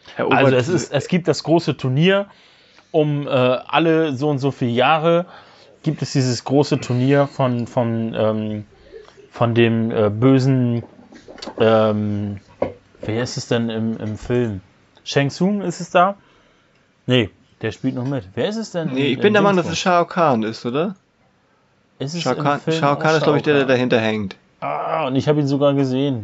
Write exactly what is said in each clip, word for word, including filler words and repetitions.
Also es ist, es gibt das große Turnier, um äh, alle so und so viele Jahre gibt es dieses große Turnier von, von, ähm, von dem äh, bösen, ähm, wer ist es denn im, im Film? Shang Tsung ist es da? Nee, der spielt noch mit. Wer ist es denn? Nee, in, ich bin der Meinung, dass Dingsbums? es Shao Kahn ist, oder? Ist es Shao im Kahn, Film Shao auch Kahn ist, glaube ich, der, der Shao Kahn? dahinter hängt. Ah, und ich habe ihn sogar gesehen.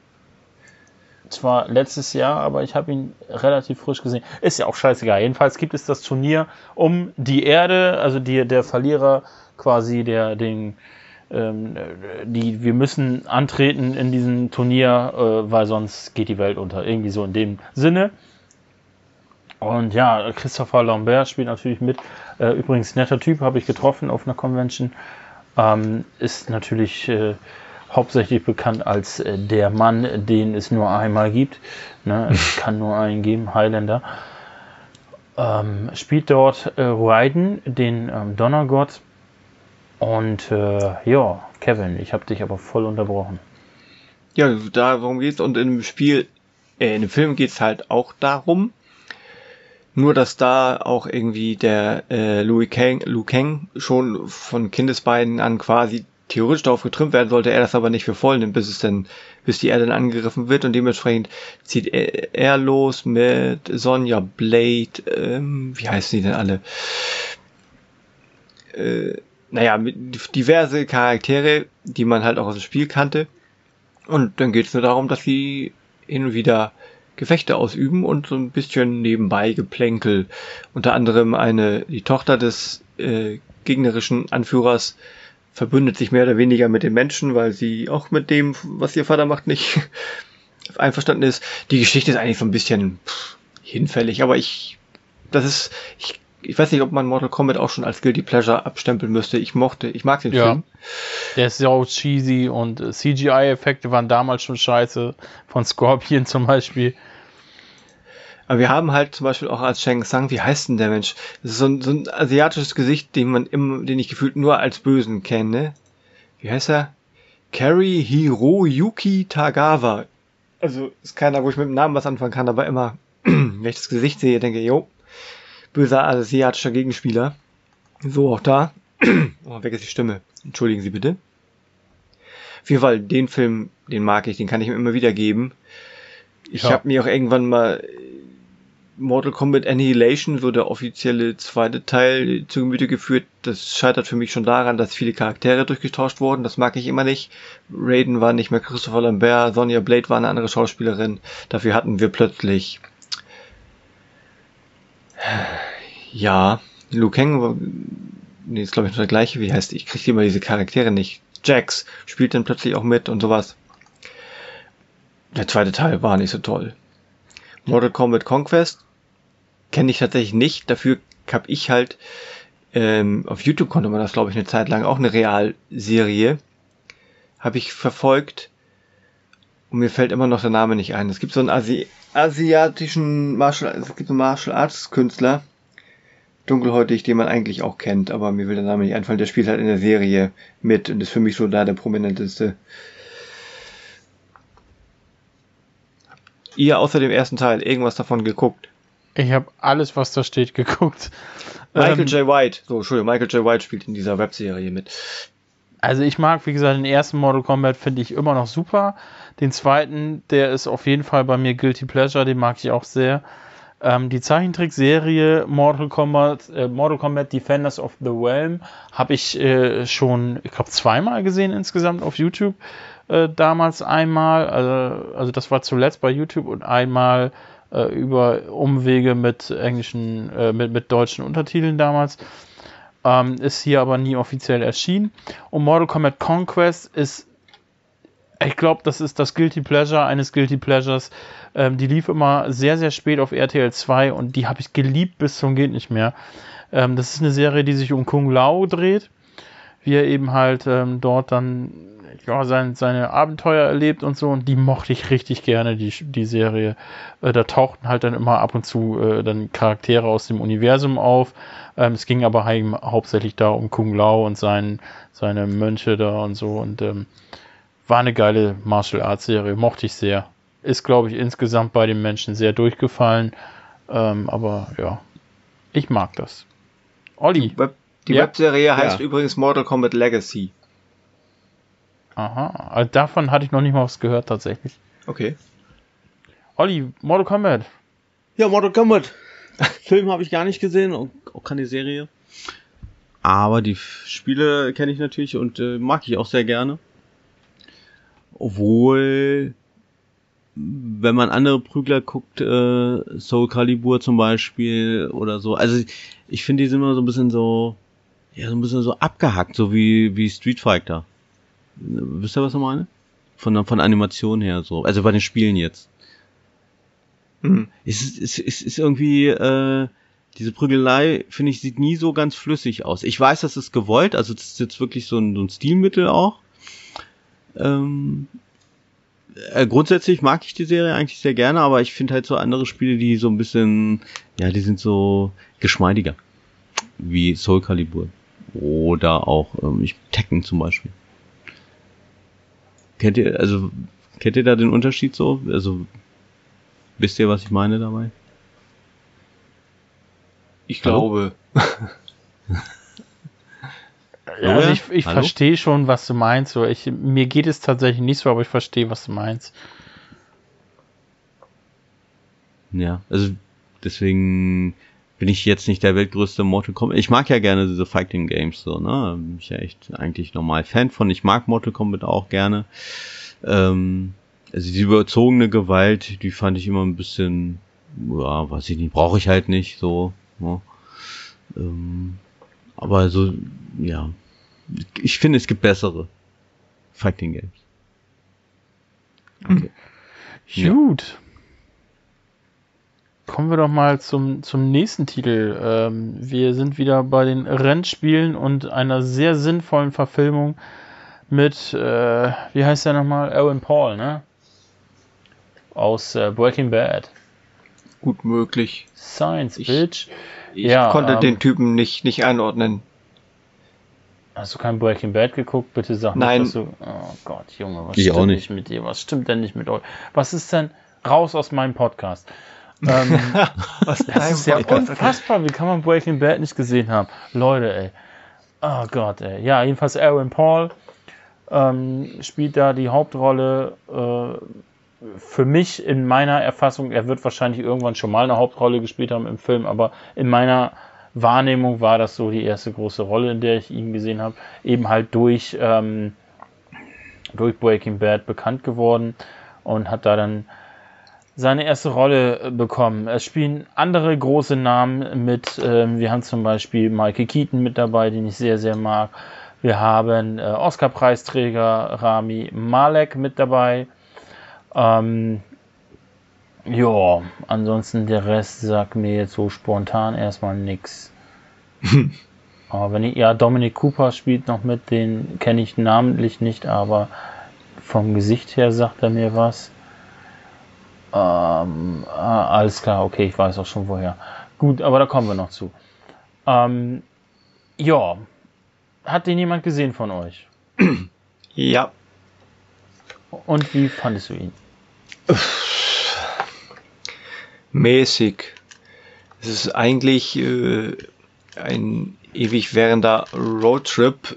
Zwar letztes Jahr, aber ich habe ihn relativ frisch gesehen. Ist ja auch scheißegal. Jedenfalls gibt es das Turnier um die Erde, also die, der Verlierer quasi, der den, ähm, die, wir müssen antreten in diesem Turnier, äh, weil sonst geht die Welt unter. Irgendwie so in dem Sinne. Und ja, Christopher Lambert spielt natürlich mit. Äh, übrigens, netter Typ, habe ich getroffen auf einer Convention. Ähm, ist natürlich äh, hauptsächlich bekannt als äh, der Mann, den es nur einmal gibt. Ne? Es kann nur einen geben, Highlander. Ähm, spielt dort äh, Raiden, den ähm, Donnergott. Und äh, ja, Kevin, ich habe dich aber voll unterbrochen. Ja, darum geht's. Und in dem Spiel, äh, in dem Film geht's halt auch darum. Nur, dass da auch irgendwie der äh, Liu Kang, Liu Kang schon von Kindesbeinen an quasi theoretisch darauf getrimmt werden sollte, er das aber nicht für voll nimmt, bis es dann, bis die Erde dann angegriffen wird, und dementsprechend zieht er, er los mit Sonya Blade, ähm, wie heißen die denn alle? Äh, naja, mit diverse Charaktere, die man halt auch aus dem Spiel kannte. Und dann geht es nur darum, dass sie hin und wieder Gefechte ausüben und so ein bisschen nebenbei Geplänkel. Unter anderem eine, die Tochter des äh, gegnerischen Anführers verbündet sich mehr oder weniger mit den Menschen, weil sie auch mit dem, was ihr Vater macht, nicht einverstanden ist. Die Geschichte ist eigentlich so ein bisschen pff, hinfällig, aber ich, das ist, ich, ich weiß nicht, ob man Mortal Kombat auch schon als Guilty Pleasure abstempeln müsste. Ich mochte, ich mag den Ja. Film. Der ist ja auch cheesy und äh, C G I-Effekte waren damals schon scheiße. Von Scorpion zum Beispiel. Aber wir haben halt zum Beispiel auch als Shang Tsung, wie heißt denn der Mensch? Das ist so ein, so ein asiatisches Gesicht, den man immer, den ich gefühlt nur als Bösen kenne. Wie heißt er? Kari Hiroyuki Tagawa. Also ist keiner, wo ich mit dem Namen was anfangen kann, aber immer, wenn ich das Gesicht sehe, denke ich, jo, böser asiatischer Gegenspieler. So auch da. Oh, weg ist die Stimme. Entschuldigen Sie bitte. Auf jeden Fall, den Film, den mag ich, den kann ich mir immer wieder geben. Ich Ja. habe mir auch irgendwann mal Mortal Kombat Annihilation, so der offizielle zweite Teil, zu Gemüte geführt. Das scheitert für mich schon daran, dass viele Charaktere durchgetauscht wurden. Das mag ich immer nicht. Raiden war nicht mehr Christopher Lambert, Sonya Blade war eine andere Schauspielerin. Dafür hatten wir plötzlich ja, Liu Kang war, nee, ist glaube ich noch der gleiche, wie heißt die? Ich kriege immer diese Charaktere nicht. Jax spielt dann plötzlich auch mit und sowas. Der zweite Teil war nicht so toll. Mortal Kombat Conquest kenne ich tatsächlich nicht. Dafür habe ich halt ähm, auf YouTube konnte man das, glaube ich, eine Zeit lang auch eine Realserie habe ich verfolgt. Und mir fällt immer noch der Name nicht ein. Es gibt so einen Asi- asiatischen Martial, es gibt einen Martial Arts Künstler, dunkelhäutig, den man eigentlich auch kennt, aber mir will der Name nicht einfallen. Der spielt halt in der Serie mit und ist für mich so da der prominenteste. Ihr außer dem ersten Teil irgendwas davon geguckt? Ich habe alles, was da steht, geguckt. Michael Ähm, J. White, so, Entschuldigung, Michael J. White spielt in dieser Webserie mit. Also ich mag, wie gesagt, den ersten Mortal Kombat finde ich immer noch super. Den zweiten, der ist auf jeden Fall bei mir Guilty Pleasure, den mag ich auch sehr. Ähm, die Zeichentrickserie Mortal Kombat, äh, Mortal Kombat Defenders of the Realm habe ich äh, schon, ich glaube, zweimal gesehen insgesamt auf YouTube. Äh, damals einmal, also, also das war zuletzt bei YouTube und einmal äh, über Umwege mit englischen, äh, mit, mit deutschen Untertiteln damals. Ähm, ist hier aber nie offiziell erschienen. Und Mortal Kombat Conquest ist, ich glaube, das ist das Guilty Pleasure eines Guilty Pleasures. Ähm, die lief immer sehr, sehr spät auf R T L zwei und die habe ich geliebt bis zum geht nicht mehr. Ähm, das ist eine Serie, die sich um Kung Lao dreht, wie er eben halt ähm, dort dann ja, sein, seine Abenteuer erlebt und so, und die mochte ich richtig gerne, die, die Serie. Äh, da tauchten halt dann immer ab und zu äh, dann Charaktere aus dem Universum auf. Ähm, es ging aber halt hauptsächlich da um Kung Lao und sein, seine Mönche da und so, und ähm, war eine geile Martial Arts Serie, mochte ich sehr. ist, glaube ich, insgesamt bei den Menschen sehr durchgefallen. Ähm, aber ja, ich mag das. Olli. Die, Web, die ja? Webserie heißt ja. übrigens Mortal Kombat Legacy. Aha, also davon hatte ich noch nicht mal was gehört tatsächlich. Okay. Olli, Mortal Kombat. Ja, Mortal Kombat. Film habe ich gar nicht gesehen, auch, auch keine Serie. Aber die F- Spiele kenne ich natürlich und äh, mag ich auch sehr gerne. Obwohl, wenn man andere Prügler guckt, äh, Soul Calibur zum Beispiel oder so, also ich finde, die sind immer so ein bisschen so, ja, so ein bisschen so abgehackt, so wie, wie Street Fighter. Wisst ihr, was ich meine? Von, der- von der Animation her so, also bei den Spielen jetzt. Hm. Es ist, es ist, ist irgendwie, äh, diese Prügelei, finde ich, sieht nie so ganz flüssig aus. Ich weiß, das ist gewollt, also das ist jetzt wirklich so ein, so ein Stilmittel auch. Ähm, äh, grundsätzlich mag ich die Serie eigentlich sehr gerne, aber ich finde halt so andere Spiele, die so ein bisschen, ja, die sind so geschmeidiger. Wie Soul Calibur. Oder auch, ähm, ich, Tekken zum Beispiel. Kennt ihr, also, kennt ihr da den Unterschied so? Also, wisst ihr, was ich meine dabei? Ich Hallo? glaube. Ja, also ja? ich, ich Hallo? verstehe schon, was du meinst. So, ich, mir geht es tatsächlich nicht so, aber ich verstehe, was du meinst. Ja, also deswegen bin ich jetzt nicht der weltgrößte Mortal Kombat. Ich mag ja gerne diese Fighting Games so, ne? Bin ich ja echt eigentlich normal Fan von. Ich mag Mortal Kombat auch gerne. Ähm, also die überzogene Gewalt, die fand ich immer ein bisschen, ja, weiß ich nicht, brauche ich halt nicht so. Ne? Ähm, aber so, ja, ich finde, es gibt bessere Fighting Games. Okay. Ja. Gut. Kommen wir doch mal zum, zum nächsten Titel. Ähm, wir sind wieder bei den Rennspielen und einer sehr sinnvollen Verfilmung mit, äh, wie heißt der nochmal? Aaron Paul, ne? Aus äh, Breaking Bad. Gut möglich. Science, Ich- Bitch. Ich Ja, konnte ähm, den Typen nicht, nicht einordnen. Hast du kein Breaking Bad geguckt? Bitte sag Nein. nicht, dass du... Oh Gott, Junge, was Ich stimmt auch nicht nicht. mit dir? Was stimmt denn nicht mit euch? Was ist denn... Raus aus meinem Podcast. Ähm, Was das ist ja unfassbar. Wie kann man Breaking Bad nicht gesehen haben? Leute, ey. Oh Gott, ey. Ja, jedenfalls Aaron Paul ähm, spielt da die Hauptrolle. Äh, für mich in meiner Erfassung, er wird wahrscheinlich irgendwann schon mal eine Hauptrolle gespielt haben im Film, aber in meiner Wahrnehmung war das so die erste große Rolle, in der ich ihn gesehen habe. Eben halt durch, ähm, durch Breaking Bad bekannt geworden und hat da dann seine erste Rolle bekommen. Es spielen andere große Namen mit. Ähm, wir haben zum Beispiel Michael Keaton mit dabei, den ich sehr, sehr mag. Wir haben äh, Oscar-Preisträger Rami Malek mit dabei. Ähm, ja, ansonsten der Rest sagt mir jetzt so spontan erstmal nix. Aber wenn ich, ja, Dominic Cooper spielt noch mit, den kenne ich namentlich nicht, aber vom Gesicht her sagt er mir was. Ähm, ah, alles klar, okay, ich weiß auch schon woher. Gut, aber da kommen wir noch zu. Ähm, ja, hat den jemand gesehen von euch? Ja. Und wie fandest du ihn? Mäßig. Es ist eigentlich äh, ein ewig währender Roadtrip.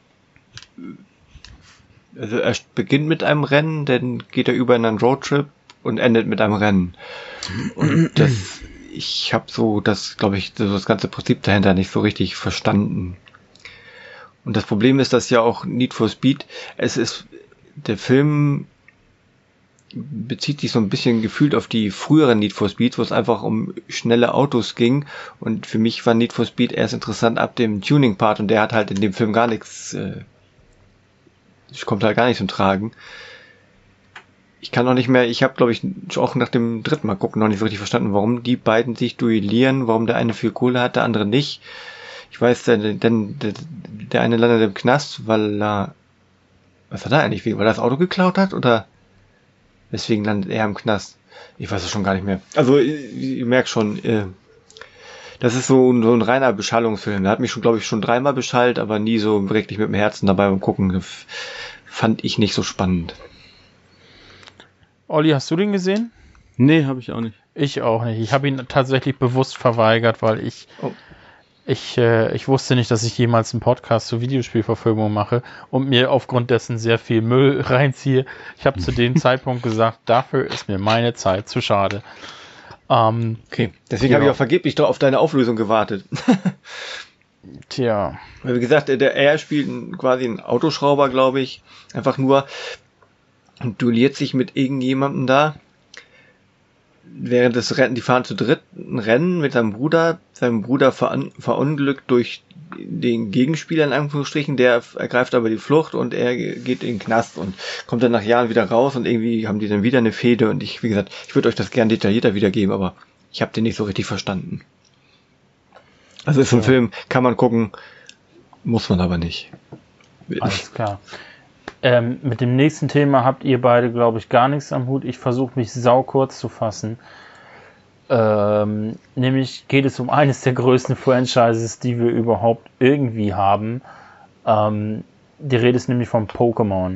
Also er beginnt mit einem Rennen, dann geht er über in einen Roadtrip und endet mit einem Rennen. Und das, ich habe so das, glaube ich, so das ganze Prinzip dahinter nicht so richtig verstanden. Und das Problem ist, dass ja auch Need for Speed, es ist, der Film bezieht sich so ein bisschen gefühlt auf die früheren Need for Speed, wo es einfach um schnelle Autos ging. Und für mich war Need for Speed erst interessant ab dem Tuning-Part und der hat halt in dem Film gar nichts, äh, kommt halt gar nicht zum Tragen. Ich kann noch nicht mehr, ich habe glaube ich auch nach dem dritten Mal gucken noch nicht so richtig verstanden, warum die beiden sich duellieren, warum der eine viel Kohle hat, der andere nicht. Ich weiß, denn der, der eine landet im Knast, weil er, was hat er eigentlich, weil er das Auto geklaut hat oder weswegen landet er im Knast? Ich weiß es schon gar nicht mehr. Also ihr merkt schon, äh, das ist so ein, so ein reiner Beschallungsfilm. Der hat mich schon, glaube ich, schon dreimal beschallt, aber nie so wirklich mit dem Herzen dabei beim Gucken. Das fand ich nicht so spannend. Olli, hast du den gesehen? Nee, habe ich auch nicht. Ich auch nicht. Ich habe ihn tatsächlich bewusst verweigert, weil ich Oh. ich äh, ich wusste nicht, dass ich jemals einen Podcast zur Videospielverfilmung mache und mir aufgrund dessen sehr viel Müll reinziehe. Ich habe zu dem Zeitpunkt gesagt, dafür ist mir meine Zeit zu schade. Ähm, Okay, deswegen ja. habe ich auch vergeblich doch auf deine Auflösung gewartet. Tja. Weil wie gesagt, der R spielt einen- quasi einen Autoschrauber, glaube ich. Einfach nur und duelliert sich mit irgendjemandem da. Während des Rennen, die fahren zu dritt ein Rennen mit seinem Bruder. Sein Bruder veran, verunglückt durch den Gegenspieler in Anführungsstrichen. Der ergreift aber die Flucht und er geht in den Knast und kommt dann nach Jahren wieder raus und irgendwie haben die dann wieder eine Fehde. Und ich, wie gesagt, ich würde euch das gern detaillierter wiedergeben, aber ich habe den nicht so richtig verstanden. Also ist so ein Ja. Film, kann man gucken, muss man aber nicht. Alles klar. Ähm, mit dem nächsten Thema habt ihr beide, glaube ich, gar nichts am Hut. Ich versuche mich sau kurz zu fassen. Ähm, nämlich geht es um eines der größten Franchises, die wir überhaupt irgendwie haben. Ähm, die Rede ist nämlich von Pokémon.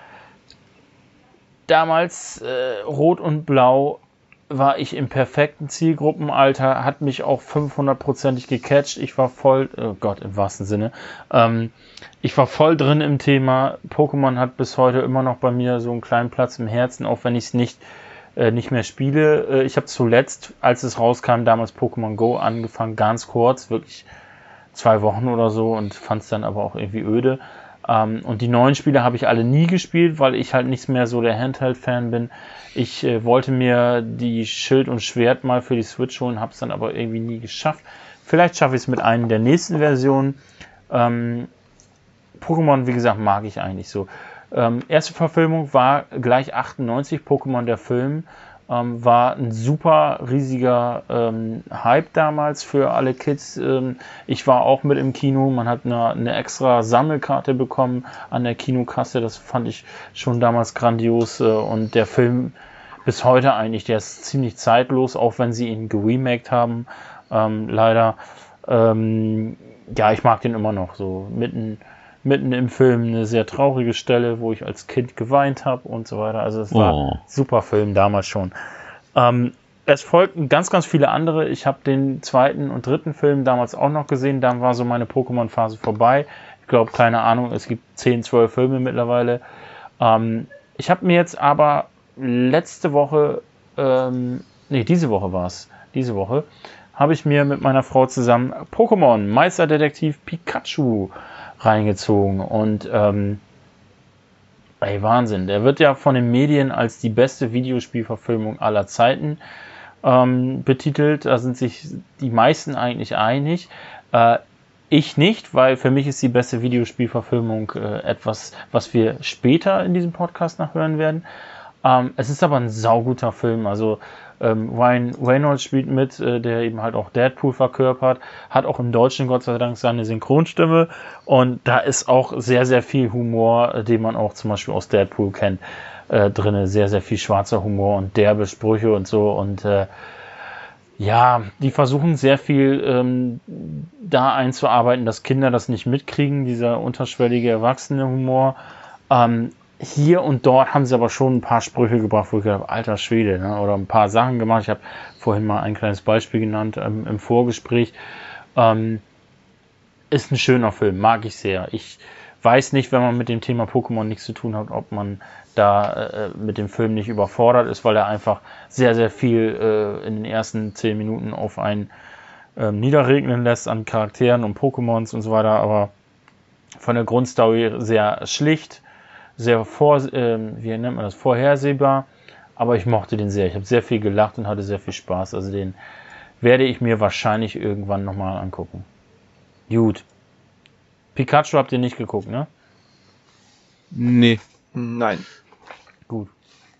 Damals äh, Rot und Blau war ich im perfekten Zielgruppenalter, hat mich auch fünfhundertprozentig gecatcht. Ich war voll, oh Gott, im wahrsten Sinne, ähm, ich war voll drin im Thema. Pokémon hat bis heute immer noch bei mir so einen kleinen Platz im Herzen, auch wenn ich es nicht, äh, nicht mehr spiele. Äh, ich habe zuletzt, als es rauskam, damals Pokémon Go angefangen, ganz kurz, wirklich zwei Wochen oder so und fand es dann aber auch irgendwie öde. Um, und die neuen Spiele habe ich alle nie gespielt, weil ich halt nicht mehr so der Handheld-Fan bin. Ich äh, wollte mir die Schild und Schwert mal für die Switch holen, habe es dann aber irgendwie nie geschafft. Vielleicht schaffe ich es mit einer der nächsten Versionen. Ähm, Pokémon, wie gesagt, mag ich eigentlich so. Ähm, erste Verfilmung war gleich achtundneunzig, Pokémon der Film. Ähm, war ein super riesiger ähm, Hype damals für alle Kids. Ähm, ich war auch mit im Kino. Man hat eine, eine extra Sammelkarte bekommen an der Kinokasse. Das fand ich schon damals grandios. Äh, und der Film bis heute eigentlich, der ist ziemlich zeitlos, auch wenn sie ihn geremaked haben. Ähm, leider. Ähm, ja, ich mag den immer noch so. Mitten, mitten im Film eine sehr traurige Stelle, wo ich als Kind geweint habe und so weiter. Also es war Oh. ein super Film damals schon. Ähm, es folgten ganz, ganz viele andere. Ich habe den zweiten und dritten Film damals auch noch gesehen. Dann war so meine Pokémon-Phase vorbei. Ich glaube, keine Ahnung, es gibt zehn, zwölf Filme mittlerweile. Ähm, ich habe mir jetzt aber letzte Woche, ähm, nee, diese Woche war es, diese Woche, habe ich mir mit meiner Frau zusammen Pokémon Meisterdetektiv Pikachu reingezogen und ähm, ey, Wahnsinn, der wird ja von den Medien als die beste Videospielverfilmung aller Zeiten ähm, betitelt, da sind sich die meisten eigentlich einig, äh, ich nicht, weil für mich ist die beste Videospielverfilmung äh, etwas, was wir später in diesem Podcast noch hören werden. Ähm, es ist aber ein sauguter Film, also ähm, Ryan Reynolds spielt mit, äh, der eben halt auch Deadpool verkörpert, hat auch im Deutschen Gott sei Dank seine Synchronstimme und da ist auch sehr, sehr viel Humor, äh, den man auch zum Beispiel aus Deadpool kennt, äh, drinne, sehr, sehr viel schwarzer Humor und derbe Sprüche und so und äh, ja, die versuchen sehr viel ähm, da einzuarbeiten, dass Kinder das nicht mitkriegen, dieser unterschwellige erwachsene Humor. Ähm, hier und dort haben sie aber schon ein paar Sprüche gebracht, wo ich gedacht habe, alter Schwede, ne? Oder ein paar Sachen gemacht. Ich habe vorhin mal ein kleines Beispiel genannt ähm, im Vorgespräch. Ähm, ist ein schöner Film, mag ich sehr. Ich weiß nicht, wenn man mit dem Thema Pokémon nichts zu tun hat, ob man da äh, mit dem Film nicht überfordert ist, weil er einfach sehr, sehr viel äh, in den ersten zehn Minuten auf einen äh, niederregnen lässt an Charakteren und Pokémons und so weiter, aber von der Grundstory sehr schlicht, sehr vor, äh, wie nennt man das, vorhersehbar, aber ich mochte den sehr. Ich habe sehr viel gelacht und hatte sehr viel Spaß, also den werde ich mir wahrscheinlich irgendwann nochmal angucken. Gut. Pikachu habt ihr nicht geguckt, ne? Nee. Nein. Gut.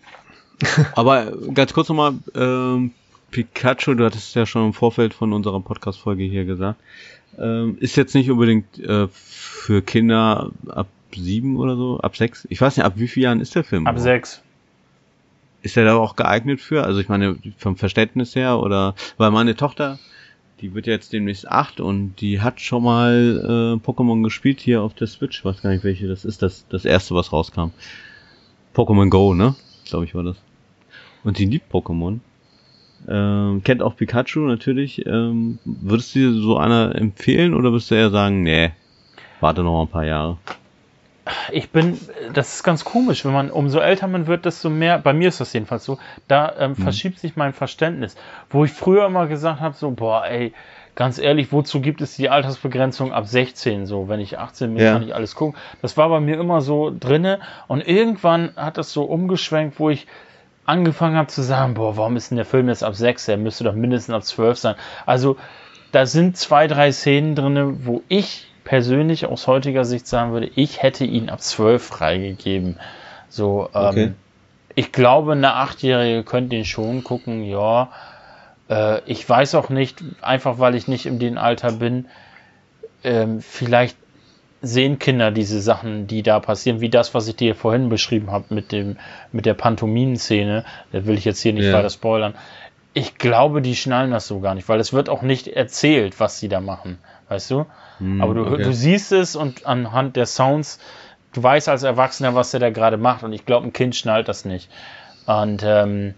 Aber ganz kurz nochmal, ähm, Pikachu, du hattest es ja schon im Vorfeld von unserer Podcast-Folge hier gesagt, ähm, ist jetzt nicht unbedingt äh, für Kinder ab sieben oder so, ab sechs. Ich weiß nicht, ab wie vielen Jahren ist der Film? Ab sechs. Ist der da auch geeignet für? Also ich meine, vom Verständnis her oder, weil meine Tochter, die wird ja jetzt demnächst acht und die hat schon mal äh, Pokémon gespielt hier auf der Switch. Ich weiß gar nicht, welche das ist, das, das erste, was rauskam. Pokémon Go, ne? Glaube ich, war das. Und sie liebt Pokémon. Ähm, kennt auch Pikachu natürlich. Ähm, würdest du dir so einer empfehlen oder würdest du eher sagen, nee, warte noch ein paar Jahre? Ich bin, das ist ganz komisch, wenn man, umso älter man wird, desto mehr, bei mir ist das jedenfalls so, da ähm, hm. verschiebt sich mein Verständnis. Wo ich früher immer gesagt habe, so, boah, ey, ganz ehrlich, wozu gibt es die Altersbegrenzung ab sechzehn, so, wenn ich achtzehn bin, ja. kann ich alles gucken. Das war bei mir immer so drinne und irgendwann hat das so umgeschwenkt, wo ich angefangen habe zu sagen, boah, warum ist denn der Film jetzt ab sechs? Der müsste doch mindestens ab zwölf sein. Also, da sind zwei, drei Szenen drinne, wo ich persönlich aus heutiger Sicht sagen würde, ich hätte ihn ab zwölf freigegeben. So, ähm, okay. Ich glaube, eine Achtjährige könnte ihn schon gucken, ja. Äh, ich weiß auch nicht, einfach weil ich nicht in dem Alter bin, ähm, vielleicht sehen Kinder diese Sachen, die da passieren, wie das, was ich dir vorhin beschrieben habe mit dem, mit der Pantomimen-Szene. Da will ich jetzt hier nicht ja. weiter spoilern. Ich glaube, die schnallen das so gar nicht, weil es wird auch nicht erzählt, was sie da machen. Weißt du? Hm, aber du, okay. du siehst es und anhand der Sounds, du weißt als Erwachsener, was der da gerade macht und ich glaube, ein Kind schnallt das nicht. Und ähm,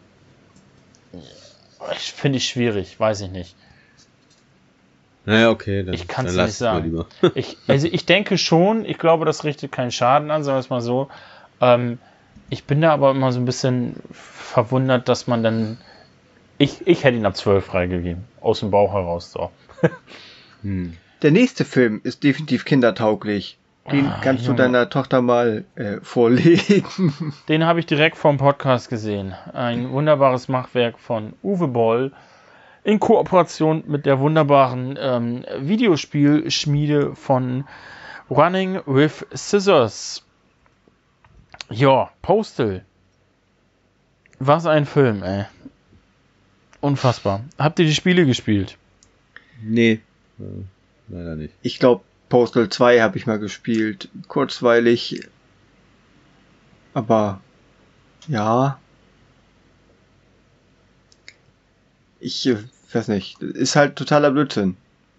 ich finde ich schwierig, weiß ich nicht. Naja, okay, dann, ich kann es nicht sagen. ich, also ich denke schon, ich glaube, das richtet keinen Schaden an, sagen wir es mal so. Ähm, ich bin da aber immer so ein bisschen verwundert, dass man dann, ich, ich hätte ihn ab zwölf freigegeben, aus dem Bauch heraus so. hm. Der nächste Film ist definitiv kindertauglich. Den ah, kannst Junge. du deiner Tochter mal äh, vorlegen. Den habe ich direkt vom Podcast gesehen. Ein wunderbares Machwerk von Uwe Boll in Kooperation mit der wunderbaren ähm, Videospielschmiede von Running with Scissors. Ja, Postal. Was ein Film, ey. Unfassbar. Habt ihr die Spiele gespielt? Nee. Äh, leider nicht. Ich glaube, Postal zwei habe ich mal gespielt. Kurzweilig. Aber ja. Ich äh, weiß nicht. Ist halt totaler Blödsinn.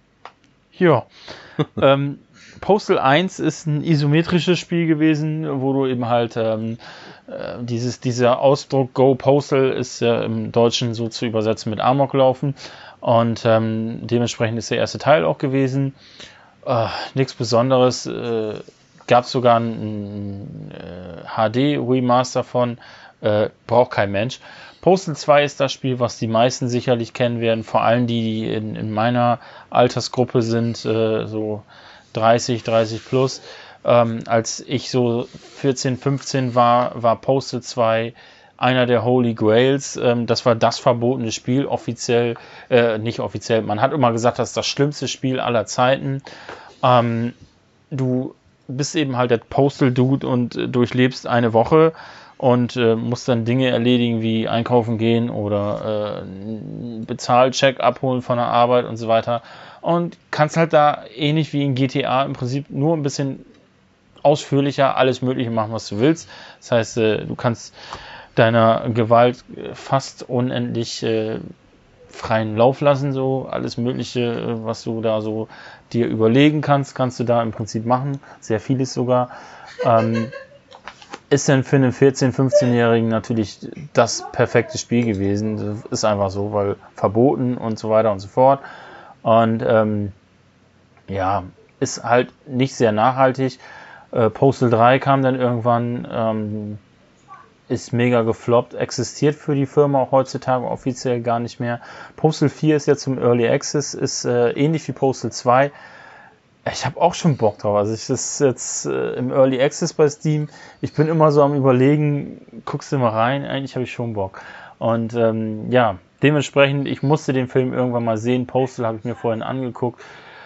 Ja. ähm, Postal eins ist ein isometrisches Spiel gewesen, wo du eben halt ähm, äh, dieses, dieser Ausdruck Go Postal ist ja im Deutschen so zu übersetzen mit Amoklaufen. Und ähm, dementsprechend ist der erste Teil auch gewesen. Äh, nichts Besonderes. Äh, Gab es sogar ein, ein äh, H D-Remaster von. Äh, braucht kein Mensch. Postal zwei ist das Spiel, was die meisten sicherlich kennen werden. Vor allem die, die in, in meiner Altersgruppe sind, äh, so dreißig, dreißig plus. Ähm, als ich so vierzehn, fünfzehn war, war Postal zwei einer der Holy Grails. Ähm, das war das verbotene Spiel, offiziell, äh, nicht offiziell. Man hat immer gesagt, das ist das schlimmste Spiel aller Zeiten. Ähm, du bist eben halt der Postal-Dude und äh, durchlebst eine Woche und äh, musst dann Dinge erledigen wie einkaufen gehen oder äh, Bezahlcheck abholen von der Arbeit und so weiter. Und kannst halt da ähnlich wie in G T A im Prinzip nur ein bisschen ausführlicher alles Mögliche machen, was du willst. Das heißt, äh, du kannst deiner Gewalt fast unendlich äh, freien Lauf lassen, so alles Mögliche, äh, was du da so dir überlegen kannst, kannst du da im Prinzip machen. Sehr vieles sogar. Ähm, ist denn für einen vierzehn-, fünfzehnjährigen natürlich das perfekte Spiel gewesen. Das ist einfach so, weil verboten und so weiter und so fort. Und ähm, ja, ist halt nicht sehr nachhaltig. Äh, Postal drei kam dann irgendwann, ähm, ist mega gefloppt, existiert für die Firma auch heutzutage offiziell gar nicht mehr. Postal vier ist jetzt zum Early Access, ist äh, ähnlich wie Postal zwei. Ich habe auch schon Bock drauf. Also ich ist jetzt äh, im Early Access bei Steam. Ich bin immer so am Überlegen, guckst du mal rein, eigentlich habe ich schon Bock. Und ähm, ja, dementsprechend, ich musste den Film irgendwann mal sehen. Postal habe ich mir vorhin angeguckt.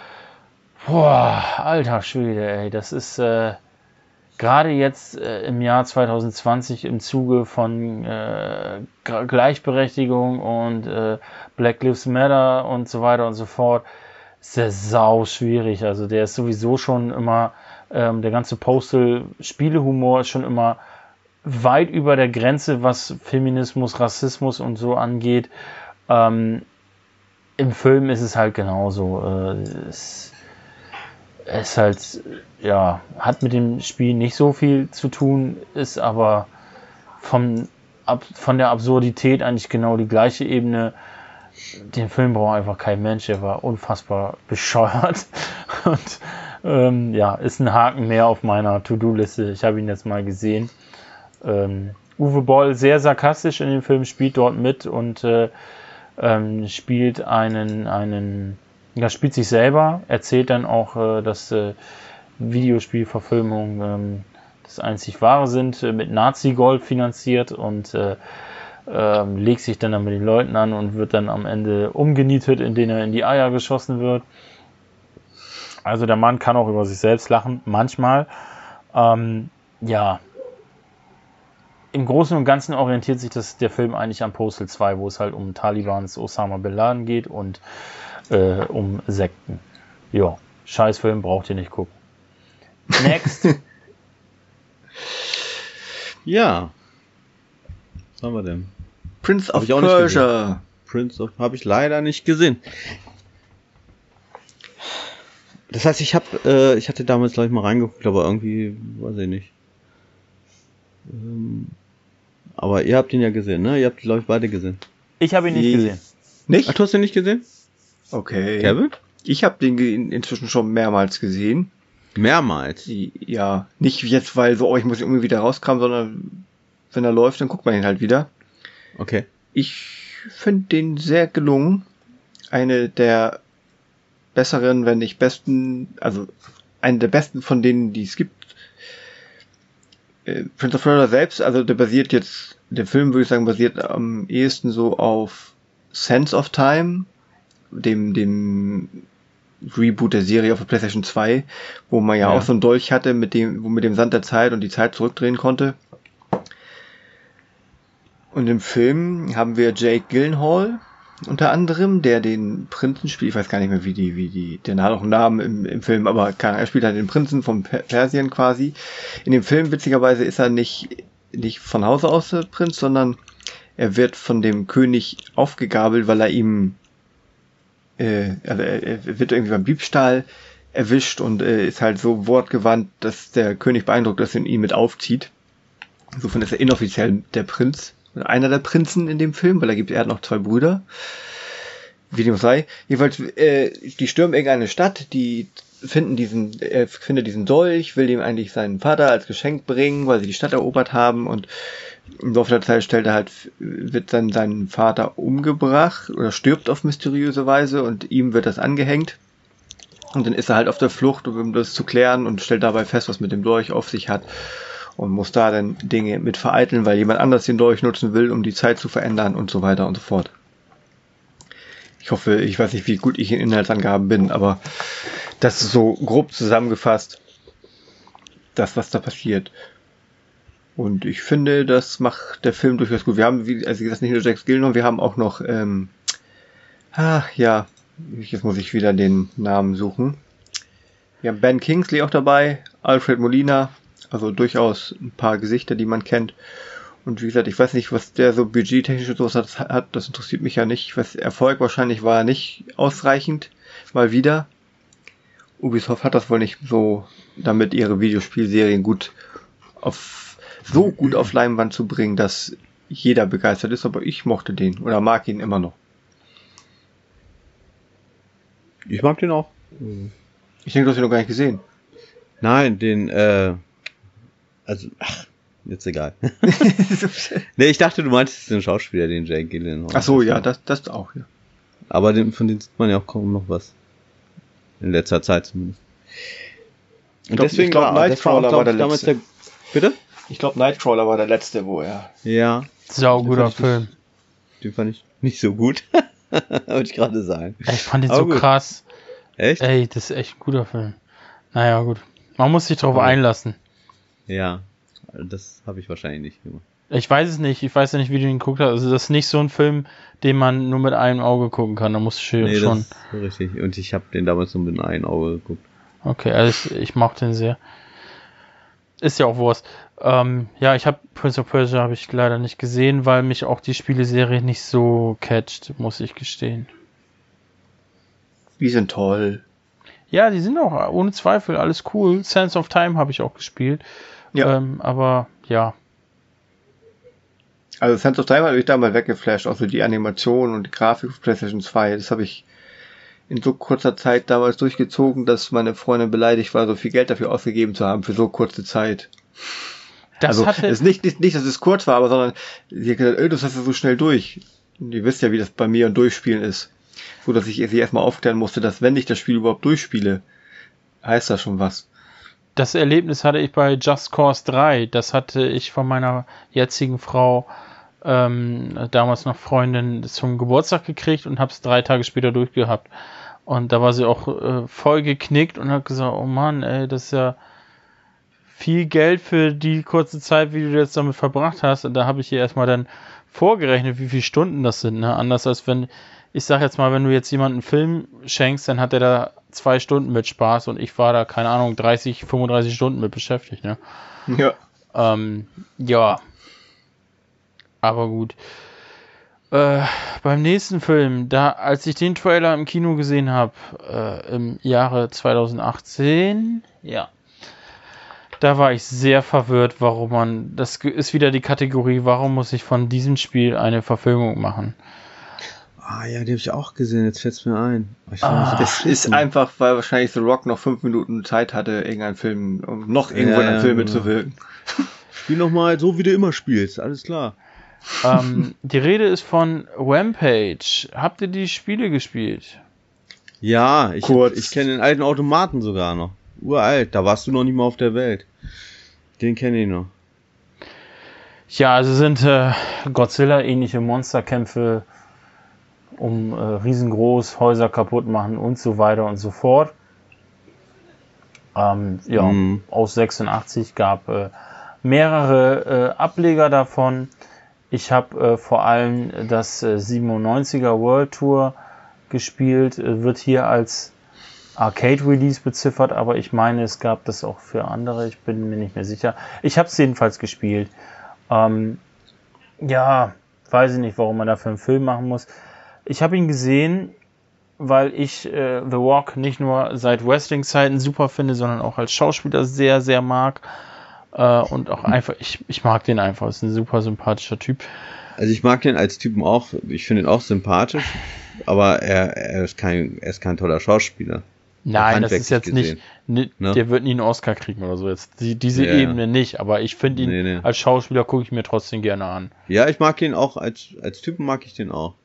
Boah, alter Schwede, ey, das ist äh, gerade jetzt äh, im Jahr zwanzig zwanzig im Zuge von äh, Gleichberechtigung und äh, Black Lives Matter und so weiter und so fort, ist der sau schwierig. Also der ist sowieso schon immer, ähm, der ganze Postal-Spielehumor ist schon immer weit über der Grenze, was Feminismus, Rassismus und so angeht. Ähm, im Film ist es halt genauso. Äh, es ist halt, ja, hat mit dem Spiel nicht so viel zu tun, ist aber vom ab, von der Absurdität eigentlich genau die gleiche Ebene. Den Film braucht einfach kein Mensch, der war unfassbar bescheuert. Und ähm, ja, ist ein Haken mehr auf meiner To-Do-Liste. Ich habe ihn jetzt mal gesehen. Ähm, Uwe Boll sehr sarkastisch in dem Film, spielt dort mit und äh, ähm, spielt einen, einen, ja, spielt sich selber, erzählt dann auch, äh, dass äh, Videospielverfilmungen ähm, das einzig wahre sind, äh, mit Nazi-Gold finanziert und äh, äh, legt sich dann, dann mit den Leuten an und wird dann am Ende umgenietet, indem er in die Eier geschossen wird. Also der Mann kann auch über sich selbst lachen, manchmal. Ähm, ja, im Großen und Ganzen orientiert sich das, der Film eigentlich an Postal zwei, wo es halt um Talibans Osama Bin Laden geht und äh, um Sekten. Ja, Scheißfilm, braucht ihr nicht gucken. Next. Ja. Was haben wir denn? Prince Hab of ich auch nicht Persia. Prince of habe ich leider nicht gesehen. Das heißt, ich habe, äh, ich hatte damals gleich mal reingeguckt, aber irgendwie, weiß ich nicht. Ähm, aber ihr habt ihn ja gesehen, ne? Ihr habt, glaube ich, beide gesehen. Ich habe ihn nicht Die- gesehen. Nicht? Ach, du hast ihn nicht gesehen? Okay. Kevin? Ich habe den ge- inzwischen schon mehrmals gesehen. Mehrmals. Die, ja, nicht jetzt, weil so, oh, ich muss irgendwie wieder rauskramen, sondern wenn er läuft, dann guckt man ihn halt wieder. Okay. Ich finde den sehr gelungen. Eine der besseren, wenn nicht besten, also eine der besten von denen, die es gibt. Äh, Prince of Persia selbst, also der basiert jetzt, der Film würde ich sagen, basiert am ehesten so auf Sense of Time, dem, dem Reboot der Serie auf der PlayStation zwei, wo man ja, Ja. auch so einen Dolch hatte, mit dem, wo mit dem Sand der Zeit und die Zeit zurückdrehen konnte. Und im Film haben wir Jake Gyllenhaal unter anderem, der den Prinzen spielt. Ich weiß gar nicht mehr, wie die, wie die, der hat auch einen Namen im, im Film, aber keine, er spielt halt den Prinzen von Per- Persien quasi. In dem Film, witzigerweise, ist er nicht, nicht von Hause aus der Prinz, sondern er wird von dem König aufgegabelt, weil er ihm, äh, also er, er wird irgendwie beim Diebstahl erwischt und äh, ist halt so wortgewandt, dass der König beeindruckt ist und ihn mit aufzieht. Insofern ist er inoffiziell der Prinz. Oder einer der Prinzen in dem Film, weil er gibt, er hat noch zwei Brüder. Wie dem auch sei. Jedenfalls, äh, die stürmen irgendeine Stadt, die finden diesen, er findet diesen Dolch, will ihm eigentlich seinen Vater als Geschenk bringen, weil sie die Stadt erobert haben und im Laufe der Zeit stellt er halt, wird dann sein Vater umgebracht oder stirbt auf mysteriöse Weise und ihm wird das angehängt. Und dann ist er halt auf der Flucht, um das zu klären und stellt dabei fest, was mit dem Dolch auf sich hat. Und muss da dann Dinge mit vereiteln, weil jemand anders den Dolch nutzen will, um die Zeit zu verändern und so weiter und so fort. Ich hoffe, ich weiß nicht, wie gut ich in Inhaltsangaben bin, aber das ist so grob zusammengefasst, das, was da passiert. Und ich finde, das macht der Film durchaus gut. Wir haben, wie, also wie gesagt, nicht nur Jack Gyllenhaal, wir haben auch noch, ähm, ah, ja, jetzt muss ich wieder den Namen suchen. Wir haben Ben Kingsley auch dabei, Alfred Molina, also durchaus ein paar Gesichter, die man kennt. Und wie gesagt, ich weiß nicht, was der so budgettechnisch und sowas hat, hat, das interessiert mich ja nicht. Ich weiß, Erfolg wahrscheinlich war nicht ausreichend, mal wieder. Ubisoft hat das wohl nicht so, damit ihre Videospielserien gut auf, so gut auf Leinwand zu bringen, dass jeder begeistert ist, aber ich mochte den oder mag ihn immer noch. Ich mag den auch. Ich denke, du hast ihn noch gar nicht gesehen. Nein, den, äh, also, ach, jetzt egal. Nee, ich dachte, du meintest den Schauspieler, den Jake Gyllenhaal. Ach so, ja, das, das auch, ja. Aber den, von dem sieht man ja auch kaum noch was. In letzter Zeit zumindest. Und glaub- ich glaub, war- Nightcrawler das glaub war der ich, damals letzte. Bitte? Ich glaube, Nightcrawler war der letzte, wo er... Ja, Sauguter Den fand ich Film. den fand ich nicht so gut. Wollte ich gerade sagen. Ich fand den Aber so gut. krass. Echt? Ey, das ist echt ein guter Film. Naja, gut. Man muss sich darauf Ja. einlassen. Ja, das habe ich wahrscheinlich nicht gemacht. Ich weiß es nicht. Ich weiß ja nicht, wie du ihn geguckt hast. Also das ist nicht so ein Film, den man nur mit einem Auge gucken kann. Da musst du schon... Nee, das ist so richtig. Und ich habe den damals nur mit einem Auge geguckt. Okay, also ich, ich mag den sehr. Ist ja auch Wurst. Ähm, ja, ich habe Prince of Persia habe ich leider nicht gesehen, weil mich auch die Spieleserie nicht so catcht, muss ich gestehen. Die sind toll. Ja, die sind auch ohne Zweifel alles cool. Sense of Time habe ich auch gespielt. Ja. Ähm, aber ja. Also Sands of Time hat mich damals weggeflasht, auch so die Animation und die Grafik auf PlayStation zwei. Das habe ich in so kurzer Zeit damals durchgezogen, dass meine Freundin beleidigt war, so viel Geld dafür ausgegeben zu haben für so kurze Zeit. Das also hatte... es ist nicht, nicht, nicht, dass es kurz war, aber sondern sie hat gesagt, öh, das hast du so schnell durch. Und ihr wisst ja, wie das bei mir und Durchspielen ist. So, dass ich sie erstmal aufklären musste, dass wenn ich das Spiel überhaupt durchspiele, heißt das schon was. Das Erlebnis hatte ich bei Just Cause drei. Das hatte ich von meiner jetzigen Frau, ähm, damals noch Freundin, zum Geburtstag gekriegt und habe es drei Tage später durchgehabt. Und da war sie auch äh, voll geknickt und hat gesagt, oh Mann, ey, das ist ja viel Geld für die kurze Zeit, wie du jetzt damit verbracht hast. Und da habe ich ihr erstmal dann vorgerechnet, wie viele Stunden das sind. Ne? Anders als wenn, ich sag jetzt mal, wenn du jetzt jemanden einen Film schenkst, dann hat er da zwei Stunden mit Spaß und ich war da, keine Ahnung, dreißig, fünfunddreißig Stunden mit beschäftigt. Ne? Ja. Ähm, ja. Aber gut. Äh, beim nächsten Film, da, als ich den Trailer im Kino gesehen habe, äh, im Jahre zwanzig achtzehn, ja, da war ich sehr verwirrt, warum man, das ist wieder die Kategorie, warum muss ich von diesem Spiel eine Verfilmung machen? Ah ja, die habe ich auch gesehen, jetzt fällt's mir ein. Ich ah, das ist einfach, weil wahrscheinlich The Rock noch fünf Minuten Zeit hatte, irgendeinen Film, um noch irgendwo ja, in einem ja, Film genau. mitzuwirken. Spiel nochmal so, wie du immer spielst, alles klar. ähm, die Rede ist von Rampage. Habt ihr die Spiele gespielt? Ja, ich, Kurz. ich kenne den alten Automaten sogar noch. Uralt, da warst du noch nicht mal auf der Welt. Den kenne ich noch. Ja, also sind äh, Godzilla-ähnliche Monsterkämpfe um äh, riesengroß, Häuser kaputt machen und so weiter und so fort. Ähm, ja, Mhm. aus sechsundachtzig gab äh, mehrere äh, Ableger davon. Ich habe äh, vor allem das äh, siebenundneunziger World Tour gespielt, äh, wird hier als Arcade-Release beziffert, aber ich meine, es gab das auch für andere, ich bin mir nicht mehr sicher. Ich habe es jedenfalls gespielt. Ähm, ja, weiß ich nicht, warum man dafür einen Film machen muss. Ich habe ihn gesehen, weil ich äh, The Rock nicht nur seit Wrestling-Zeiten super finde, sondern auch als Schauspieler sehr, sehr mag. Äh, und auch einfach, ich, ich mag den einfach, ist ein super sympathischer Typ. Also ich mag den als Typen auch, ich finde ihn auch sympathisch, aber er, er, ist kein, er ist kein toller Schauspieler. Nein, das ist jetzt gesehen. nicht, ne, Ne? der wird nie einen Oscar kriegen oder so, jetzt die, diese Ja. Ebene nicht, aber ich finde ihn Nee, nee. als Schauspieler gucke ich mir trotzdem gerne an. Ja, ich mag ihn auch, als, als Typen mag ich den auch.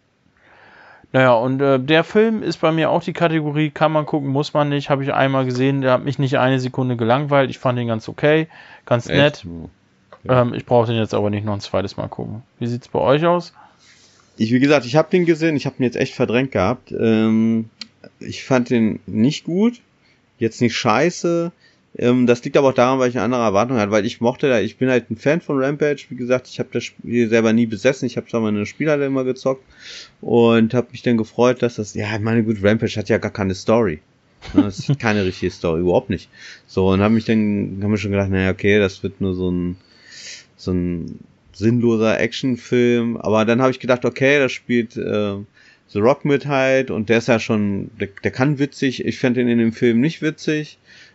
Naja, und äh, der Film ist bei mir auch die Kategorie, kann man gucken, muss man nicht, habe ich einmal gesehen, der hat mich nicht eine Sekunde gelangweilt, ich fand ihn ganz okay, ganz nett. Echt? Ja. Ähm, ich brauche den jetzt aber nicht noch ein zweites Mal gucken. Wie sieht's bei euch aus? Ich, wie gesagt, ich habe den gesehen, ich habe ihn jetzt echt verdrängt gehabt. Ähm, ich fand den nicht gut, jetzt nicht scheiße. Ähm, das liegt aber auch daran, weil ich eine andere Erwartung hatte, weil ich mochte da, ich bin halt ein Fan von Rampage, wie gesagt, ich habe das Spiel selber nie besessen, ich habe zwar meine Spieler immer gezockt und habe mich dann gefreut, dass das, ja, meine gut, Rampage hat ja gar keine Story. Ne, das ist keine richtige Story, überhaupt nicht. So, und habe mich dann, habe mir schon gedacht, naja, okay, das wird nur so ein, so ein sinnloser Actionfilm, aber dann habe ich gedacht, okay, das spielt äh, The Rock mit halt und der ist ja schon, der, der kann witzig, ich fand ihn in dem Film nicht witzig,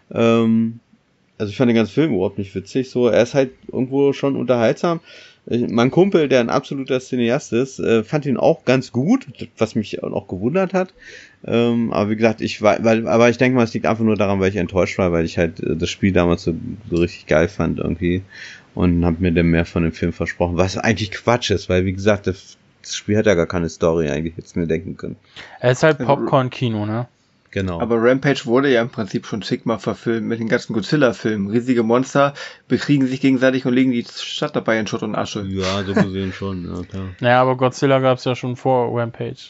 ähm, also ich fand den ganzen Film überhaupt nicht witzig, so, er ist halt irgendwo schon unterhaltsam. Ich, mein Kumpel, der ein absoluter Cineast ist, äh, fand ihn auch ganz gut, was mich auch gewundert hat, ähm, aber wie gesagt, ich war, weil, aber ich denke mal, es liegt einfach nur daran, weil ich enttäuscht war, weil ich halt äh, das Spiel damals so, so richtig geil fand irgendwie und hab mir dann mehr von dem Film versprochen, was eigentlich Quatsch ist, weil wie gesagt, das, das Spiel hat ja gar keine Story eigentlich, hätte ich mir denken können. Er ist halt Popcorn-Kino, ne? Genau. Aber Rampage wurde ja im Prinzip schon zigmal verfilmt mit den ganzen Godzilla-Filmen. Riesige Monster bekriegen sich gegenseitig und legen die Stadt dabei in Schutt und Asche. Ja, so gesehen schon, ja klar. Naja, aber Godzilla gab es ja schon vor Rampage.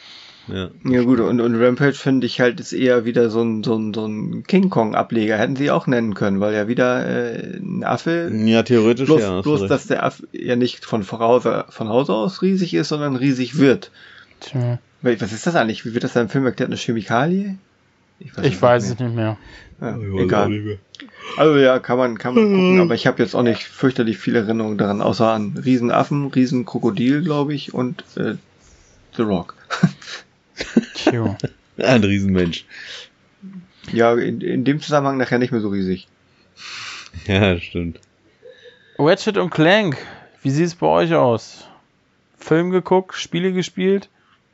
Ja, Ja gut, und, und Rampage finde ich halt ist eher wieder so ein, so ein, so ein King Kong-Ableger. Hätten sie auch nennen können, weil ja wieder äh, ein Affe... ja theoretisch bloß, ja. bloß dass der Affe ja nicht von, voraus, von Hause aus riesig ist, sondern riesig wird. Tja. Was ist das eigentlich? Wie wird das da im Film erklärt? Eine Chemikalie? Ich weiß, ich weiß es nicht mehr. Ja, egal. Also ja, kann man, kann man gucken, aber ich habe jetzt auch nicht fürchterlich viele Erinnerungen daran, außer an Riesenaffen, Riesenkrokodil, glaube ich, und äh, The Rock. Tja. Ein Riesenmensch. Ja, in, in dem Zusammenhang nachher nicht mehr so riesig. Ja, stimmt. Ratchet und Clank, wie sieht es bei euch aus? Film geguckt, Spiele gespielt?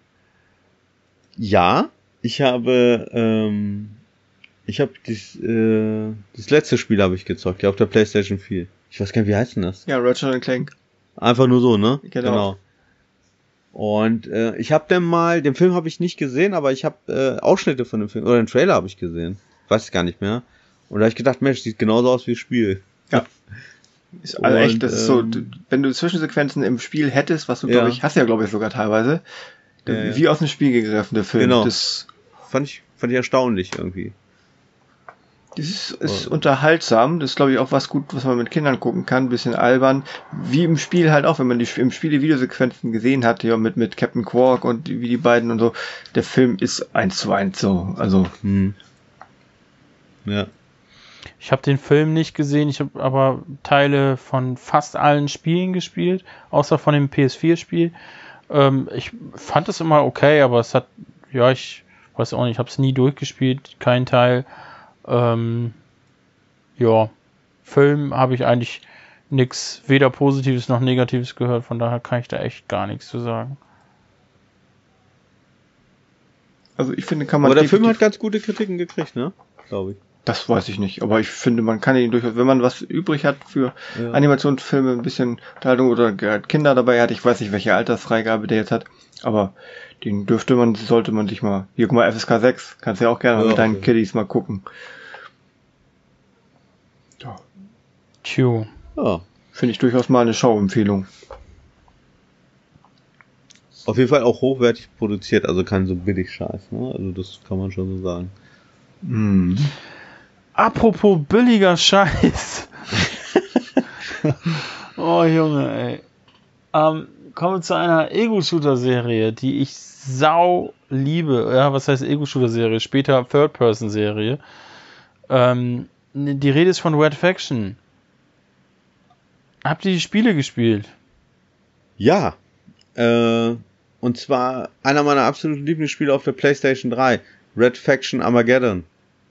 Ja, ich habe ähm, ich habe das, äh, das letzte Spiel habe ich gezockt, ja, auf der PlayStation vier. Ich weiß gar nicht, wie heißt denn das? Ja, Ratchet and Clank. Einfach nur so, ne? Genau. genau. Und äh, ich habe dann mal, den Film habe ich nicht gesehen, aber ich habe äh, Ausschnitte von dem Film, oder den Trailer habe ich gesehen. Weiß ich gar nicht mehr. Und da habe ich gedacht, Mensch, sieht genauso aus wie das Spiel. Ja. Ist also und, echt, das ist so, ähm, wenn du Zwischensequenzen im Spiel hättest, was du, ja. glaube ich, hast ja, glaube ich, sogar teilweise, ja, wie ja. aus dem Spiel gegriffen, der Film. Genau. Das fand ich, fand ich erstaunlich irgendwie. Das ist, ist oh. unterhaltsam, das ist, glaube ich, auch was gut, was man mit Kindern gucken kann, ein bisschen albern, wie im Spiel halt auch, wenn man die im Spiel die Videosequenzen gesehen hat, ja, mit, mit Captain Quark und wie die beiden und so, der Film ist eins zu eins so, also. Hm. Ja. Ich habe den Film nicht gesehen, ich habe aber Teile von fast allen Spielen gespielt, außer von dem P S vier Spiel. Ähm, ich fand es immer okay, aber es hat, ja, ich weiß auch nicht, ich habe es nie durchgespielt, kein Teil. Ähm, ja, Film habe ich eigentlich nichts, weder Positives noch Negatives gehört, von daher kann ich da echt gar nichts zu sagen. Also ich finde, kann man... Aber der Film hat ganz gute Kritiken gekriegt, ne? Glaube ich. Das weiß ich nicht, aber ich finde, man kann ihn durchaus, wenn man was übrig hat für ja. Animationsfilme, ein bisschen Unterhaltung oder Kinder dabei hat, ich weiß nicht, welche Altersfreigabe der jetzt hat, aber den dürfte man, sollte man sich mal, hier guck mal, F S K sechs, kannst du ja auch gerne ja, mit deinen okay. Kiddies mal gucken. Ja. Tjo. Ja. Finde ich durchaus mal eine Schauempfehlung. Auf jeden Fall auch hochwertig produziert, also kein so billig Scheiß, ne? Also das kann man schon so sagen. Mhm. Apropos billiger Scheiß. Oh Junge, ey. Ähm, kommen wir zu einer Ego-Shooter-Serie, die ich sau liebe. Ja, was heißt Ego-Shooter-Serie? Später Third-Person-Serie. Ähm, die Rede ist von Red Faction. Habt ihr die Spiele gespielt? Ja. Äh, und zwar einer meiner absoluten Lieblingsspiele auf der PlayStation drei. Red Faction Armageddon.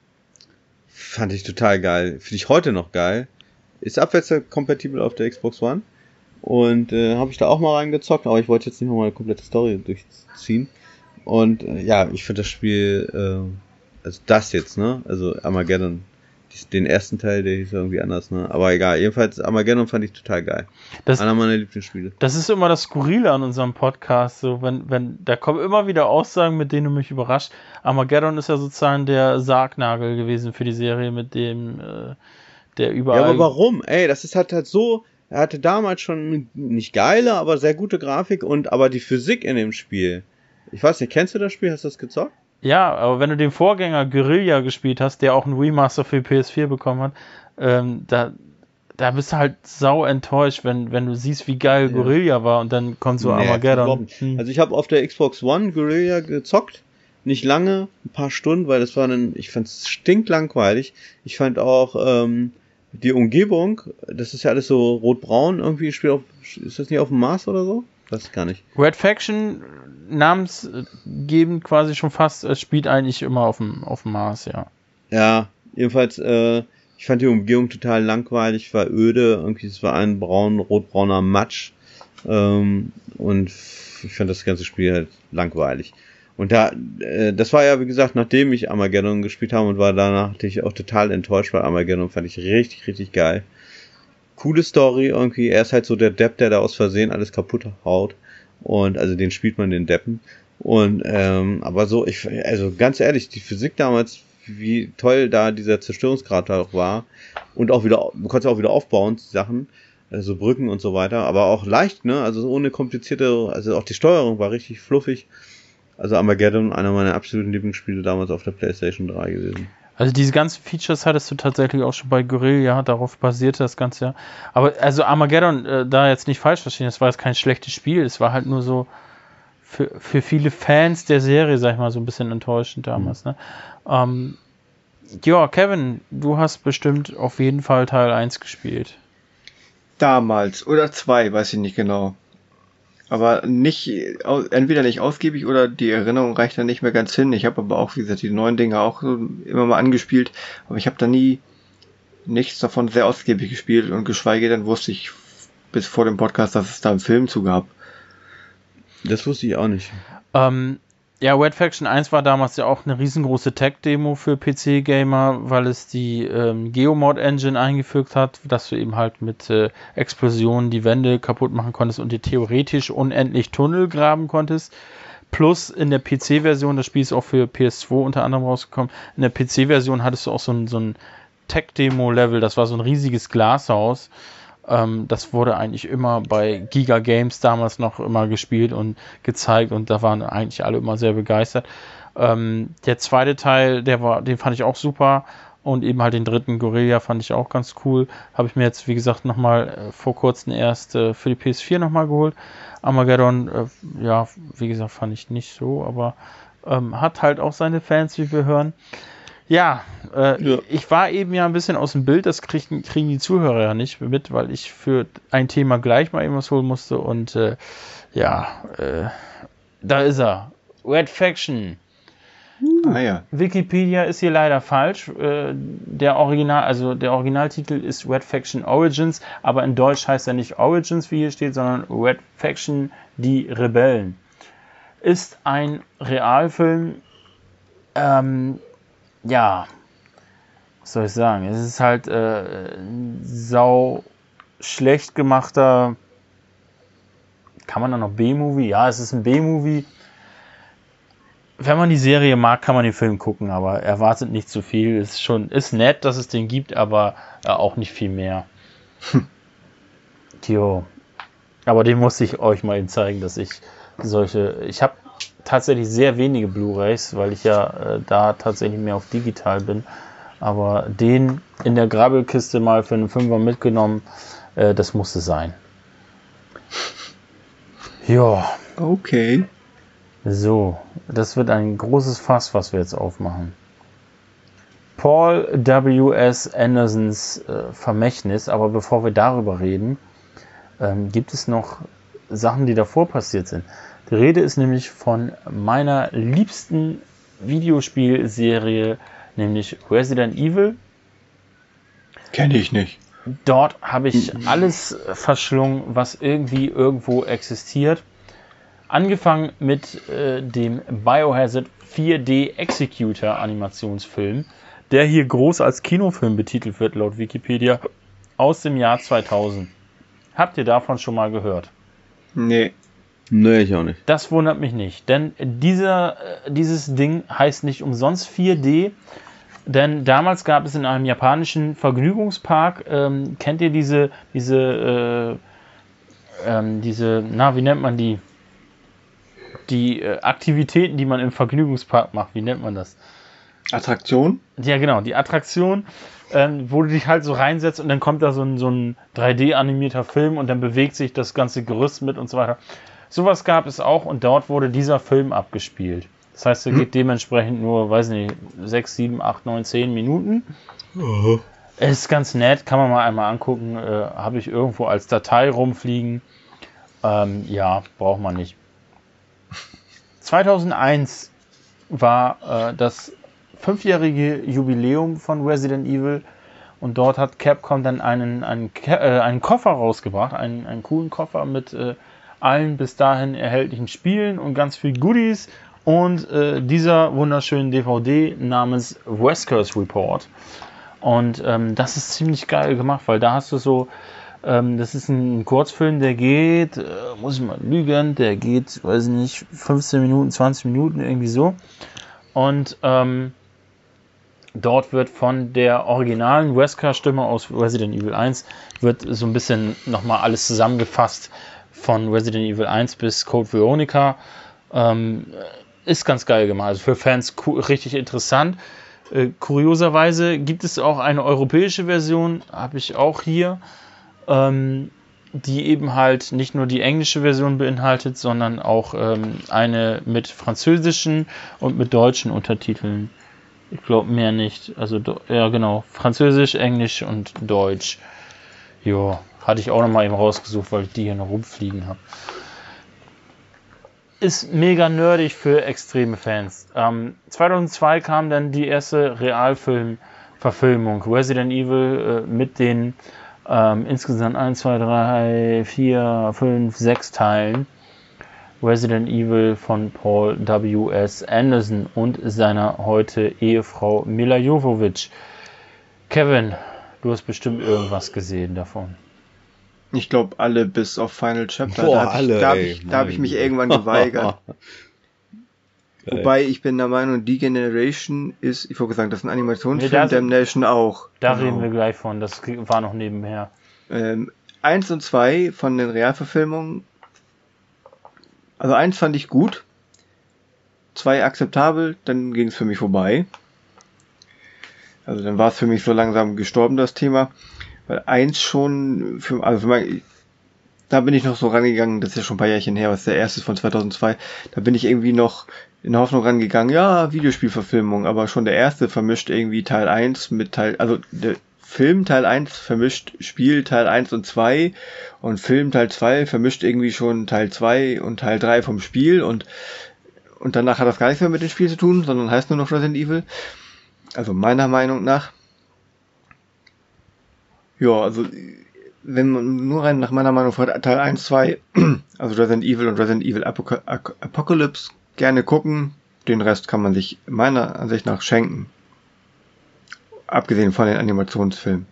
Fand ich total geil. Finde ich heute noch geil. Ist abwärtskompatibel auf der Xbox One. Und äh, habe ich da auch mal reingezockt, aber ich wollte jetzt nicht mal eine komplette Story durchziehen. Und äh, ja, ich finde das Spiel, äh, also das jetzt, ne? Also Armageddon. Den ersten Teil, der hieß irgendwie anders, ne? Aber egal, jedenfalls Armageddon fand ich total geil. Das, Einer meiner Lieblingsspiele. Das ist immer das Skurrile an unserem Podcast, so wenn, wenn, da kommen immer wieder Aussagen, mit denen du mich überrascht. Armageddon ist ja sozusagen der Sargnagel gewesen für die Serie, mit dem, äh, der überall... Ja, aber warum? Ey, das ist halt halt so, er hatte damals schon nicht geile, aber sehr gute Grafik und aber die Physik in dem Spiel. Ich weiß nicht, kennst du das Spiel? Hast du das gezockt? Ja, aber wenn du den Vorgänger Guerilla gespielt hast, der auch einen Remaster für P S vier bekommen hat, ähm, da, da bist du halt sau enttäuscht, wenn, wenn du siehst, wie geil ja. Guerilla war und dann kommt so nee, Armageddon. Hm. Also ich habe auf der Xbox One Guerilla gezockt, nicht lange, ein paar Stunden, weil das war dann, ich fand es stinklangweilig. Ich fand auch ähm, die Umgebung, das ist ja alles so rot-braun irgendwie, spielt auf, ist das nicht auf dem Mars oder so? Weiß ich gar nicht. Red Faction namensgebend quasi schon fast, es spielt eigentlich immer auf dem, auf dem Mars, ja. Ja, jedenfalls, äh, ich fand die Umgebung total langweilig, war öde, irgendwie, es war ein braun, rotbrauner Matsch, ähm, und ich fand das ganze Spiel halt langweilig. Und da, äh, das war ja, wie gesagt, nachdem ich Armageddon gespielt habe und war danach natürlich auch total enttäuscht, weil Armageddon fand ich richtig, richtig geil. Coole Story irgendwie, er ist halt so der Depp, der da aus Versehen alles kaputt haut und also den spielt man den Deppen und ähm, aber so, ich also ganz ehrlich, die Physik damals, wie toll da dieser Zerstörungsgrad da auch war und auch wieder, du konntest auch wieder aufbauen, die Sachen, also Brücken und so weiter, aber auch leicht, ne, also ohne komplizierte, also auch die Steuerung war richtig fluffig, also Armageddon, einer meiner absoluten Lieblingsspiele damals auf der PlayStation drei gewesen. Also diese ganzen Features hattest du tatsächlich auch schon bei Guerilla, darauf basierte das Ganze ja. Aber also Armageddon, äh, da jetzt nicht falsch verstehen, das war jetzt kein schlechtes Spiel, es war halt nur so für, für viele Fans der Serie, sag ich mal, so ein bisschen enttäuschend damals. Mhm. Ne? Ähm, ja, Kevin, du hast bestimmt auf jeden Fall Teil eins gespielt. Damals, oder zwei, weiß ich nicht genau. Aber nicht, entweder nicht ausgiebig oder die Erinnerung reicht dann nicht mehr ganz hin. Ich habe aber auch, wie gesagt, die neuen Dinge auch immer mal angespielt, aber ich habe da nie nichts davon sehr ausgiebig gespielt und geschweige denn wusste ich bis vor dem Podcast, dass es da einen Film zu gab. Das wusste ich auch nicht. Ähm, ja, Red Faction eins war damals ja auch eine riesengroße Tech-Demo für P C-Gamer, weil es die ähm, Geomod-Engine eingefügt hat, dass du eben halt mit äh, Explosionen die Wände kaputt machen konntest und dir theoretisch unendlich Tunnel graben konntest. Plus in der P C-Version, das Spiel ist auch für P S zwei unter anderem rausgekommen, in der P C-Version hattest du auch so ein, so ein Tech-Demo-Level, das war so ein riesiges Glashaus. Ähm, das wurde eigentlich immer bei Giga Games damals noch immer gespielt und gezeigt und da waren eigentlich alle immer sehr begeistert. Ähm, der zweite Teil, der war, den fand ich auch super und eben halt den dritten Guerilla fand ich auch ganz cool. Habe ich mir jetzt, wie gesagt, nochmal äh, vor kurzem erst äh, für die P S vier nochmal geholt. Armageddon, äh, ja, wie gesagt, fand ich nicht so, aber ähm, hat halt auch seine Fans, wie wir hören. Ja, äh, ja, ich war eben ja ein bisschen aus dem Bild, das kriegen, kriegen die Zuhörer ja nicht mit, weil ich für ein Thema gleich mal eben was holen musste und äh, ja, äh, da ist er. Red Faction. Ah, ja. Wikipedia ist hier leider falsch. Äh, der Original, also der Originaltitel ist Red Faction Origins, aber in Deutsch heißt er nicht Origins, wie hier steht, sondern Red Faction, die Rebellen. Ist ein Realfilm, ähm, ja, was soll ich sagen? Es ist halt äh, ein sau schlecht gemachter, kann man da noch B-Movie? Ja, es ist ein B-Movie. Wenn man die Serie mag, kann man den Film gucken, aber erwartet nicht zu viel. Ist schon, ist nett, dass es den gibt, aber äh, auch nicht viel mehr. Hm. Jo. Aber den muss ich euch mal eben zeigen, dass ich solche, ich habe tatsächlich sehr wenige Blu-Rays, weil ich ja äh, da tatsächlich mehr auf digital bin. Aber den in der Grabbelkiste mal für einen Fünfer mitgenommen, äh, das musste sein. Ja. Okay. So, das wird ein großes Fass, was wir jetzt aufmachen. Paul W S. Andersons äh, Vermächtnis, aber bevor wir darüber reden, ähm, gibt es noch Sachen, die davor passiert sind. Die Rede ist nämlich von meiner liebsten Videospielserie, nämlich Resident Evil. Kenne ich nicht. Dort habe ich alles verschlungen, was irgendwie irgendwo existiert. Angefangen mit äh, dem Biohazard vier D Executor Animationsfilm, der hier groß als Kinofilm betitelt wird, laut Wikipedia, aus dem Jahr zweitausend. Habt ihr davon schon mal gehört? Nee. Nee, ich auch nicht. Das wundert mich nicht, denn dieser, dieses Ding heißt nicht umsonst vier D, denn damals gab es in einem japanischen Vergnügungspark, ähm, kennt ihr diese, diese, äh, ähm, diese, na, wie nennt man die? Die äh, Aktivitäten, die man im Vergnügungspark macht, wie nennt man das? Attraktion? Ja, genau, die Attraktion, ähm, wo du dich halt so reinsetzt und dann kommt da so ein, so ein drei D-animierter Film und dann bewegt sich das ganze Gerüst mit und so weiter. Sowas gab es auch und dort wurde dieser Film abgespielt. Das heißt, er hm. geht dementsprechend nur, weiß nicht, sechs, sieben, acht, neun, zehn Minuten. Uh-huh. Ist ganz nett, kann man mal einmal angucken. Äh, habe ich irgendwo als Datei rumfliegen. Ähm, ja, braucht man nicht. zweitausendeins war äh, das fünfjährige Jubiläum von Resident Evil und dort hat Capcom dann einen, einen, äh, einen Koffer rausgebracht, einen, einen coolen Koffer mit äh, allen bis dahin erhältlichen Spielen und ganz viel Goodies und äh, dieser wunderschönen D V D namens Wesker's Report. Und ähm, das ist ziemlich geil gemacht, weil da hast du so, ähm, das ist ein Kurzfilm, der geht, äh, muss ich mal lügen, der geht, weiß ich nicht, fünfzehn Minuten, zwanzig Minuten, irgendwie so. Und ähm, dort wird von der originalen Wesker-Stimme aus Resident Evil eins wird so ein bisschen nochmal alles zusammengefasst von Resident Evil eins bis Code Veronica. Ähm, ist ganz geil gemacht, also für Fans ku- richtig interessant. Äh, kurioserweise gibt es auch eine europäische Version, habe ich auch hier, ähm, die eben halt nicht nur die englische Version beinhaltet, sondern auch ähm, eine mit französischen und mit deutschen Untertiteln. Ich glaube mehr nicht. Also, ja genau, Französisch, Englisch und Deutsch. Jo, hatte ich auch nochmal eben rausgesucht, weil ich die hier noch rumfliegen habe. Ist mega nerdig für extreme Fans. Ähm, zweitausendzwei kam dann die erste Realfilm-Verfilmung Resident Evil äh, mit den ähm, insgesamt eins, zwei, drei, vier, fünf, sechs Teilen. Resident Evil von Paul W S. Anderson und seiner heute Ehefrau Milla Jovovich. Kevin, du hast bestimmt irgendwas gesehen davon. Ich glaube alle bis auf Final Chapter. Boah, da habe alle, ich, da hab ey, ich, da hab ich mich mein irgendwann geweigert. Wobei ich bin der Meinung, die Generation ist, ich wollte sagen, das ist ein Animationsfilm, Nee, da- Damnation auch. Da Genau. reden wir gleich von, das war noch nebenher. Ähm, eins und zwei von den Realverfilmungen. Also eins fand ich gut, zwei akzeptabel, dann ging es für mich vorbei. Also dann war es für mich so langsam gestorben, das Thema. Weil eins schon, für, also für mein, da bin ich noch so rangegangen, das ist ja schon ein paar Jährchen her, was der erste ist von zweitausendzwei, da bin ich irgendwie noch in der Hoffnung rangegangen, ja, Videospielverfilmung, aber schon der erste vermischt irgendwie Teil eins mit Teil, also der Film Teil eins vermischt Spiel Teil eins und zwei und Film Teil zwei vermischt irgendwie schon Teil zwei und Teil drei vom Spiel und und danach hat das gar nichts mehr mit dem Spiel zu tun, sondern heißt nur noch Resident Evil. Also meiner Meinung nach. Ja, also wenn man nur rein nach meiner Meinung fragt, Teil eins, zwei, also Resident Evil und Resident Evil Apoc- Apocalypse gerne gucken, den Rest kann man sich meiner Ansicht nach schenken. Abgesehen von den Animationsfilmen.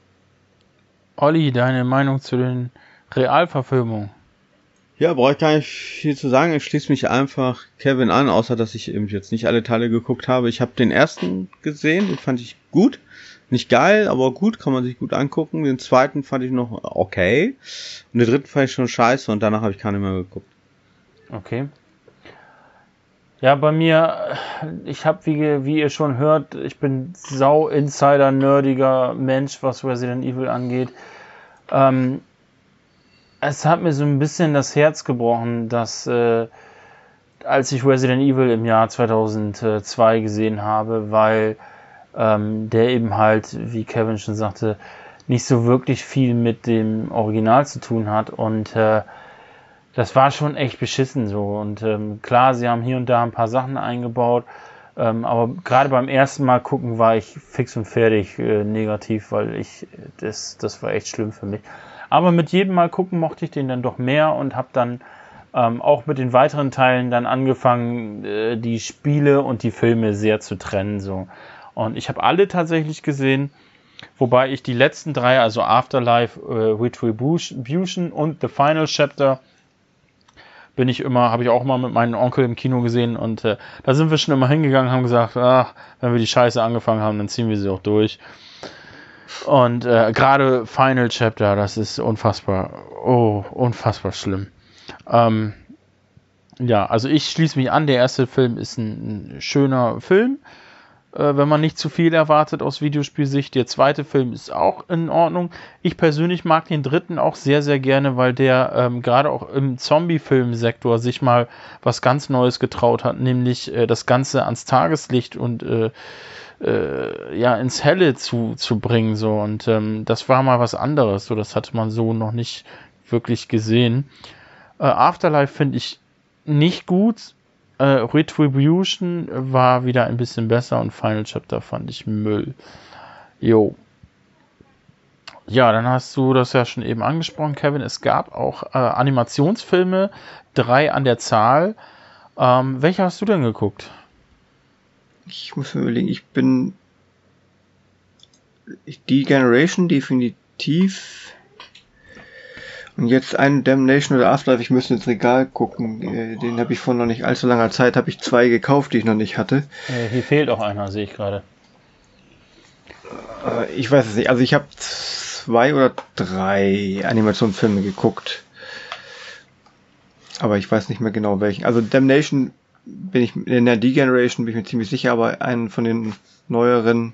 Olli, deine Meinung zu den Realverfilmungen? Ja, brauche ich gar nicht viel zu sagen. Ich schließe mich einfach Kevin an, außer dass ich eben jetzt nicht alle Teile geguckt habe. Ich habe den ersten gesehen, den fand ich gut. Nicht geil, aber gut, kann man sich gut angucken. Den zweiten fand ich noch okay. Und den dritten fand ich schon scheiße und danach habe ich keine mehr geguckt. Okay. Ja, bei mir, ich habe, wie, wie ihr schon hört, ich bin sau-Insider-nerdiger Mensch, was Resident Evil angeht. Ähm, es hat mir so ein bisschen das Herz gebrochen, dass äh, als ich Resident Evil im Jahr zweitausendzwei gesehen habe, weil ähm, der eben halt, wie Kevin schon sagte, nicht so wirklich viel mit dem Original zu tun hat und äh, das war schon echt beschissen so und ähm, klar, sie haben hier und da ein paar Sachen eingebaut, ähm, aber gerade beim ersten Mal gucken war ich fix und fertig äh, negativ, weil ich das, das war echt schlimm für mich. Aber mit jedem Mal gucken mochte ich den dann doch mehr und habe dann ähm, auch mit den weiteren Teilen dann angefangen, äh, die Spiele und die Filme sehr zu trennen so. Und ich habe alle tatsächlich gesehen, wobei ich die letzten drei, also Afterlife, äh, Retribution und The Final Chapter, bin ich immer, habe ich auch mal mit meinem Onkel im Kino gesehen und äh, da sind wir schon immer hingegangen, haben gesagt, ach, wenn wir die Scheiße angefangen haben, dann ziehen wir sie auch durch. Und äh, gerade Final Chapter, das ist unfassbar, oh, unfassbar schlimm. Ähm, ja, also ich schließe mich an, der erste Film ist ein, ein schöner Film, äh, wenn man nicht zu viel erwartet aus Videospielsicht. Der zweite Film ist auch in Ordnung. Ich persönlich mag den dritten auch sehr, sehr gerne, weil der ähm, gerade auch im Zombie-Film-Sektor sich mal was ganz Neues getraut hat, nämlich äh, das Ganze ans Tageslicht und äh, äh, ja, ins Helle zu, zu bringen. So. Und ähm, das war mal was anderes. So, das hatte man so noch nicht wirklich gesehen. Äh, Afterlife finde ich nicht gut. Äh, Retribution war wieder ein bisschen besser und Final Chapter fand ich Müll. Jo. Ja, dann hast du das ja schon eben angesprochen, Kevin. Es gab auch äh, Animationsfilme, drei an der Zahl. Ähm, welche hast du denn geguckt? Ich muss mir überlegen, ich bin die Generation definitiv. Und jetzt ein Damnation oder Afterlife, ich müsste ins Regal gucken, den habe ich vor noch nicht allzu langer Zeit, habe ich zwei gekauft, die ich noch nicht hatte. Äh, hier fehlt auch einer, sehe ich gerade. Äh, ich weiß es nicht, also ich habe zwei oder drei Animationsfilme geguckt. Aber ich weiß nicht mehr genau welchen. Also Damnation bin ich, in der D-Generation bin ich mir ziemlich sicher, aber einen von den neueren,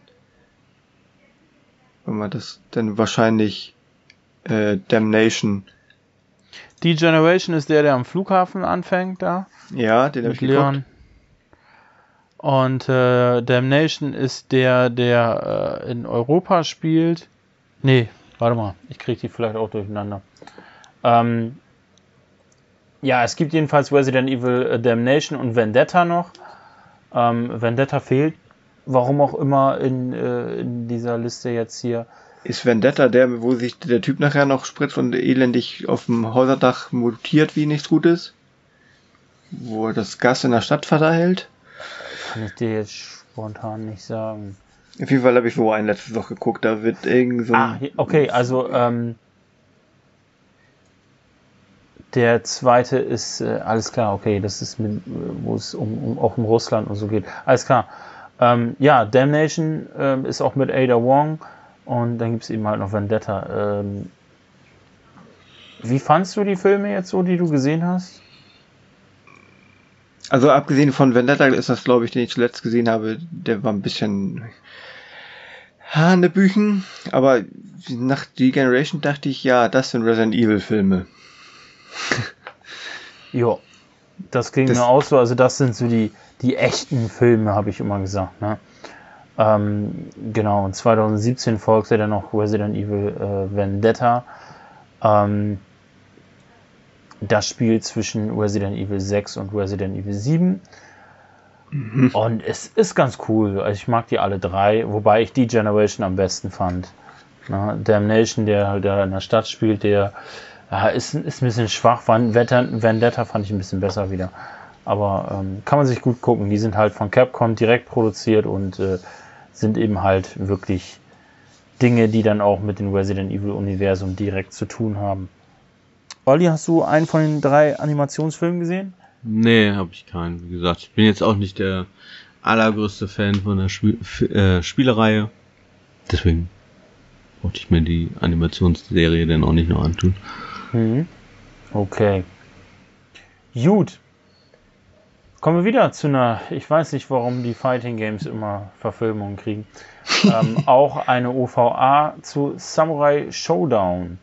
wenn man das, dann wahrscheinlich äh, Damnation. D-Generation ist der, der am Flughafen anfängt, da. Ja, den habe ich geguckt. Leon. Und äh, Damnation ist der, der äh, in Europa spielt. Nee, warte mal, ich kriege die vielleicht auch durcheinander. Ähm, ja, es gibt jedenfalls Resident Evil äh, Damnation und Vendetta noch. Ähm, Vendetta fehlt, warum auch immer in, äh, in dieser Liste jetzt hier. Ist Vendetta der, wo sich der Typ nachher noch spritzt und elendig auf dem Häuserdach mutiert wie nichts Gutes? Wo er das Gas in der Stadt verteilt? Kann ich dir jetzt spontan nicht sagen. Auf jeden Fall habe ich so ein letztes noch geguckt, da wird irgend so ein... Ah, okay, also ähm, der zweite ist, äh, alles klar, okay, das ist mit, wo es um, um auch um Russland und so geht. Alles klar. Ähm, ja, Damnation ähm, ist auch mit Ada Wong und dann gibt es eben halt noch Vendetta. Ähm, wie fandst du die Filme jetzt so, die du gesehen hast? Also abgesehen von Vendetta ist das, glaube ich, den ich zuletzt gesehen habe, der war ein bisschen Hanebüchen, aber nach The Generation dachte ich, ja, das sind Resident Evil Filme. Ja, das ging Das- mir auch so, also das sind so die, die echten Filme, habe ich immer gesagt, ne? Ähm, genau, und zwanzig siebzehn folgte dann noch Resident Evil äh, Vendetta. Ähm, das Spiel zwischen Resident Evil sechs und Resident Evil sieben. Und es ist ganz cool. Also ich mag die alle drei, wobei ich die Generation am besten fand. Na, Damnation, der halt da in der Stadt spielt, der ja, ist, ist ein bisschen schwach. Vendetta, Vendetta fand ich ein bisschen besser wieder. Aber ähm, kann man sich gut gucken. Die sind halt von Capcom direkt produziert und äh, sind eben halt wirklich Dinge, die dann auch mit dem Resident Evil Universum direkt zu tun haben. Olli, hast du einen von den drei Animationsfilmen gesehen? Nee, habe ich keinen. Wie gesagt, ich bin jetzt auch nicht der allergrößte Fan von der Spiel F äh, Spielereihe. Deswegen wollte ich mir die Animationsserie dann auch nicht noch antun. Mhm. Okay. Gut. Kommen wir wieder zu einer, ich weiß nicht, warum die Fighting Games immer Verfilmungen kriegen. ähm, auch eine O V A zu Samurai Showdown.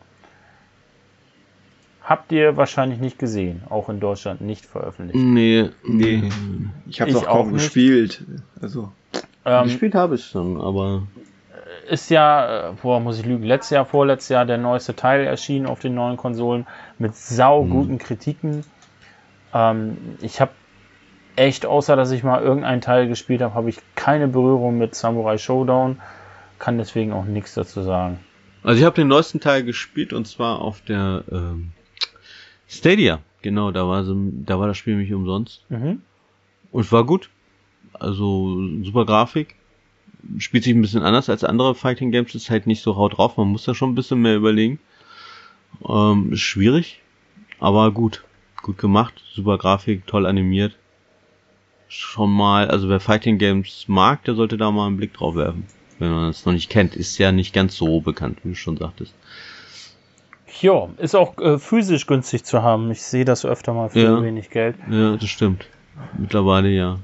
Habt ihr wahrscheinlich nicht gesehen, auch in Deutschland nicht veröffentlicht. Nee, Nee, ich habe es Ich auch kaum auch nicht. gespielt. Also, Ähm, gespielt habe ich schon, aber ist ja, äh, boah, muss ich lügen, letztes Jahr, vorletztes Jahr der neueste Teil erschienen auf den neuen Konsolen mit sauguten Kritiken. Ähm, ich habe echt, außer dass ich mal irgendeinen Teil gespielt habe, habe ich keine Berührung mit Samurai Showdown, kann deswegen auch nichts dazu sagen. also ich habe den neuesten Teil gespielt und zwar auf der ähm, Stadia. Genau, da war so, da war das Spiel nämlich umsonst Mhm. und war gut. Also super Grafik. Spielt sich ein bisschen anders als andere Fighting Games, ist halt nicht so haut drauf, man muss da schon ein bisschen mehr überlegen. Ähm, ist schwierig, aber gut. Gut gemacht, super Grafik, toll animiert. Schon mal, also wer Fighting Games mag, der sollte da mal einen Blick drauf werfen. Wenn man es noch nicht kennt, ist ja nicht ganz so bekannt, wie du schon sagtest. Ja, ist auch äh, physisch günstig zu haben. Ich sehe das öfter mal für Ja. wenig Geld. Ja, das stimmt. Mittlerweile ja.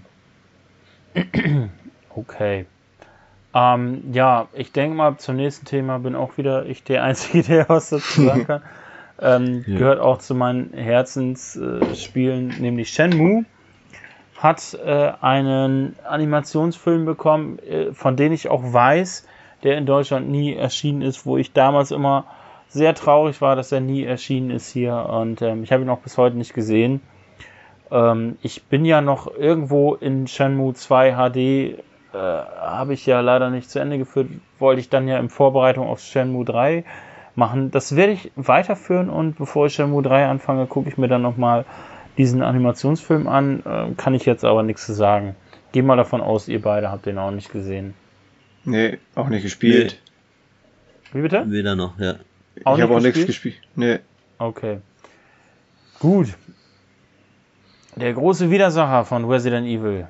Okay. Ähm, ja, ich denke mal, zum nächsten Thema bin auch wieder ich der Einzige, der was dazu sagen kann. ähm, Ja. Gehört auch zu meinen Herzensspielen, äh, nämlich Shenmue. Hat äh, einen Animationsfilm bekommen, äh, von dem ich auch weiß, der in Deutschland nie erschienen ist, wo ich damals immer sehr traurig war, dass er nie erschienen ist hier. Und ähm, ich habe ihn auch bis heute nicht gesehen. Ähm, ich bin ja noch irgendwo in Shenmue zwei H D, äh, habe ich ja leider nicht zu Ende geführt, wollte ich dann ja in Vorbereitung auf Shenmue drei machen. Das werde ich weiterführen und bevor ich Shenmue drei anfange, gucke ich mir dann nochmal diesen Animationsfilm an. Äh, kann ich jetzt aber nichts zu sagen. Geh mal davon aus, ihr beide habt den auch nicht gesehen. nee, auch nicht gespielt. Wie bitte? Weder noch, ja. Auch ich habe nicht auch nichts gespielt? gespielt. Nee. Okay. Gut. Der große Widersacher von Resident Evil.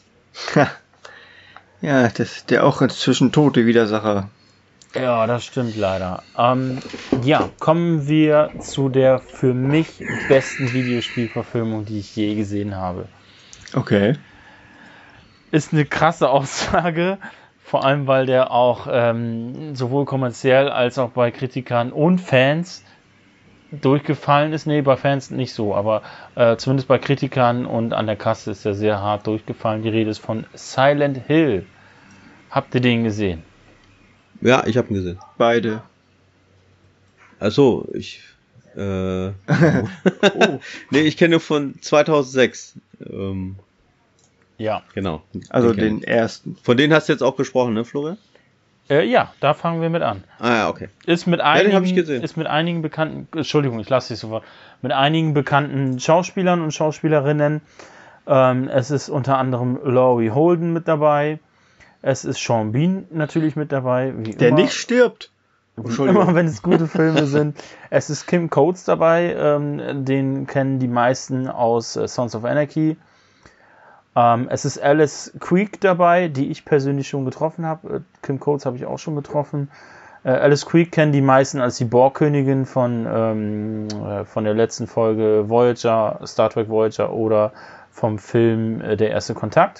Ja, das der auch inzwischen tote Widersacher. Ja, das stimmt leider. Ähm, ja, kommen wir zu der für mich besten Videospielverfilmung, die ich je gesehen habe. Okay. Ist eine krasse Aussage, vor allem weil der auch ähm, sowohl kommerziell als auch bei Kritikern und Fans durchgefallen ist. Nee, bei Fans nicht so, aber äh, zumindest bei Kritikern und an der Kasse ist er sehr hart durchgefallen. Die Rede ist von Silent Hill. Habt ihr den gesehen? Ja, ich habe ihn gesehen. Beide. Achso, ich äh, oh. Nee, ich kenne von zweitausendsechs. Ähm, Ja. genau. Also kenn den ich. ersten. Von denen hast du jetzt auch gesprochen, ne, Florian? Äh, ja, da fangen wir mit an. Ah ja, okay. Ist mit Ja, den hab einigen, ich gesehen. ist mit einigen bekannten, Entschuldigung, ich lasse dich sofort, mit einigen bekannten Schauspielern und Schauspielerinnen. Ähm, es ist unter anderem Laurie Holden mit dabei. Es ist Sean Bean natürlich mit dabei. Wie Der immer. nicht stirbt. Immer wenn es gute Filme sind. Es ist Kim Coates dabei, ähm, den kennen die meisten aus äh, Sons of Anarchy. Ähm, es ist Alice Creek dabei, die ich persönlich schon getroffen habe. Äh, Kim Coates habe ich auch schon getroffen. Äh, Alice Creek kennen die meisten als die Borgkönigin von, ähm, äh, von der letzten Folge Voyager, Star Trek Voyager oder vom Film äh, Der erste Kontakt.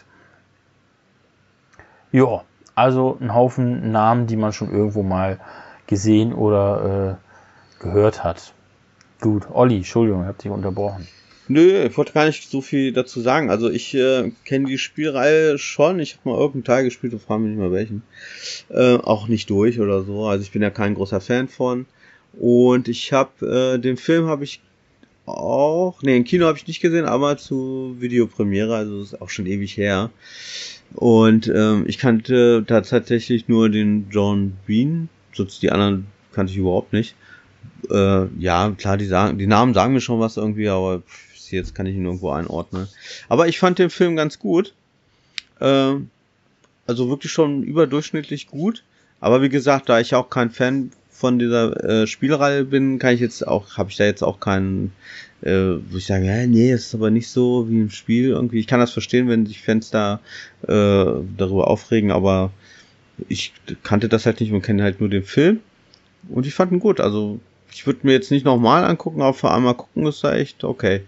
Ja, also ein Haufen Namen, die man schon irgendwo mal gesehen oder äh, gehört hat. Gut, Olli, Entschuldigung, ich habe dich unterbrochen. Nö, ich wollte gar nicht so viel dazu sagen. Also ich äh, kenne die Spielreihe schon. Ich habe mal irgendeinen Teil gespielt und frage mich nicht mehr welchen. Äh, auch nicht durch oder so. Also ich bin ja kein großer Fan von. Und ich habe äh, den Film habe ich auch, ne, im Kino habe ich nicht gesehen, aber zu Videopremiere, also das ist auch schon ewig her. Und ähm, ich kannte da tatsächlich nur den John Bean. Sonst die anderen kannte ich überhaupt nicht. Äh, ja, klar, die sagen, die Namen sagen mir schon was irgendwie, aber pff, jetzt kann ich ihn irgendwo einordnen. Aber ich fand den Film ganz gut. Äh, also wirklich schon überdurchschnittlich gut. Aber wie gesagt, da ich auch kein Fan von dieser äh, Spielreihe bin, kann ich jetzt auch, habe ich da jetzt auch keinen, äh, wo ich sage, ja, nee, das ist aber nicht so wie im Spiel irgendwie. Ich kann das verstehen, wenn sich Fans da äh, darüber aufregen, aber ich kannte das halt nicht und kenne halt nur den Film. Und ich fand ihn gut. Also ich würde mir jetzt nicht nochmal angucken, aber für einmal gucken ist da echt okay.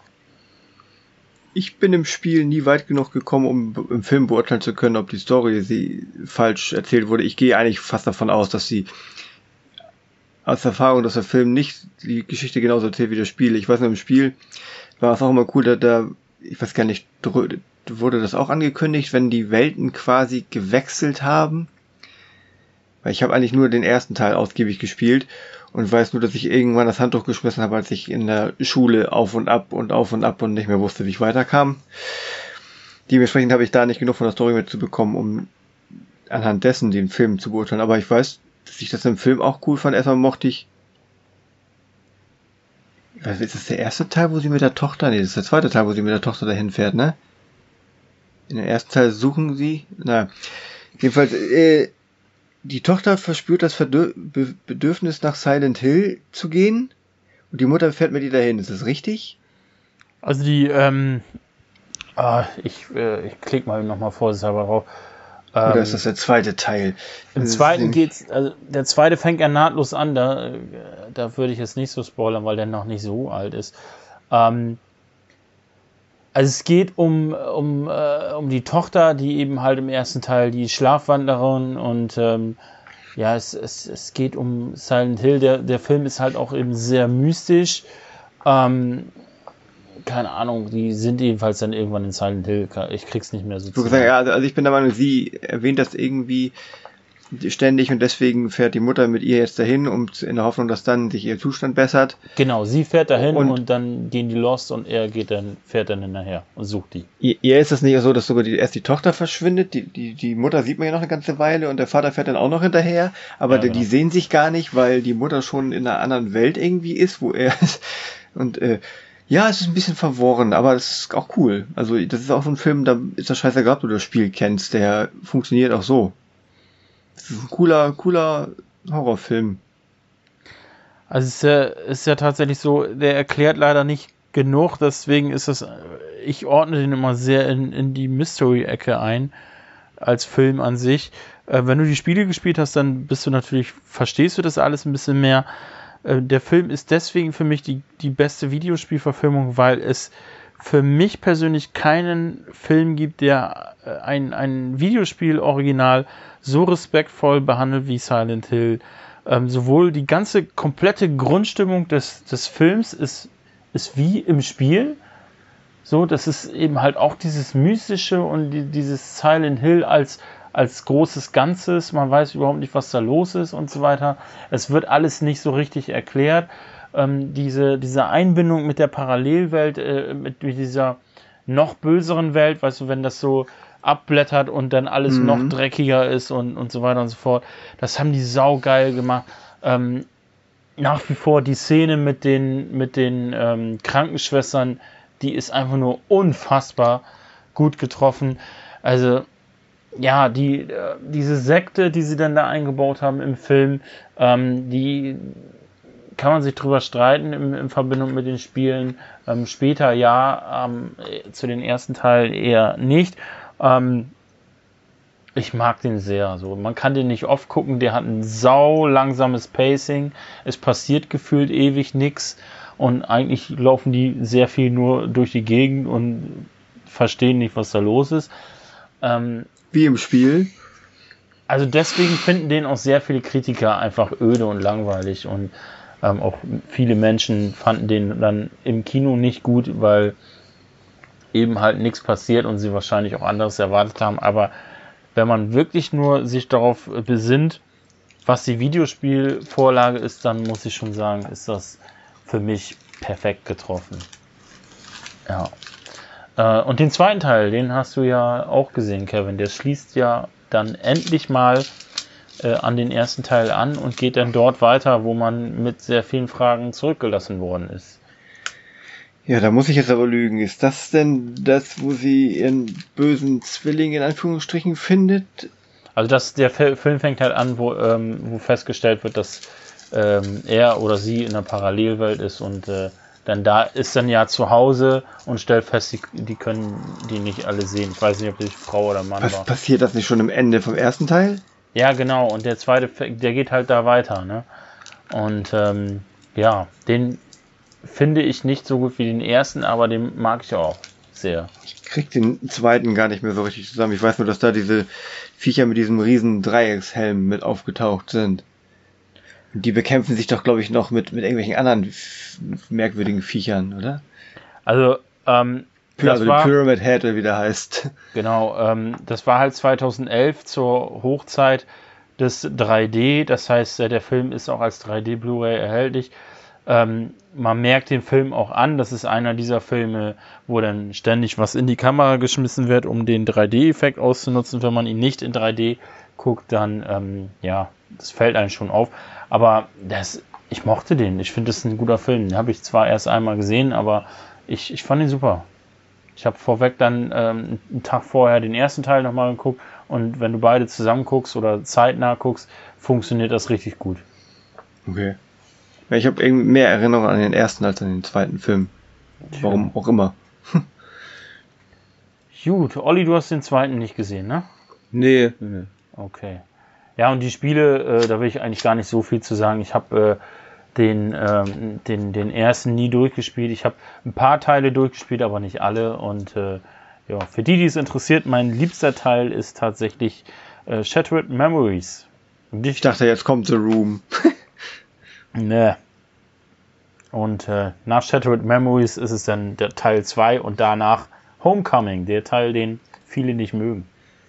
Ich bin im Spiel nie weit genug gekommen, um im Film beurteilen zu können, ob die Story sie falsch erzählt wurde. Ich gehe eigentlich fast davon aus, dass sie aus Erfahrung, dass der Film nicht die Geschichte genauso erzählt wie das Spiel. Ich weiß noch, im Spiel war es auch immer cool, da, da ich weiß gar nicht, wurde das auch angekündigt, wenn die Welten quasi gewechselt haben? Weil ich habe eigentlich nur den ersten Teil ausgiebig gespielt und weiß nur, dass ich irgendwann das Handtuch geschmissen habe, als ich in der Schule auf und ab und auf und ab und nicht mehr wusste, wie ich weiterkam. Dementsprechend habe ich da nicht genug von der Story mitzubekommen, um anhand dessen den Film zu beurteilen. Aber ich weiß, dass ich das im Film auch cool fand. Erstmal mochte ich, ist das der erste Teil, wo sie mit der Tochter, nee, das ist der zweite Teil, wo sie mit der Tochter dahin fährt, ne? In dem ersten Teil suchen sie, na, jedenfalls, äh, die Tochter verspürt das Verdür- Be- Bedürfnis nach Silent Hill zu gehen und die Mutter fährt mit ihr dahin. Ist das richtig? Also die, ähm, ah, ich, äh, ich klicke mal nochmal vorsichtshalber drauf. Ähm, Oder ist das der zweite Teil? Im Das zweiten ist- geht's, also der zweite fängt ja nahtlos an, da, äh, da würde ich jetzt nicht so spoilern, weil der noch nicht so alt ist. Ähm, also es geht um, um, äh, um die Tochter, die eben halt im ersten Teil die Schlafwanderin und ähm, ja, es, es, es geht um Silent Hill. Der, der Film ist halt auch eben sehr mystisch. Ähm, keine Ahnung, die sind jedenfalls dann irgendwann in Silent Hill. Ich krieg's nicht mehr so Du gesagt, ja, also ich bin der Meinung, sie erwähnt das irgendwie ständig und deswegen fährt die Mutter mit ihr jetzt dahin, um zu- in der Hoffnung, dass dann sich ihr Zustand bessert. Genau, sie fährt dahin Und- und, dann gehen die Lost und er geht dann, fährt dann hinterher und sucht die. Ihr, ihr ist es nicht so, dass sogar die, erst die Tochter verschwindet, die, die, die Mutter sieht man ja noch eine ganze Weile und der Vater fährt dann auch noch hinterher, aber Ja, die, genau. die sehen sich gar nicht, weil die Mutter schon in einer anderen Welt irgendwie ist, wo er ist. Und äh, ja, es ist ein bisschen verworren, aber es ist auch cool. Also das ist auch so ein Film, da ist das scheißegal, ob du das Spiel kennst, der funktioniert auch so. Es ist ein cooler, cooler Horrorfilm. Also es ist ja, ist ja tatsächlich so, der erklärt leider nicht genug, deswegen ist das, ich ordne den immer sehr in, in die Mystery-Ecke ein, als Film an sich. Äh, wenn du die Spiele gespielt hast, dann bist du natürlich, verstehst du das alles ein bisschen mehr. Äh, der Film ist deswegen für mich die, die beste Videospielverfilmung, weil es für mich persönlich keinen Film gibt, der äh, ein, ein Videospiel-Original so respektvoll behandelt wie Silent Hill. Ähm, sowohl die ganze komplette Grundstimmung des, des Films ist, ist wie im Spiel. So, das ist eben halt auch dieses Mystische und die, dieses Silent Hill als, als großes Ganzes. Man weiß überhaupt nicht, was da los ist und so weiter. Es wird alles nicht so richtig erklärt. Ähm, diese, diese Einbindung mit der Parallelwelt, äh, mit, mit dieser noch böseren Welt, weißt du, wenn das so abblättert und dann alles Mhm. noch dreckiger ist und, und so weiter und so fort. Das haben die saugeil gemacht. Ähm, nach wie vor die Szene mit den, mit den ähm, Krankenschwestern, die ist einfach nur unfassbar gut getroffen. Also, ja, die, äh, diese Sekte, die sie dann da eingebaut haben im Film, ähm, die kann man sich drüber streiten in, in Verbindung mit den Spielen. Ähm, später ja, ähm, zu den ersten Teilen eher nicht. Ähm, ich mag den sehr. So. Man kann den nicht oft gucken, der hat ein sau langsames Pacing. Es passiert gefühlt ewig nichts. Und eigentlich laufen die sehr viel nur durch die Gegend und verstehen nicht, was da los ist. Ähm, Wie im Spiel. Also deswegen finden den auch sehr viele Kritiker einfach öde und langweilig. Und ähm, auch viele Menschen fanden den dann im Kino nicht gut, weil eben halt nichts passiert und sie wahrscheinlich auch anderes erwartet haben. Aber wenn man wirklich nur sich darauf besinnt, was die Videospielvorlage ist, dann muss ich schon sagen, ist das für mich perfekt getroffen. Ja. Äh, und den zweiten Teil, den hast du ja auch gesehen, Kevin. Der schließt ja dann endlich mal äh, an den ersten Teil an und geht dann dort weiter, wo man mit sehr vielen Fragen zurückgelassen worden ist. Ja, da muss ich jetzt aber lügen. Ist das denn das, wo sie ihren bösen Zwilling in Anführungsstrichen findet? Also das, der Film fängt halt an, wo, ähm, wo festgestellt wird, dass ähm, er oder sie in einer Parallelwelt ist und äh, dann da ist dann ja zu Hause und stellt fest, die, die können die nicht alle sehen. Ich weiß nicht, ob die Frau oder Mann Was war. passiert das nicht schon am Ende vom ersten Teil? Ja, genau. Und der zweite, der geht halt da weiter, ne? Und ähm, ja, den finde ich nicht so gut wie den ersten, aber den mag ich auch sehr. Ich krieg den zweiten gar nicht mehr so richtig zusammen. Ich weiß nur, dass da diese Viecher mit diesem riesen Dreieckshelm mit aufgetaucht sind. Und die bekämpfen sich doch, glaube ich, noch mit, mit irgendwelchen anderen f- merkwürdigen Viechern, oder? Also, ähm, das Also war, die Pyramid Head, oder wie der heißt. genau, ähm, das war halt zweitausendelf zur Hochzeit des drei D. Das heißt, äh, der Film ist auch als drei D Blu-ray erhältlich. Ähm, man merkt den Film auch an. Das ist einer dieser Filme, wo dann ständig was in die Kamera geschmissen wird, um den drei D-Effekt auszunutzen. Wenn man ihn nicht in drei D guckt, dann, ähm, ja, das fällt einem schon auf. Aber das, ich mochte den. Ich finde, das ist ein guter Film. Den habe ich zwar erst einmal gesehen, aber ich, ich fand ihn super. Ich habe vorweg dann ähm, einen Tag vorher den ersten Teil nochmal geguckt. Und wenn du beide zusammen guckst oder zeitnah guckst, funktioniert das richtig gut. Okay. Ja, ich habe irgendwie mehr Erinnerungen an den ersten als an den zweiten Film. Warum auch immer. Gut, Olli, du hast den zweiten nicht gesehen, ne? Nee, nee. Okay. Ja, und die Spiele, äh, da will ich eigentlich gar nicht so viel zu sagen. Ich habe äh, den, ähm, den, den ersten nie durchgespielt. Ich habe ein paar Teile durchgespielt, aber nicht alle. Und äh, ja, für die, die es interessiert, mein liebster Teil ist tatsächlich äh, Shattered Memories. Und Ich dachte, jetzt kommt The Room. Ne. Und äh, nach Shattered Memories ist es dann der Teil zwei und danach Homecoming, der Teil, den viele nicht mögen.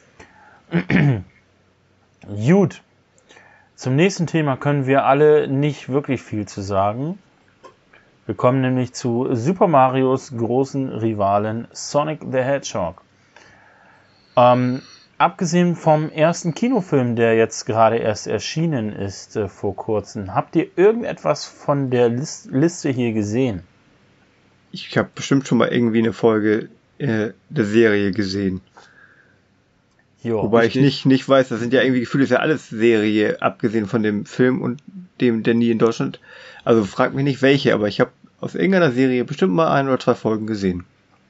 Gut. Zum nächsten Thema können wir alle nicht wirklich viel zu sagen. Wir kommen nämlich zu Super Marios großen Rivalen Sonic the Hedgehog. Ähm, abgesehen vom ersten Kinofilm, der jetzt gerade erst erschienen ist äh, vor kurzem, habt ihr irgendetwas von der Lis- Liste hier gesehen? Ich habe bestimmt schon mal irgendwie eine Folge äh, der Serie gesehen. Jo, Wobei ich richtig. nicht, nicht weiß, das sind ja irgendwie Gefühle, ist ja alles Serie, abgesehen von dem Film und dem, der nie in Deutschland. Also frag mich nicht welche, aber ich habe aus irgendeiner Serie bestimmt mal ein oder zwei Folgen gesehen.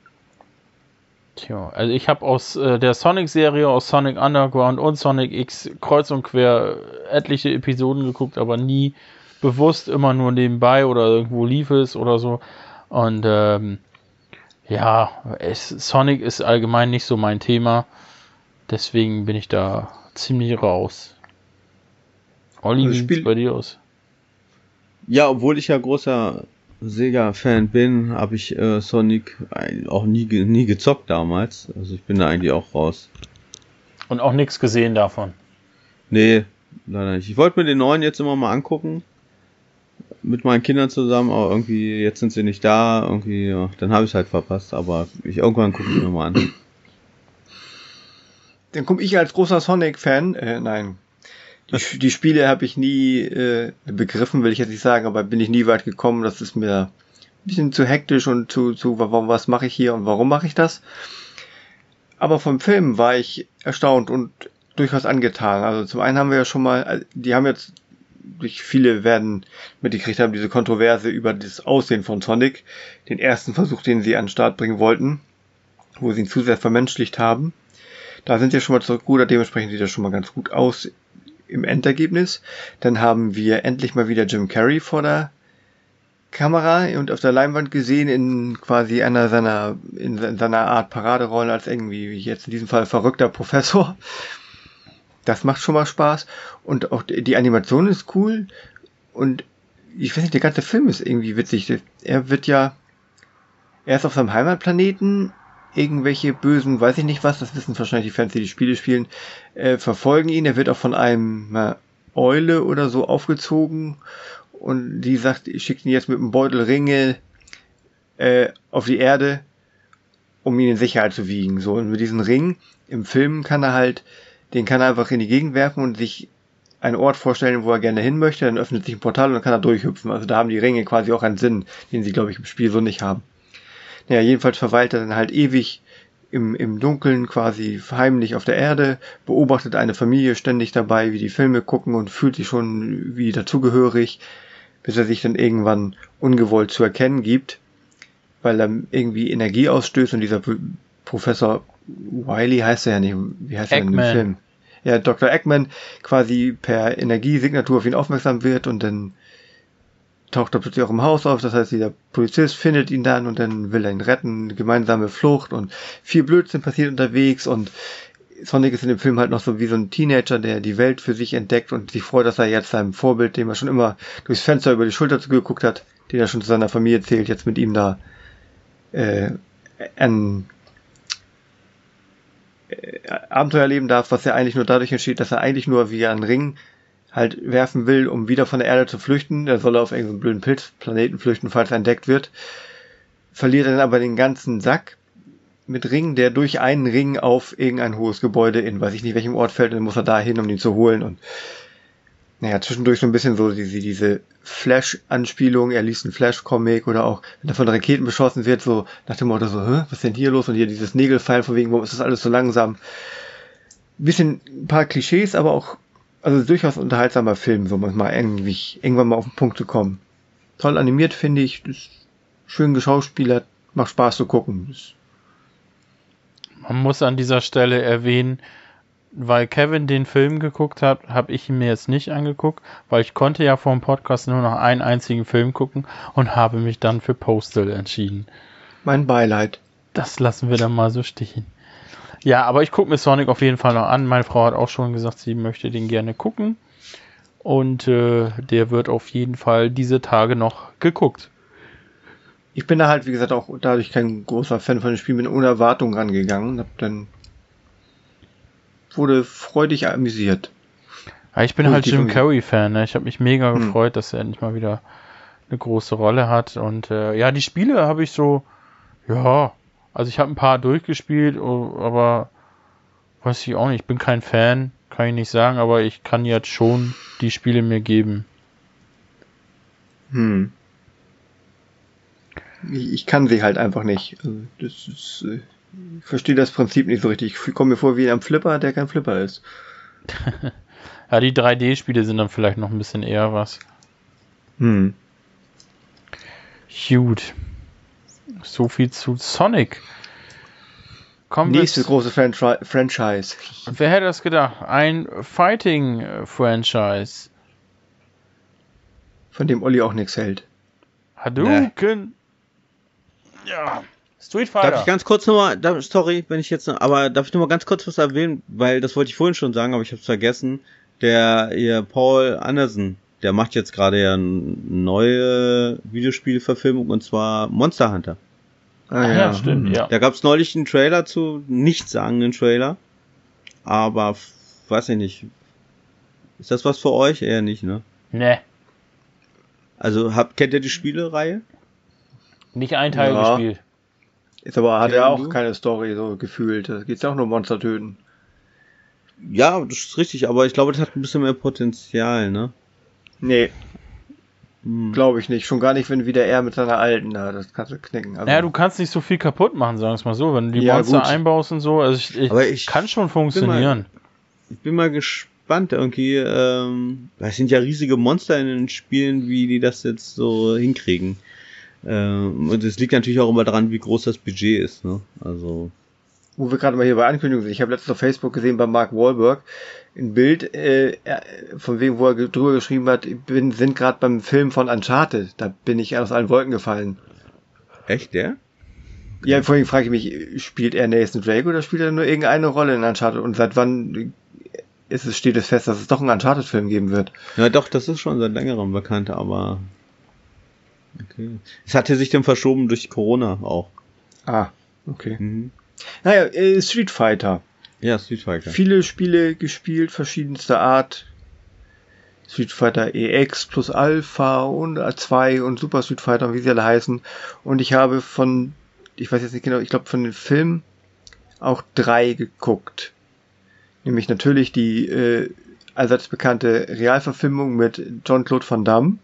Tja, also ich habe aus äh, der Sonic-Serie, aus Sonic Underground und Sonic X kreuz und quer etliche Episoden geguckt, aber nie bewusst, immer nur nebenbei oder irgendwo lief es oder so. Und ähm, ja, es, Sonic ist allgemein nicht so mein Thema, deswegen bin ich da ziemlich raus. Olli, Also wie Spiel- sieht's bei dir aus? Ja, obwohl ich ja großer Sega-Fan bin, habe ich äh, Sonic eigentlich auch nie, ge- nie gezockt damals. Also ich bin da eigentlich auch raus. Und auch nichts gesehen davon. Nee, leider nicht. Ich wollte mir den neuen jetzt immer mal angucken. Mit meinen Kindern zusammen, aber irgendwie, jetzt sind sie nicht da, irgendwie, ja, dann habe ich es halt verpasst, aber ich, irgendwann gucke ich mir mal an. dann komme ich als großer Sonic-Fan, äh, nein, die, die Spiele habe ich nie äh, begriffen, will ich jetzt nicht sagen, aber bin ich nie weit gekommen. Das ist mir ein bisschen zu hektisch und zu, zu warum, was mache ich hier und warum mache ich das? Aber vom Film war ich erstaunt und durchaus angetan. Also zum einen haben wir ja schon mal, die haben jetzt, durch viele werden mitgekriegt haben, diese Kontroverse über das Aussehen von Sonic, den ersten Versuch, den sie an den Start bringen wollten, wo sie ihn zu sehr vermenschlicht haben. Da sind sie schon mal zurückgerudert, dementsprechend sieht das schon mal ganz gut aus im Endergebnis. Dann haben wir endlich mal wieder Jim Carrey vor der Kamera und auf der Leinwand gesehen in quasi einer seiner, in seiner Art Paraderolle als irgendwie, wie jetzt in diesem Fall, verrückter Professor. Das macht schon mal Spaß. Und auch die Animation ist cool. Und ich weiß nicht, der ganze Film ist irgendwie witzig. Er wird ja, er ist auf seinem Heimatplaneten, irgendwelche bösen, weiß ich nicht was, das wissen wahrscheinlich die Fans, die die Spiele spielen, äh, verfolgen ihn. Er wird auch von einem äh, Eule oder so aufgezogen und die sagt, ich schicke ihn jetzt mit einem Beutel Ringe äh, auf die Erde, um ihn in Sicherheit zu wiegen. So, und mit diesen Ringen im Film kann er halt, den kann er einfach in die Gegend werfen und sich einen Ort vorstellen, wo er gerne hin möchte, dann öffnet sich ein Portal und dann kann er durchhüpfen. Also da haben die Ringe quasi auch einen Sinn, den sie, glaube ich, im Spiel so nicht haben. Naja, jedenfalls verweilt er dann halt ewig im, im Dunkeln quasi heimlich auf der Erde, beobachtet eine Familie ständig dabei, wie die Filme gucken und fühlt sich schon wie dazugehörig, bis er sich dann irgendwann ungewollt zu erkennen gibt, weil er irgendwie Energie ausstößt und dieser P- Professor Wiley heißt er ja nicht, wie heißt er denn im Film? Ja, Doktor Eggman quasi per Energiesignatur auf ihn aufmerksam wird und dann taucht er plötzlich auch im Haus auf, das heißt, dieser Polizist findet ihn dann und dann will er ihn retten, gemeinsame Flucht und viel Blödsinn passiert unterwegs und Sonic ist in dem Film halt noch so wie so ein Teenager, der die Welt für sich entdeckt und sich freut, dass er jetzt seinem Vorbild, dem er schon immer durchs Fenster über die Schulter zugeguckt hat, den er schon zu seiner Familie zählt, jetzt mit ihm da äh, ein äh, Abenteuer erleben darf, was ja eigentlich nur dadurch entsteht, dass er eigentlich nur wie einen Ring halt werfen will, um wieder von der Erde zu flüchten. Er soll auf irgendeinen blöden Pilzplaneten flüchten, falls er entdeckt wird. Verliert dann aber den ganzen Sack mit Ringen, der durch einen Ring auf irgendein hohes Gebäude in, weiß ich nicht welchem Ort fällt, dann muss er da hin, um ihn zu holen. Und naja, zwischendurch so ein bisschen so diese, diese Flash-Anspielung. Er liest einen Flash-Comic oder auch, wenn er von Raketen beschossen wird, so nach dem Motto so, hä, was ist denn hier los? Und hier dieses Nägelfeil von wegen, warum ist das alles so langsam? Ein bisschen, ein paar Klischees, aber auch also durchaus unterhaltsamer Film, so mal irgendwie irgendwann mal auf den Punkt zu kommen. Toll animiert, finde ich, ist schön geschauspielert, macht Spaß zu gucken. Das Man muss an dieser Stelle erwähnen, weil Kevin den Film geguckt hat, habe ich ihn mir jetzt nicht angeguckt, weil ich konnte ja vor dem Podcast nur noch einen einzigen Film gucken und habe mich dann für Postal entschieden. Mein Beileid. Das lassen wir dann mal so stehen. Ja, aber ich gucke mir Sonic auf jeden Fall noch an. Meine Frau hat auch schon gesagt, sie möchte den gerne gucken. Und äh, der wird auf jeden Fall diese Tage noch geguckt. Ich bin da halt, wie gesagt, auch dadurch kein großer Fan von dem Spiel, bin ohne Erwartung rangegangen. Hab dann wurde freudig amüsiert. Ja, ich bin Positiv halt Jim Carrey-Fan. Ne? Ich habe mich mega hm. gefreut, dass er endlich mal wieder eine große Rolle hat. Und äh, ja, die Spiele habe ich so, ja... Also ich habe ein paar durchgespielt, aber weiß ich auch nicht, ich bin kein Fan, kann ich nicht sagen, aber ich kann jetzt schon die Spiele mir geben. Hm. Ich kann sie halt einfach nicht. Also das ist, ich verstehe das Prinzip nicht so richtig. Ich komme mir vor wie ein Flipper, der kein Flipper ist. Ja, die drei D-Spiele sind dann vielleicht noch ein bisschen eher was. Hm. Gut. So viel zu Sonic. Kommen Nächste große Franchi- Franchise. Wer hätte das gedacht? Ein Fighting-Franchise. Von dem Olli auch nichts hält. Hadouken. Nee. Ja. Street Fighter. Darf ich ganz kurz nochmal, sorry, wenn ich jetzt noch, aber darf ich nochmal ganz kurz was erwähnen, weil das wollte ich vorhin schon sagen, aber ich habe es vergessen. Der, ihr Paul Anderson, der macht jetzt gerade ja eine neue Videospielverfilmung und zwar Monster Hunter. Ah, ja, ja, stimmt, ja. Da gab es neulich einen Trailer zu, nichtssagenden Trailer, aber weiß ich nicht. Ist das was für euch? Eher nicht, ne? Ne. Also habt, kennt ihr die Spielereihe? Nicht ein Teil ja. gespielt. Ist aber hat er auch du? keine Story so gefühlt. Da geht's ja auch nur Monster töten. Ja, das ist richtig, aber ich glaube, das hat ein bisschen mehr Potenzial, ne? Nee. Hm. Glaube ich nicht. Schon gar nicht, wenn wieder er mit seiner alten da, das kannst du knicken. Also, naja, du kannst nicht so viel kaputt machen, sagen wir es mal so, wenn du die ja, Monster gut. einbaust und so. Also ich, ich, aber ich kann schon funktionieren. Bin mal, ich bin mal gespannt irgendwie, ähm, es sind ja riesige Monster in den Spielen, wie die das jetzt so hinkriegen. Ähm, und es liegt natürlich auch immer daran, wie groß das Budget ist, ne? Also. Wo wir gerade mal hier bei Ankündigungen sind. Ich habe letztens auf Facebook gesehen bei Mark Wahlberg ein Bild, äh, von wem, wo er drüber geschrieben hat, bin, sind gerade beim Film von Uncharted. Da bin ich aus allen Wolken gefallen. Echt, der? Ja, vorhin frage ich mich, spielt er Nathan Drake oder spielt er nur irgendeine Rolle in Uncharted? Und seit wann ist es, steht es fest, dass es doch einen Uncharted-Film geben wird? Ja, doch, das ist schon seit längerem bekannt, aber okay. Es hatte sich dann verschoben durch Corona auch. Ah, okay. Mhm. Naja, äh, Street Fighter. Ja, Street Fighter. Viele Spiele gespielt, verschiedenster Art. Street Fighter E X plus Alpha und A zwei und Super Street Fighter, wie sie alle heißen. Und ich habe von, ich weiß jetzt nicht genau, ich glaube von den Filmen auch drei geguckt. Nämlich natürlich die äh, allseits bekannte Realverfilmung mit Jean-Claude Van Damme.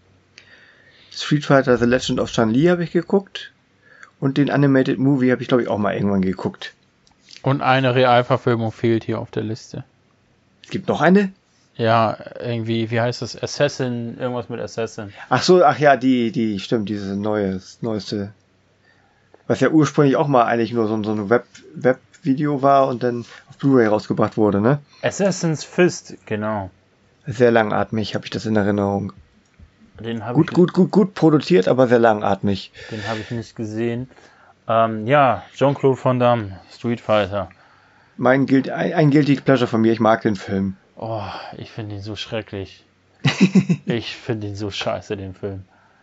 Street Fighter The Legend of Chun-Li habe ich geguckt. Und den Animated Movie habe ich, glaube ich, auch mal irgendwann geguckt. Und eine Realverfilmung fehlt hier auf der Liste. Es gibt noch eine? Ja, irgendwie, wie heißt das? Assassin, irgendwas mit Assassin. Ach so, ach ja, die, die, stimmt, diese neue, neueste. Was ja ursprünglich auch mal eigentlich nur so, so ein Web, Webvideo war und dann auf Blu-ray rausgebracht wurde, ne? Assassin's Fist, genau. Sehr langatmig, habe ich das in Erinnerung. Den hab gut, ich, gut, gut, gut produziert, aber sehr langatmig. Den habe ich nicht gesehen. Ähm, ja, Jean-Claude Van Damme, Street Fighter. Mein gilt ein, ein Guilty Pleasure von mir, ich mag den Film. Oh, ich finde ihn so schrecklich. Ich finde ihn so scheiße, den Film.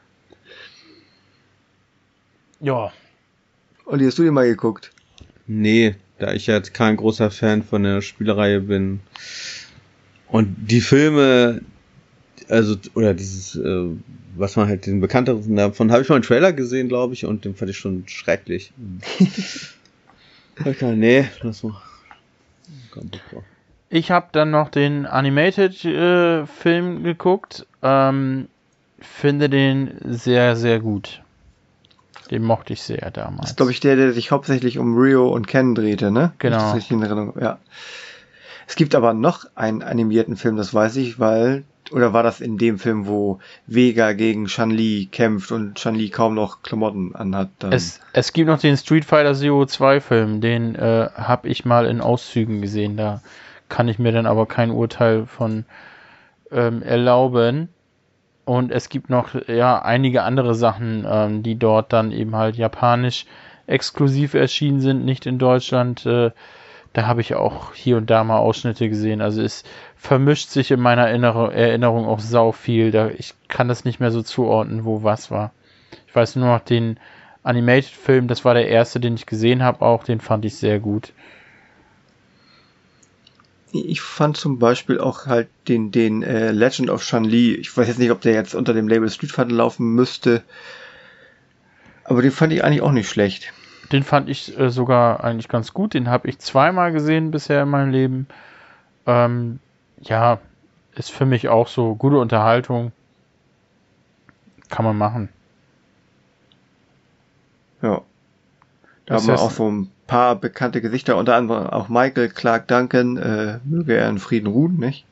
Ja. Olli, hast du den mal geguckt? Nee, da ich jetzt kein großer Fan von der Spielereihe bin. Und die Filme... Also, oder dieses, äh, was man halt, den bekannteren davon, habe ich mal einen Trailer gesehen, glaube ich, und den fand ich schon schrecklich. Okay, nee, lass mal. Ich habe dann noch den Animated-Film äh, geguckt, ähm, finde den sehr, sehr gut. Den mochte ich sehr damals. Das ist, glaube ich, der, der sich hauptsächlich um Ryo und Ken drehte, ne? Genau. Das ist richtig in Erinnerung, ja. Es gibt aber noch einen animierten Film, das weiß ich, weil, oder war das in dem Film, wo Vega gegen Chun-Li kämpft und Chun-Li kaum noch Klamotten anhat? Dann? Es, es gibt noch den Street Fighter Zero zwei Film, den äh, habe ich mal in Auszügen gesehen, da kann ich mir dann aber kein Urteil von ähm, erlauben. Und es gibt noch ja einige andere Sachen, ähm, die dort dann eben halt japanisch exklusiv erschienen sind, nicht in Deutschland. Äh, da habe ich auch hier und da mal Ausschnitte gesehen. Also es vermischt sich in meiner Erinnerung, Erinnerung auch sau viel. Da, ich kann das nicht mehr so zuordnen, wo was war. Ich weiß nur noch den Animated-Film, das war der erste, den ich gesehen habe auch, den fand ich sehr gut. Ich fand zum Beispiel auch halt den, den äh, Legend of Chun-Li, ich weiß jetzt nicht, ob der jetzt unter dem Label Street Fighter laufen müsste, aber den fand ich eigentlich auch nicht schlecht. Den fand ich äh, sogar eigentlich ganz gut, den habe ich zweimal gesehen bisher in meinem Leben. Ähm, ja, ist für mich auch so gute Unterhaltung. Kann man machen. Ja. Da haben wir auch so ein paar bekannte Gesichter, unter anderem auch Michael Clark Duncan, äh, möge er in Frieden ruhen, nicht?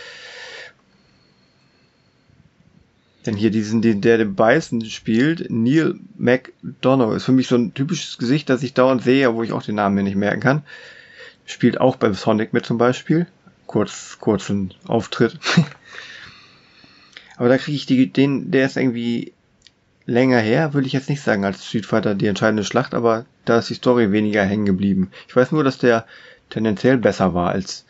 Denn hier diesen, den, der den Bison spielt, Neil McDonough, ist für mich so ein typisches Gesicht, das ich dauernd sehe, wo ich auch den Namen mir nicht merken kann. Spielt auch beim Sonic mit zum Beispiel. Kurz, kurzen Auftritt. Aber da kriege ich die, den, der ist irgendwie länger her, würde ich jetzt nicht sagen, als Street Fighter die entscheidende Schlacht, aber da ist die Story weniger hängen geblieben. Ich weiß nur, dass der tendenziell besser war als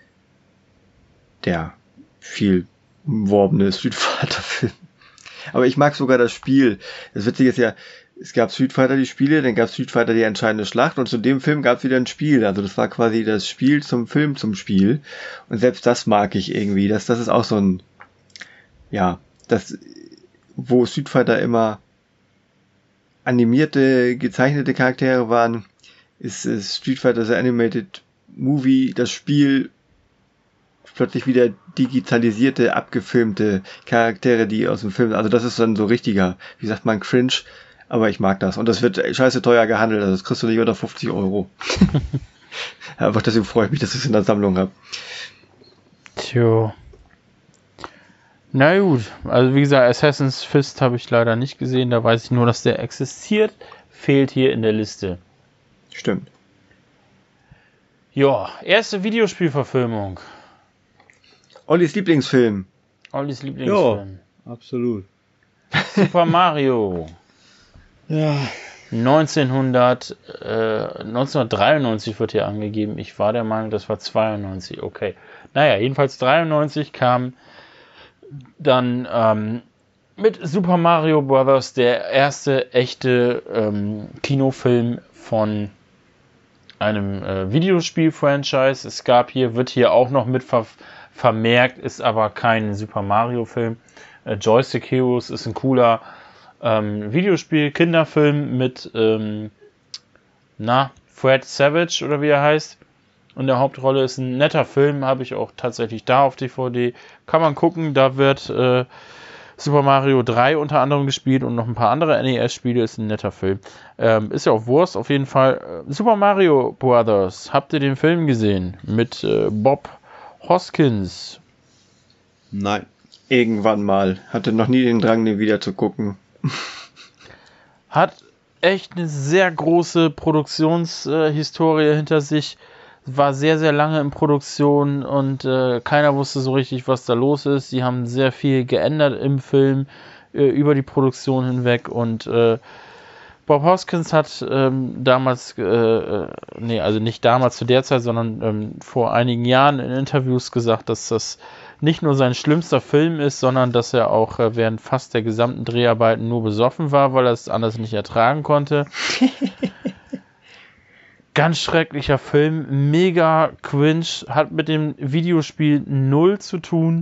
der viel umworbene Street Fighter Film. Aber ich mag sogar das Spiel. Das Witzige ist ja, es gab Street Fighter die Spiele, dann gab es Street Fighter die entscheidende Schlacht und zu dem Film gab es wieder ein Spiel. Also das war quasi das Spiel zum Film zum Spiel. Und selbst das mag ich irgendwie. Das, das ist auch so ein, ja, das, wo Street Fighter immer animierte, gezeichnete Charaktere waren, ist, ist Street Fighter The Animated Movie das Spiel plötzlich wieder digitalisierte, abgefilmte Charaktere, die aus dem Film, also das ist dann so richtiger, wie sagt man, Cringe, aber ich mag das. Und das wird scheiße teuer gehandelt, also das kriegst du nicht unter fünfzig Euro. Einfach deswegen freue ich mich, dass ich es in der Sammlung habe. Tjo. Na gut, also wie gesagt, Assassin's Fist habe ich leider nicht gesehen, da weiß ich nur, dass der existiert, fehlt hier in der Liste. Stimmt. Ja, erste Videospielverfilmung. Ollis Lieblingsfilm. Ollis Lieblingsfilm. Ja, absolut. Super Mario. Ja. neunzehnhundert, äh, neunzehnhundertdreiundneunzig wird hier angegeben. Ich war der Meinung, das war zweiundneunzig. Okay. Naja, jedenfalls dreiundneunzig kam dann ähm, mit Super Mario Bros. Der erste echte ähm, Kinofilm von einem äh, Videospiel-Franchise. Es gab hier, wird hier auch noch mit ver- vermerkt, ist aber kein Super Mario-Film. Äh, Joystick Heroes ist ein cooler ähm, Videospiel-Kinderfilm mit ähm, na, Fred Savage oder wie er heißt. Und der Hauptrolle ist ein netter Film, habe ich auch tatsächlich da auf D V D. Kann man gucken, da wird äh, Super Mario drei unter anderem gespielt und noch ein paar andere N E S-Spiele, ist ein netter Film. Ähm, ist ja auch Wurst, auf jeden Fall. Äh, Super Mario Brothers, habt ihr den Film gesehen? Mit äh, Bob Hoskins. Nein. Irgendwann mal. Hatte noch nie den Drang, den wieder zu gucken. Hat echt eine sehr große Produktionshistorie äh, hinter sich. War sehr, sehr lange in Produktion und äh, keiner wusste so richtig, was da los ist. Sie haben sehr viel geändert im Film äh, über die Produktion hinweg und äh, Bob Hoskins hat ähm, damals, äh, nee, also nicht damals zu der Zeit, sondern ähm, vor einigen Jahren in Interviews gesagt, dass das nicht nur sein schlimmster Film ist, sondern dass er auch äh, während fast der gesamten Dreharbeiten nur besoffen war, weil er es anders nicht ertragen konnte. Ganz schrecklicher Film, mega cringe, hat mit dem Videospiel null zu tun.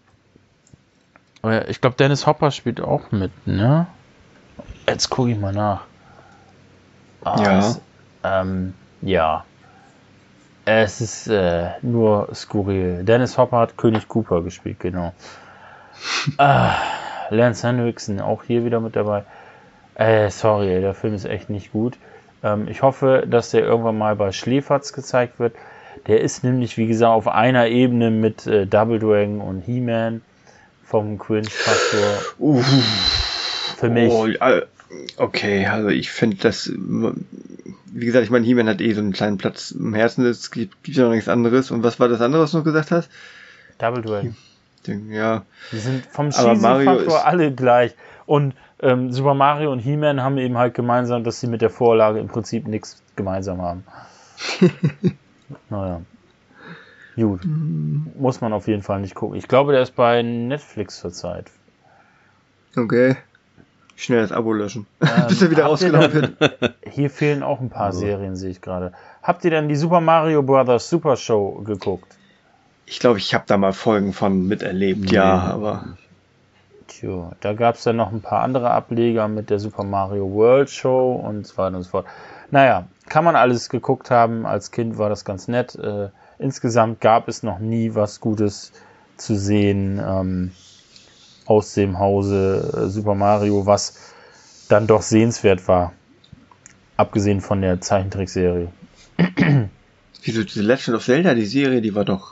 Ich glaube, Dennis Hopper spielt auch mit, ne? Jetzt gucke ich mal nach. Ah, ja. Es, ähm, ja. Es ist äh, nur skurril. Dennis Hopper hat König Cooper gespielt, genau. ah, Lance Henriksen auch hier wieder mit dabei. Äh, sorry, ey, der Film ist echt nicht gut. Ähm, ich hoffe, dass der irgendwann mal bei Schläferz gezeigt wird. Der ist nämlich, wie gesagt, auf einer Ebene mit äh, Double Dragon und He-Man vom Cringe-Faktor. Uh. Für mich. Oh, okay, also ich finde das, wie gesagt, ich meine, He-Man hat eh so einen kleinen Platz im Herzen, es gibt, gibt ja noch nichts anderes. Und was war das andere, was du noch gesagt hast? Double Dragon. Ja. Die sind vom Aber Mario Cheesy-Faktor ist- alle gleich. Und ähm, Super Mario und He-Man haben eben halt gemeinsam, dass sie mit der Vorlage im Prinzip nichts gemeinsam haben. Naja. Gut. Muss man auf jeden Fall nicht gucken. Ich glaube, der ist bei Netflix zurzeit. Okay. Schnell das Abo löschen. Ähm, Bis er wieder habt ihr ausgelaufen wird. denn- Hier fehlen auch ein paar Serien, sehe ich gerade. Habt ihr denn die Super Mario Bros. Super Show geguckt? Ich glaube, ich habe da mal Folgen von miterlebt, Nee. ja, aber Tja, da gab es dann noch ein paar andere Ableger mit der Super Mario World Show und so weiter und so fort. Naja, kann man alles geguckt haben. Als Kind war das ganz nett. Äh, insgesamt gab es noch nie was Gutes zu sehen ähm, aus dem Hause äh, Super Mario, was dann doch sehenswert war. Abgesehen von der Zeichentrickserie. wieso diese Legend of Zelda, die Serie, die war doch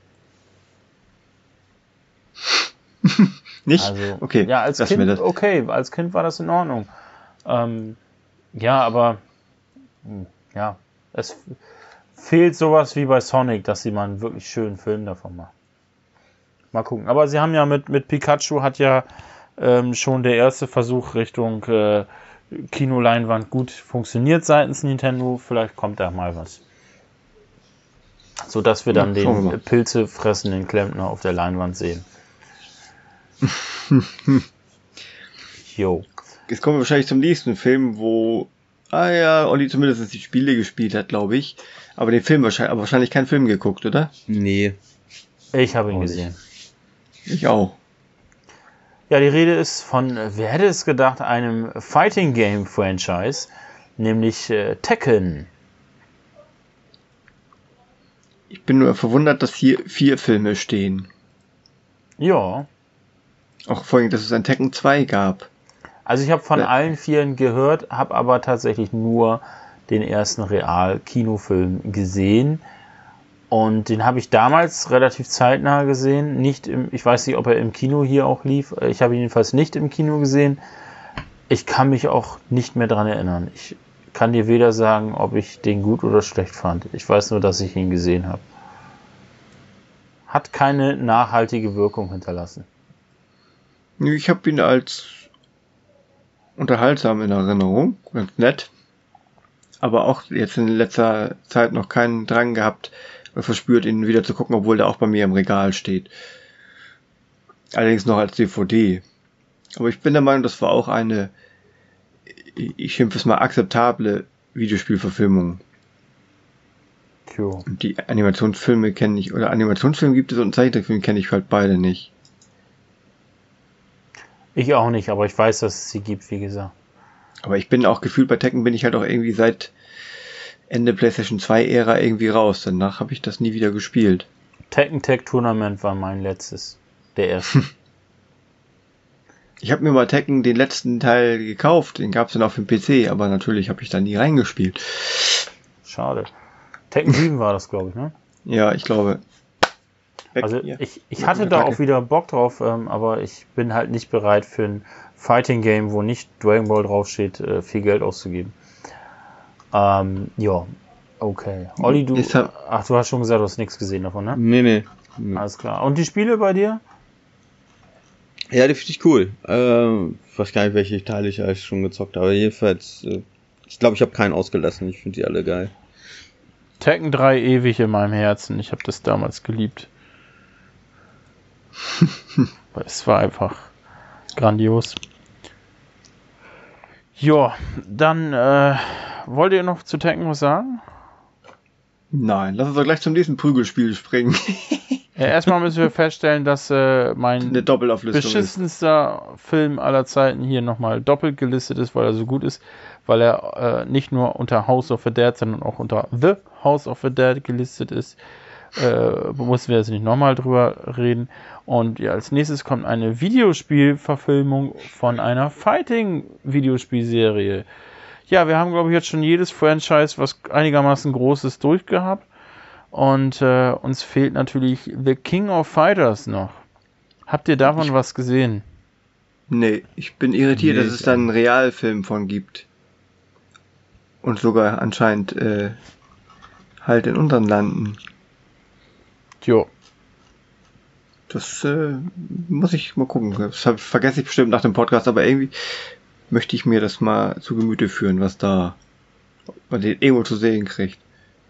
nicht? Also, Okay, ja, als lassen wir Kind, das. okay, als Kind war das in Ordnung. Ähm, ja, aber hm, ja, es f- fehlt sowas wie bei Sonic, dass sie mal einen wirklich schönen Film davon machen. Mal gucken. Aber sie haben ja mit, mit Pikachu hat ja ähm, schon der erste Versuch Richtung äh, Kinoleinwand gut funktioniert seitens Nintendo. Vielleicht kommt da mal was. So dass wir dann Ja, schauen wir den mal. Pilze fressenden Klempner auf der Leinwand sehen. Jo. Jetzt kommen wir wahrscheinlich zum nächsten Film, wo, ah ja, Olli zumindest die Spiele gespielt hat, glaube ich. Aber den Film wahrscheinlich, aber wahrscheinlich keinen Film geguckt, oder? Nee. Ich habe ihn Auch gesehen. Ich auch. Ja, die Rede ist von, äh, wer hätte es gedacht, einem Fighting Game Franchise, nämlich äh, Tekken. Ich bin nur verwundert, dass hier vier Filme stehen. Ja. Auch vorhin, dass es ein Tekken zwei gab. Also ich habe von Ja. allen vieren gehört, habe aber tatsächlich nur den ersten Real-Kinofilm gesehen. Und den habe ich damals relativ zeitnah gesehen. Nicht im, ich weiß nicht, ob er im Kino hier auch lief. Ich habe ihn jedenfalls nicht im Kino gesehen. Ich kann mich auch nicht mehr dran erinnern. Ich kann dir weder sagen, ob ich den gut oder schlecht fand. Ich weiß nur, dass ich ihn gesehen habe. Hat keine nachhaltige Wirkung hinterlassen. Ich habe ihn als unterhaltsam in Erinnerung, ganz nett. Aber auch jetzt in letzter Zeit noch keinen Drang gehabt, verspürt, ihn wieder zu gucken, obwohl der auch bei mir im Regal steht. Allerdings noch als D V D. Aber ich bin der Meinung, das war auch eine, ich schimpfe es mal, akzeptable Videospielverfilmung. Tjo. Und die Animationsfilme kenne ich, oder Animationsfilme gibt es und Zeichentrickfilme kenne ich halt beide nicht. Ich auch nicht, aber ich weiß, dass es sie gibt, wie gesagt. Aber ich bin auch gefühlt, bei Tekken bin ich halt auch irgendwie seit Ende PlayStation zwei Ära irgendwie raus. Danach habe ich das nie wieder gespielt. Tekken Tag Tournament war mein letztes. Der erste. Ich habe mir mal Tekken den letzten Teil gekauft. Den gab es dann auf dem P C, aber natürlich habe ich da nie reingespielt. Schade. Tekken sieben war das, glaube ich, ne? Ja, ich glaube. Weg Also hier. ich, ich hatte da auch wieder Bock drauf, ähm, aber ich bin halt nicht bereit für ein Fighting Game, wo nicht Dragon Ball draufsteht, äh, viel Geld auszugeben. Ähm, ja, okay. Olli, du, Jetzt hab- ach, du hast schon gesagt, du hast nichts gesehen davon, ne? Nee, nee. nee. Alles klar. Und die Spiele bei dir? Ja, die finde ich cool. Ähm, ich weiß gar nicht, welche Teile ich eigentlich schon gezockt habe. Jedenfalls, äh, ich glaube, ich habe keinen ausgelassen. Ich finde die alle geil. Tekken drei ewig in meinem Herzen. Ich habe das damals geliebt. Es war einfach grandios. Ja, dann äh, wollt ihr noch zu Tekken was sagen? Nein, lass uns doch gleich zum nächsten Prügelspiel springen. Ja, erstmal müssen wir feststellen, dass äh, mein Eine Doppelauflistung ist. beschissenster Film aller Zeiten hier nochmal doppelt gelistet ist, weil er so gut ist, weil er äh, nicht nur unter House of the Dead, sondern auch unter The House of the Dead gelistet ist. Äh, müssen wir jetzt nicht nochmal drüber reden. Und ja, als nächstes kommt eine Videospielverfilmung von einer Fighting-Videospielserie. Ja, wir haben, glaube ich, jetzt schon jedes Franchise, was einigermaßen groß ist, durchgehabt. Und äh, uns fehlt natürlich The King of Fighters noch. Habt ihr davon Ich- was gesehen? Nee, ich bin irritiert, Nee, dass es ich da einen Realfilm von gibt. Und sogar anscheinend äh, halt in unseren Landen. Jo. Das äh, muss ich mal gucken. Das hab, vergesse ich bestimmt nach dem Podcast, aber irgendwie möchte ich mir das mal zu Gemüte führen, was da man den irgendwo zu sehen kriegt.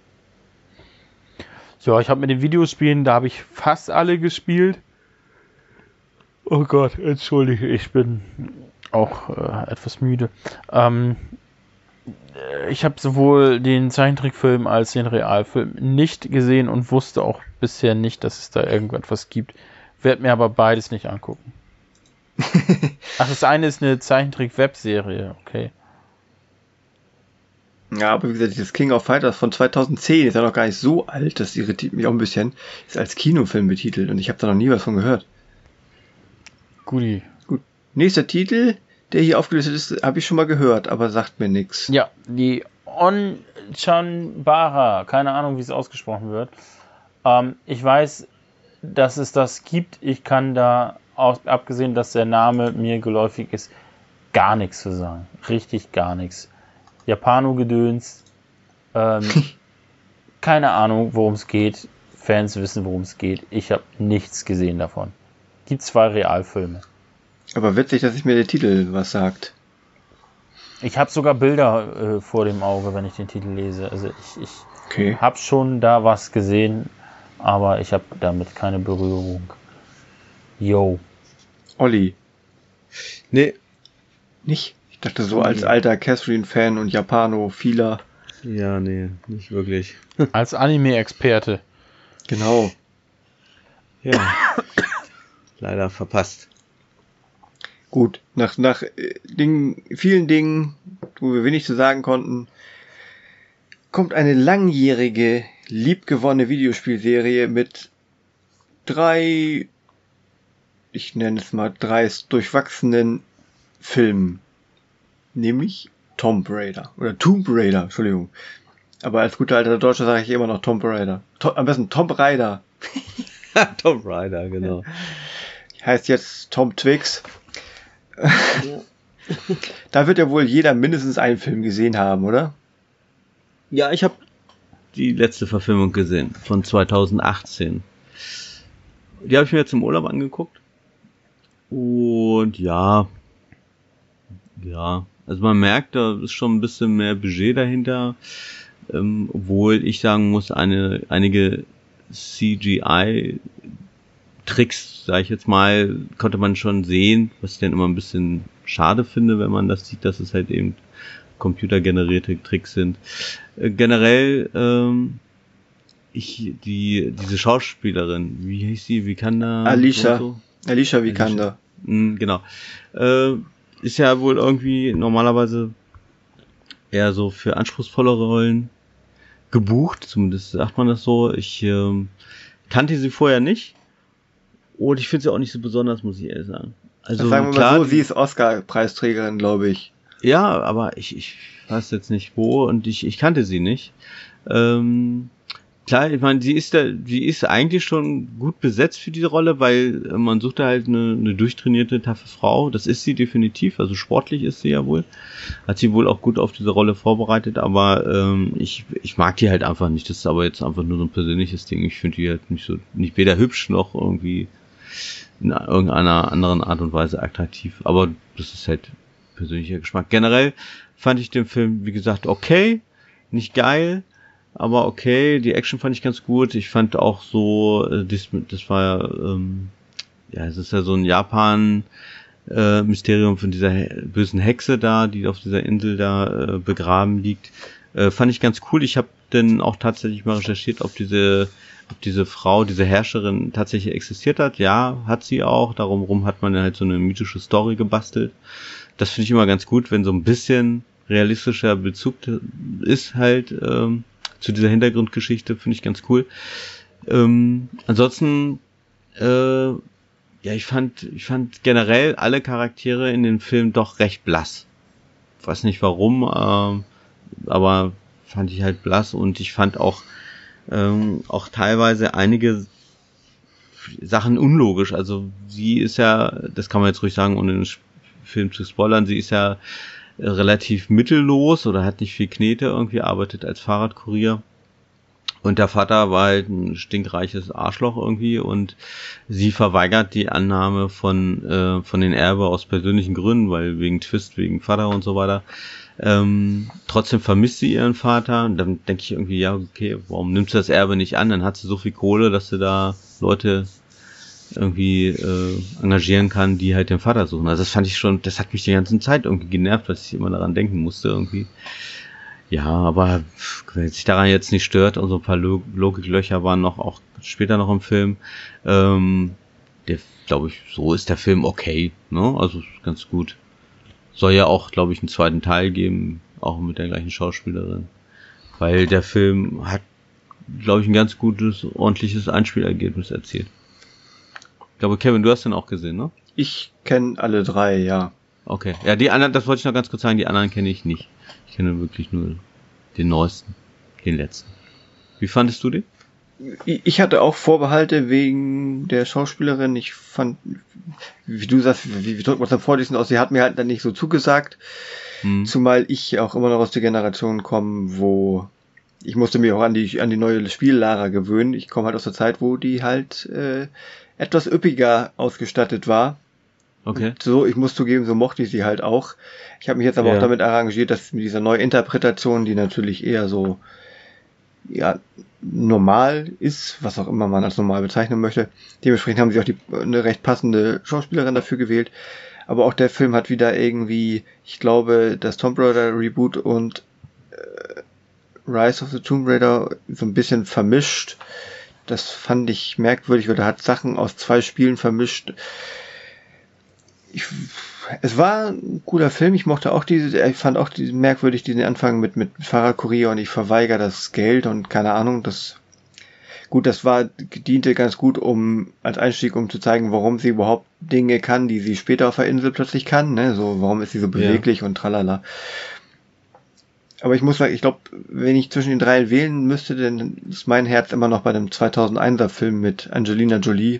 Ja, ich habe mit den Videospielen, da habe ich fast alle gespielt. Oh Gott, entschuldige, ich bin auch äh, etwas müde. Ähm, äh, ich habe sowohl den Zeichentrickfilm als den Realfilm nicht gesehen und wusste auch bisher nicht, dass es da irgendetwas gibt. Werd mir aber beides nicht angucken. Ach, das eine ist eine Zeichentrick-Webserie, okay. Ja, aber wie gesagt, dieses King of Fighters von zweitausendzehn ist ja noch gar nicht so alt, das irritiert mich auch ein bisschen. Ist als Kinofilm betitelt und ich habe da noch nie was von gehört. Guti. Nächster Titel, der hier aufgelistet ist, habe ich schon mal gehört, aber sagt mir nichts. Ja, die Onchanbara, keine Ahnung, wie es ausgesprochen wird. Ähm, ich weiß, dass es das gibt. Ich kann da, auch, abgesehen, dass der Name mir geläufig ist, gar nichts zu sagen. Richtig gar nichts. Japano-Gedöns. Ähm, keine Ahnung, worum es geht. Fans wissen, worum es geht. Ich habe nichts gesehen davon. Gibt zwei Realfilme. Aber witzig, dass ich mir der Titel was sagt. Ich habe sogar Bilder äh, vor dem Auge, wenn ich den Titel lese. Also ich, ich Okay. habe schon da was gesehen, aber ich habe damit keine Berührung. Yo. Olli. Nee. Nicht? Ich dachte so als alter Catherine-Fan und Japanophiler. Ja, nee, nicht wirklich. Als Anime-Experte. Genau. Ja. Leider verpasst. Gut, nach, nach äh, Dingen, vielen Dingen, wo wir wenig zu sagen konnten, kommt eine langjährige liebgewonnene Videospielserie mit drei, ich nenne es mal drei durchwachsenen Filmen. Nämlich Tomb Raider. Oder Tomb Raider, Entschuldigung. Aber als guter alter Deutscher sage ich immer noch Tomb Raider. To- am besten Tomb Raider. Tomb Raider, genau. Heißt jetzt Tom Twix. Ja. Da wird ja wohl jeder mindestens einen Film gesehen haben, oder? Ja, ich habe die letzte Verfilmung gesehen von zwanzig achtzehn. Die habe ich mir jetzt im Urlaub angeguckt. Und ja, ja, also man merkt, da ist schon ein bisschen mehr Budget dahinter. Ähm, obwohl ich sagen muss, eine, einige C G I-Tricks, sage ich jetzt mal, konnte man schon sehen, was ich dann immer ein bisschen schade finde, wenn man das sieht, dass es halt eben computergenerierte Tricks sind. Äh, generell, ähm, ich, die, diese Schauspielerin, wie hieß sie, Vikander? Alicia. So? Alicia Vikander. Mhm, genau. Äh, ist ja wohl irgendwie normalerweise eher so für anspruchsvolle Rollen gebucht, zumindest sagt man das so. Ich ähm, kannte sie vorher nicht und ich finde sie auch nicht so besonders, muss ich ehrlich sagen. Also das sagen wir klar, mal so, sie ist Oscar-Preisträgerin, glaube ich. Ja, aber ich, ich weiß jetzt nicht wo und ich, ich kannte sie nicht. Ähm, klar, ich meine, sie ist da, sie ist eigentlich schon gut besetzt für diese Rolle, weil man sucht da halt eine, eine durchtrainierte, taffe Frau. Das ist sie definitiv, also sportlich ist sie ja wohl. Hat sie wohl auch gut auf diese Rolle vorbereitet, aber ähm, ich, ich mag die halt einfach nicht. Das ist aber jetzt einfach nur so ein persönliches Ding. Ich finde die halt nicht so, nicht weder hübsch noch irgendwie in irgendeiner anderen Art und Weise attraktiv. Aber das ist halt persönlicher Geschmack. Generell fand ich den Film, wie gesagt, okay, nicht geil, aber okay, die Action fand ich ganz gut. Ich fand auch so, das, das war ja, ähm, ja, es ist ja so ein Japan äh, Mysterium von dieser he- bösen Hexe da, die auf dieser Insel da äh, begraben liegt. Äh, fand ich ganz cool. Ich habe dann auch tatsächlich mal recherchiert, ob diese ob diese Frau, diese Herrscherin tatsächlich existiert hat. Ja, hat sie auch. Darum rum hat man dann halt so eine mythische Story gebastelt. Das finde ich immer ganz gut, wenn so ein bisschen realistischer Bezug ist halt ähm, zu dieser Hintergrundgeschichte, finde ich ganz cool. Ähm, ansonsten, äh, ja, ich fand, ich fand generell alle Charaktere in dem Film doch recht blass. Ich weiß nicht warum, äh, aber fand ich halt blass und ich fand auch ähm, auch teilweise einige Sachen unlogisch. Also sie ist ja, das kann man jetzt ruhig sagen, ohne den Film zu spoilern, sie ist ja relativ mittellos oder hat nicht viel Knete, irgendwie arbeitet als Fahrradkurier. Und der Vater war halt ein stinkreiches Arschloch irgendwie und sie verweigert die Annahme von äh, von den Erbe aus persönlichen Gründen, weil wegen Twist, wegen Vater und so weiter. Ähm, trotzdem vermisst sie ihren Vater und dann denke ich irgendwie, ja, okay, warum nimmt sie das Erbe nicht an? Dann hat sie so viel Kohle, dass sie da Leute irgendwie äh, engagieren kann, die halt den Vater suchen. Also das fand ich schon, das hat mich die ganze Zeit irgendwie genervt, dass ich immer daran denken musste irgendwie. Ja, aber wenn sich daran jetzt nicht stört und so ein paar Log- Logiklöcher waren noch auch später noch im Film, ähm, der, glaube ich, so ist der Film okay, ne? Also ganz gut. Soll ja auch, glaube ich, einen zweiten Teil geben, auch mit der gleichen Schauspielerin. Weil der Film hat, glaube ich, ein ganz gutes, ordentliches Einspielergebnis erzielt. Ich glaube, Kevin, du hast den auch gesehen, ne? Ich kenne alle drei, ja. Okay. Ja, die anderen, das wollte ich noch ganz kurz sagen, die anderen kenne ich nicht. Ich kenne wirklich nur den neuesten, den letzten. Wie fandest du den? Ich hatte auch Vorbehalte wegen der Schauspielerin. Ich fand, wie du sagst, wie, wie drückt man es dann vor, aus, sie hat mir halt dann nicht so zugesagt. Hm. Zumal ich auch immer noch aus der Generation komme, wo ich musste mich auch an die an die neue Spiellara gewöhnen. Ich komme halt aus der Zeit, wo die halt äh, etwas üppiger ausgestattet war. Okay. Und so, ich muss zugeben, so mochte ich sie halt auch. Ich habe mich jetzt aber ja. auch damit arrangiert, dass mit dieser Neuinterpretation, die natürlich eher so ja normal ist, was auch immer man als normal bezeichnen möchte. Dementsprechend haben sie auch die, eine recht passende Schauspielerin dafür gewählt. Aber auch der Film hat wieder irgendwie, ich glaube, das Tomb Raider Reboot und äh, Rise of the Tomb Raider so ein bisschen vermischt. Das fand ich merkwürdig, weil er hat Sachen aus zwei Spielen vermischt. Ich es war ein guter Film. Ich mochte auch diese, ich fand auch diesen, merkwürdig diesen Anfang mit, mit Fahrradkurier und ich verweigere das Geld und keine Ahnung, das, gut, das war, diente ganz gut, um, als Einstieg, um zu zeigen, warum sie überhaupt Dinge kann, die sie später auf der Insel plötzlich kann, ne, so, warum ist sie so beweglich ja. und tralala. Aber ich muss sagen, ich glaube, wenn ich zwischen den drei wählen müsste, dann ist mein Herz immer noch bei dem zweitausendeiner Film mit Angelina Jolie.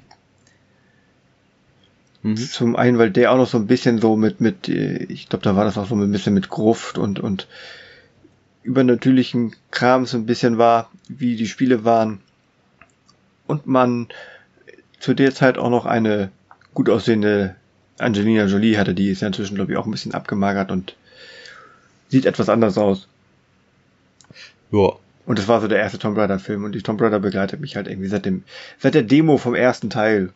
Mhm. Zum einen, weil der auch noch so ein bisschen so mit, mit, ich glaube, da war das auch so ein bisschen mit Gruft und, und übernatürlichen Kram so ein bisschen war, wie die Spiele waren. Und man zu der Zeit auch noch eine gut aussehende Angelina Jolie hatte, die ist ja inzwischen, glaube ich, auch ein bisschen abgemagert und sieht etwas anders aus. Ja. Und das war so der erste Tomb Raider Film und die Tomb Raider begleitet mich halt irgendwie seit dem, seit der Demo vom ersten Teil.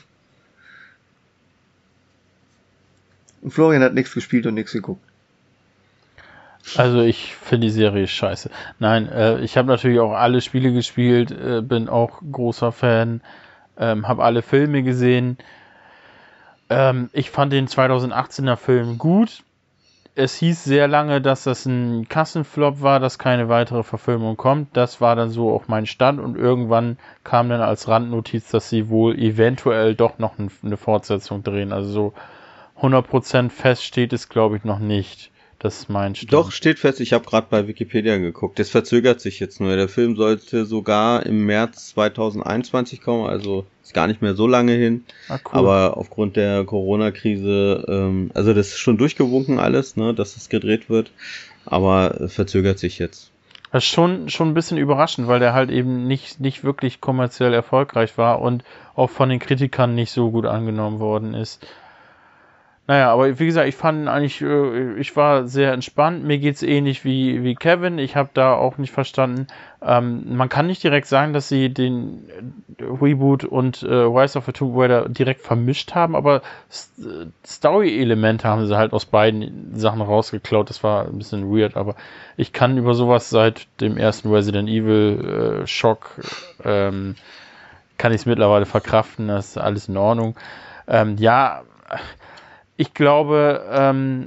Und Florian hat nichts gespielt und nichts geguckt. Also ich finde die Serie scheiße. Nein, äh, ich habe natürlich auch alle Spiele gespielt, äh, bin auch großer Fan, ähm, habe alle Filme gesehen. Ähm, ich fand den zweitausendachtzehner Film gut. Es hieß sehr lange, dass das ein Kassenflop war, dass keine weitere Verfilmung kommt. Das war dann so auch mein Stand und irgendwann kam dann als Randnotiz, dass sie wohl eventuell doch noch eine Fortsetzung drehen. Also so hundert Prozent fest steht es, glaube ich, noch nicht. Das ist mein Stand. Doch, steht fest. Ich habe gerade bei Wikipedia geguckt. Das verzögert sich jetzt nur. Der Film sollte sogar im März zweitausendeinundzwanzig kommen, also ist gar nicht mehr so lange hin. Ah, cool. Aber aufgrund der Corona-Krise, ähm, also das ist schon durchgewunken alles, ne, dass es gedreht wird, aber verzögert sich jetzt. Das ist schon, schon ein bisschen überraschend, weil der halt eben nicht, nicht wirklich kommerziell erfolgreich war und auch von den Kritikern nicht so gut angenommen worden ist. Naja, aber wie gesagt, ich fand eigentlich, ich war sehr entspannt. Mir geht's ähnlich wie, wie Kevin. Ich habe da auch nicht verstanden. Ähm, man kann nicht direkt sagen, dass sie den Reboot und äh, Rise of the Tomb Raider direkt vermischt haben, aber St- Story-Elemente haben sie halt aus beiden Sachen rausgeklaut. Das war ein bisschen weird, aber ich kann über sowas seit dem ersten Resident Evil äh, Schock ähm, kann ich es mittlerweile verkraften. Das ist alles in Ordnung. Ähm, ja, Ich glaube, ähm,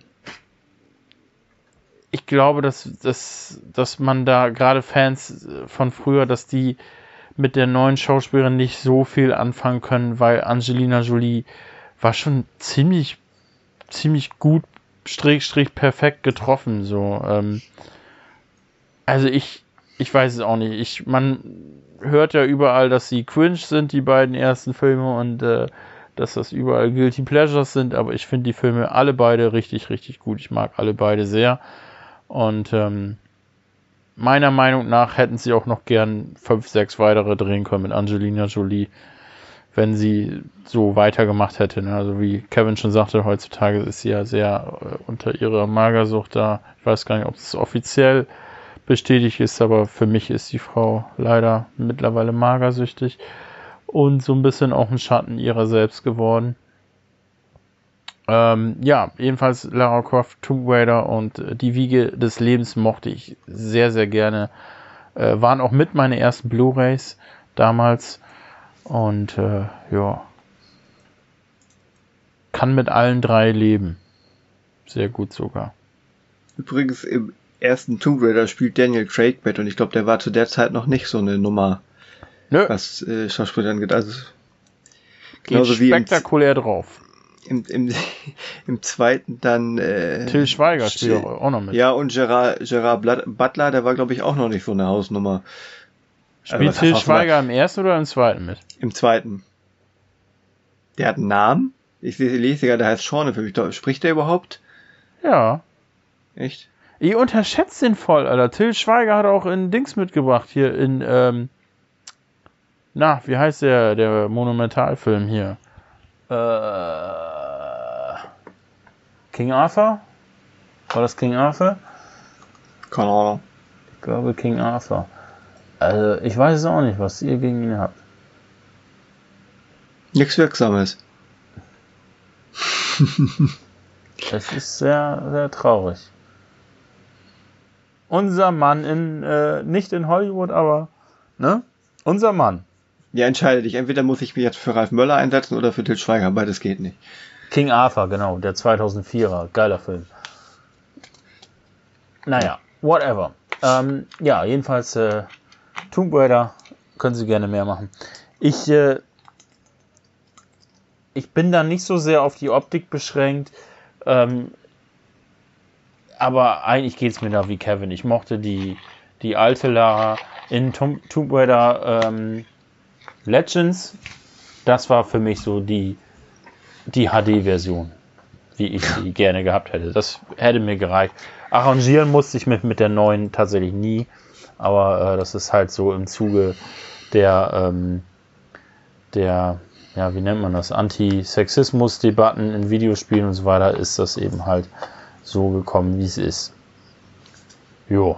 ich glaube, dass, dass, dass man da gerade Fans von früher, dass die mit der neuen Schauspielerin nicht so viel anfangen können, weil Angelina Jolie war schon ziemlich, ziemlich gut, strich, strich perfekt getroffen, so, ähm, also ich, ich weiß es auch nicht, ich, man hört ja überall, dass sie cringe sind, die beiden ersten Filme und, äh, dass das überall Guilty Pleasures sind, aber ich finde die Filme alle beide richtig, richtig gut. Ich mag alle beide sehr. Und ähm, meiner Meinung nach hätten sie auch noch gern fünf, sechs weitere drehen können mit Angelina Jolie, wenn sie so weitergemacht hätte. Ne? Also wie Kevin schon sagte, heutzutage ist sie ja sehr äh, unter ihrer Magersucht da. Ich weiß gar nicht, ob es offiziell bestätigt ist, aber für mich ist die Frau leider mittlerweile magersüchtig. Und so ein bisschen auch ein Schatten ihrer selbst geworden. Ähm, ja, jedenfalls Lara Croft, Tomb Raider und äh, die Wiege des Lebens mochte ich sehr, sehr gerne. Äh, waren auch mit meine ersten Blu-Rays damals. Und äh, ja, kann mit allen drei leben. Sehr gut sogar. Übrigens, im ersten Tomb Raider spielt Daniel Craig mit und ich glaube, der war zu der Zeit noch nicht so eine Nummer. Nö. Was äh, Schauspielern geht. Also genauso wie spektakulär im, drauf. Im, im, im zweiten dann äh, Till Schweiger spielt auch noch mit. Ja, und Gerard, Gerard Butler, der war glaube ich auch noch nicht so eine Hausnummer. Spielt also, Till Schweiger im ersten oder im zweiten mit? Im zweiten. Der hat einen Namen. Ich lese gerade, der heißt Sean für mich. Spricht der überhaupt? Ja. Echt? Ich unterschätze den voll, Alter. Till Schweiger hat auch in Dings mitgebracht hier in ähm, Na, wie heißt der, der Monumentalfilm hier? Äh, King Arthur? War das King Arthur? Keine Ahnung. Ich glaube King Arthur. Also, ich weiß es auch nicht, was ihr gegen ihn habt. Nichts Wirksames. Es ist sehr, sehr traurig. Unser Mann in, äh, nicht in Hollywood, aber, ne? Unser Mann. Ja, entscheide dich. Entweder muss ich mich jetzt für Ralf Möller einsetzen oder für Til Schweiger. Beides geht nicht. King Arthur, genau, der zweitausendvierer, geiler Film. Naja, whatever. Ähm, ja, jedenfalls äh, Tomb Raider, können Sie gerne mehr machen. Ich, äh, ich bin da nicht so sehr auf die Optik beschränkt, ähm, aber eigentlich geht es mir da wie Kevin. Ich mochte die, die alte Lara in Tomb, Tomb Raider ähm, Legends. Das war für mich so die, die H D-Version, wie ich sie gerne gehabt hätte. Das hätte mir gereicht. Arrangieren musste ich mit, mit der neuen tatsächlich nie, aber äh, das ist halt so im Zuge der, ähm, der, ja, wie nennt man das, Anti-Sexismus-Debatten in Videospielen und so weiter, ist das eben halt so gekommen, wie es ist. Jo.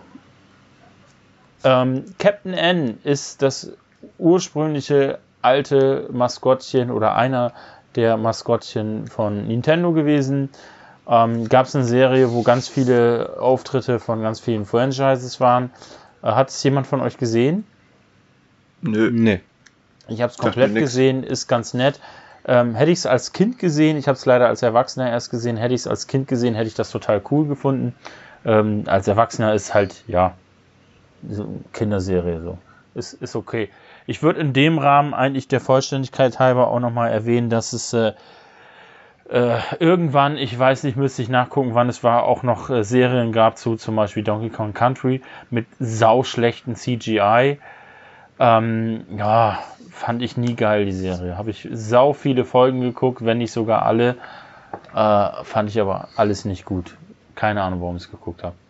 Ähm, Captain N ist das ursprüngliche alte Maskottchen oder einer der Maskottchen von Nintendo gewesen. Ähm, Gab es eine Serie, wo ganz viele Auftritte von ganz vielen Franchises waren. Äh, hat es jemand von euch gesehen? Nö. Nee. Ich habe es komplett gesehen, ist ganz nett. Ähm, hätte ich es als Kind gesehen, ich habe es leider als Erwachsener erst gesehen, hätte ich es als Kind gesehen, hätte ich das total cool gefunden. Ähm, als Erwachsener ist halt, ja, so eine Kinderserie so. Ist, ist okay. Ich würde in dem Rahmen eigentlich der Vollständigkeit halber auch nochmal erwähnen, dass es äh, äh, irgendwann, ich weiß nicht, müsste ich nachgucken, wann es war, auch noch äh, Serien gab zu zum Beispiel Donkey Kong Country mit sauschlechten C G I. Ähm, ja, fand ich nie geil, die Serie. Habe ich sau viele Folgen geguckt, wenn nicht sogar alle. Äh, fand ich aber alles nicht gut. Keine Ahnung, warum ich es geguckt habe.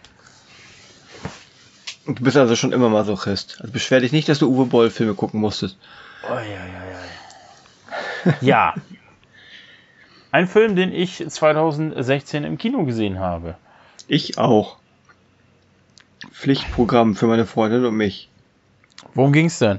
Du bist also schon immer Masochist. Also beschwer dich nicht, dass du Uwe Boll Filme gucken musstest. Oh, ja, ja, ja. Ja. Ein Film, den ich zweitausendsechzehn im Kino gesehen habe. Ich auch. Pflichtprogramm für meine Freundin und mich. Worum ging's denn?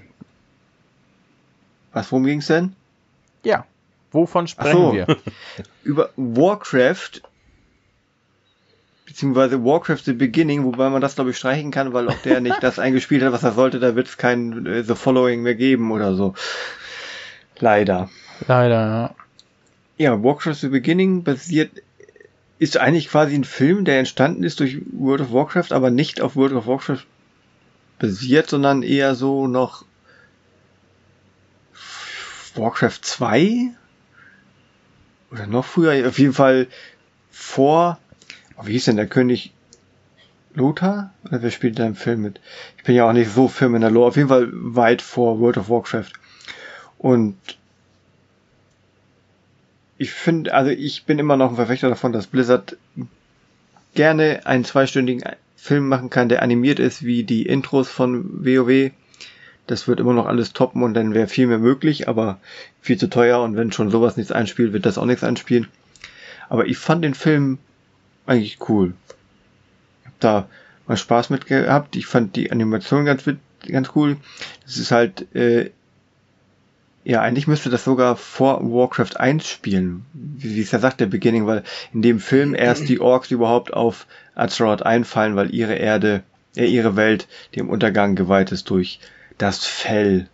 Was, worum ging's denn? Ja. Wovon sprechen Ach so. wir? Über Warcraft, beziehungsweise Warcraft The Beginning, wobei man das, glaube ich, streichen kann, weil auch der nicht das eingespielt hat, was er sollte. Da wird es kein äh, The Following mehr geben oder so. Leider. Leider, ja. Ja, Warcraft The Beginning basiert, ist eigentlich quasi ein Film, der entstanden ist durch World of Warcraft, aber nicht auf World of Warcraft basiert, sondern eher so noch Warcraft zwei oder noch früher, auf jeden Fall vor, oh, wie hieß denn der König Lothar? Oder wer spielt da im Film mit? Ich bin ja auch nicht so firm in der Lore, auf jeden Fall weit vor World of Warcraft. Und ich finde, also ich bin immer noch ein Verfechter davon, dass Blizzard gerne einen zweistündigen Film machen kann, der animiert ist wie die Intros von WoW. Das wird immer noch alles toppen und dann wäre viel mehr möglich, aber viel zu teuer und wenn schon sowas nichts einspielt, wird das auch nichts einspielen. Aber ich fand den Film eigentlich cool. Ich hab da mal Spaß mit gehabt. Ich fand die Animation ganz ganz cool. Das ist halt, äh, ja, eigentlich müsste das sogar vor Warcraft eins spielen, wie, wie es ja sagt, der Beginning, weil in dem Film erst die Orks überhaupt auf Azeroth einfallen, weil ihre Erde, äh, ihre Welt dem Untergang geweiht ist durch das Fell.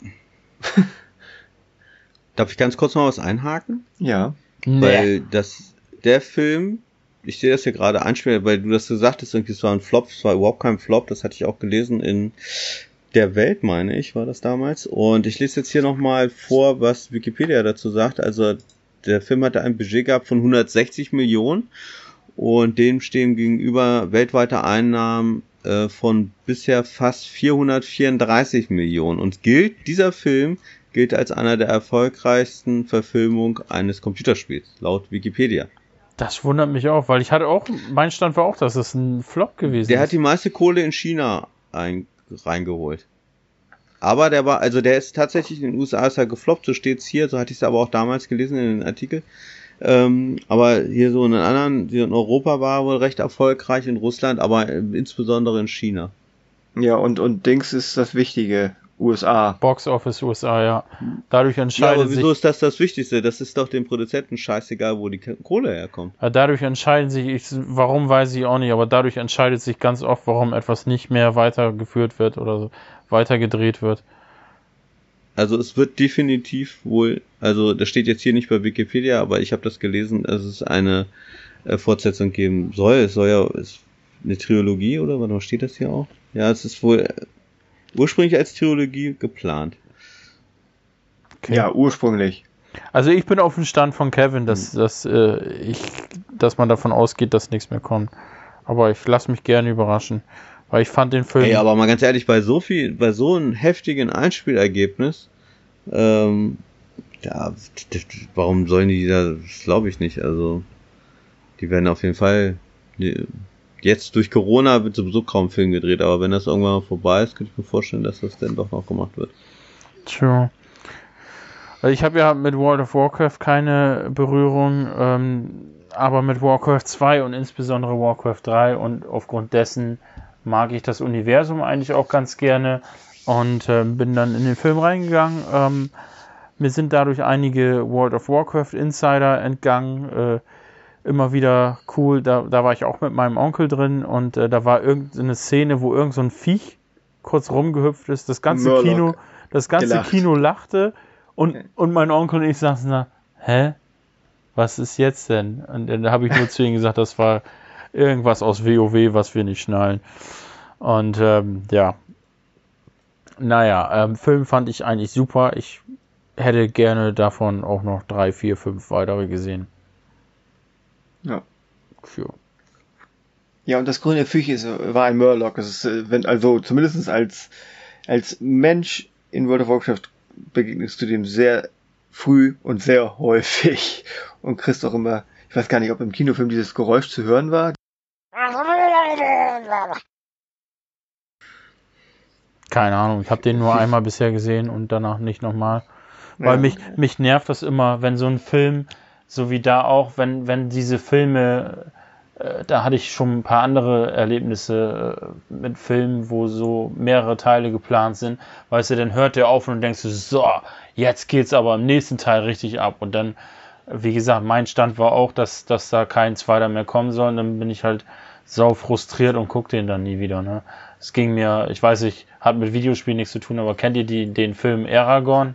Darf ich ganz kurz noch was einhaken? Ja. Nee. Weil das, der Film, ich sehe das hier gerade einspielen, weil du das gesagt hast, irgendwie es war ein Flop, es war überhaupt kein Flop, das hatte ich auch gelesen in der Welt, meine ich, war das damals. Und ich lese jetzt hier nochmal vor, was Wikipedia dazu sagt. Also der Film hatte ein Budget gehabt von hundertsechzig Millionen und dem stehen gegenüber weltweite Einnahmen äh, von bisher fast vierhundertvierunddreißig Millionen. Und gilt, dieser Film gilt als einer der erfolgreichsten Verfilmungen eines Computerspiels, laut Wikipedia. Das wundert mich auch, weil ich hatte auch, mein Stand war auch, dass es ein Flop gewesen Der ist. hat die meiste Kohle in China ein reingeholt. Aber der war, also der ist tatsächlich in den U S A ist er gefloppt, so steht's hier, so hatte ich es aber auch damals gelesen in den Artikel. Ähm, aber hier so in den anderen, hier in Europa war er wohl recht erfolgreich, in Russland, aber insbesondere in China. Ja, und, und Dings ist das Wichtige. U S A. Box Office U S A, ja. Dadurch Ja, entscheidet aber wieso sich, ist das das Wichtigste? Das ist doch den Produzenten scheißegal, wo die Kohle herkommt. dadurch entscheiden sich, ich, warum weiß ich auch nicht, aber dadurch entscheidet sich ganz oft, warum etwas nicht mehr weitergeführt wird oder so, weitergedreht wird. Also es wird definitiv wohl Also das steht jetzt hier nicht bei Wikipedia, aber ich habe das gelesen, dass es eine äh, Fortsetzung geben soll. Es soll ja ist eine Trilogie, oder? Was steht das hier auch? Ja, es ist wohl ursprünglich als Trilogie geplant. Okay. Ja, ursprünglich. Also ich bin auf dem Stand von Kevin, dass, hm. dass, äh, ich, dass man davon ausgeht, dass nichts mehr kommt. Aber ich lasse mich gerne überraschen. Weil ich fand den Film... Ey, aber mal ganz ehrlich, bei so viel, bei so einem heftigen Einspielergebnis, ähm, ja, warum sollen die da, das glaube ich nicht, also, die werden auf jeden Fall, jetzt durch Corona wird sowieso kaum Film gedreht, aber wenn das irgendwann mal vorbei ist, könnte ich mir vorstellen, dass das dann doch noch gemacht wird. True. Also ich habe ja mit World of Warcraft keine Berührung, ähm, aber mit Warcraft zwei und insbesondere Warcraft drei und aufgrund dessen mag ich das Universum eigentlich auch ganz gerne und äh, bin dann in den Film reingegangen. Ähm, mir sind dadurch einige World of Warcraft Insider entgangen. Äh, immer wieder cool, da, da war ich auch mit meinem Onkel drin und äh, da war irgendeine Szene, wo irgend so ein Viech kurz rumgehüpft ist. Das ganze Murloc. Kino, das ganze Gelacht. Kino lachte und, und mein Onkel und ich sagten da, hä? Was ist jetzt denn? Und dann habe ich nur zu ihm gesagt, das war irgendwas aus WoW, was wir nicht schnallen. Und ähm, ja, naja, ähm, Film fand ich eigentlich super. Ich hätte gerne davon auch noch drei, vier, fünf weitere gesehen. Ja. Ja, ja, und das grüne Viech ist, war ein Murloc. Es ist, wenn, also zumindest als, als Mensch in World of Warcraft begegnest du dem sehr früh und sehr häufig und kriegst auch immer, ich weiß gar nicht, ob im Kinofilm dieses Geräusch zu hören war. keine Ahnung, ich habe den nur einmal bisher gesehen und danach nicht nochmal. Weil Ja. mich, mich nervt das immer, wenn so ein Film, so wie da auch, wenn, wenn diese Filme, äh, da hatte ich schon ein paar andere Erlebnisse äh, mit Filmen, wo so mehrere Teile geplant sind, weißt du, dann hört der auf und du denkst du, so, jetzt geht's aber im nächsten Teil richtig ab und dann, wie gesagt, mein Stand war auch, dass, dass da kein zweiter mehr kommen soll und dann bin ich halt sau frustriert und guck den dann nie wieder, ne. Es ging mir, ich weiß nicht, hat mit Videospielen nichts zu tun, aber kennt ihr die, den Film Aragorn?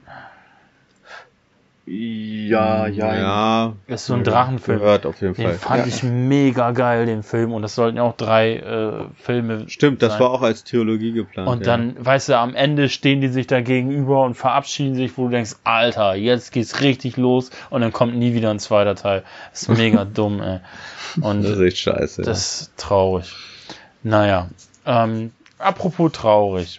Ja, ja, ja. Das ist so ein Drachenfilm. Gehört auf jeden Den Fall. fand Ja. ich mega geil, den Film. Und das sollten ja auch drei äh, Filme Stimmt, das sein. war auch als Theologie geplant. Und ja. dann, weißt du, am Ende stehen die sich da gegenüber und verabschieden sich, wo du denkst, Alter, jetzt geht's richtig los und dann kommt nie wieder ein zweiter Teil. Das ist mega dumm, ey. Und Das ist echt scheiße. das ist traurig. Naja, ähm, apropos traurig.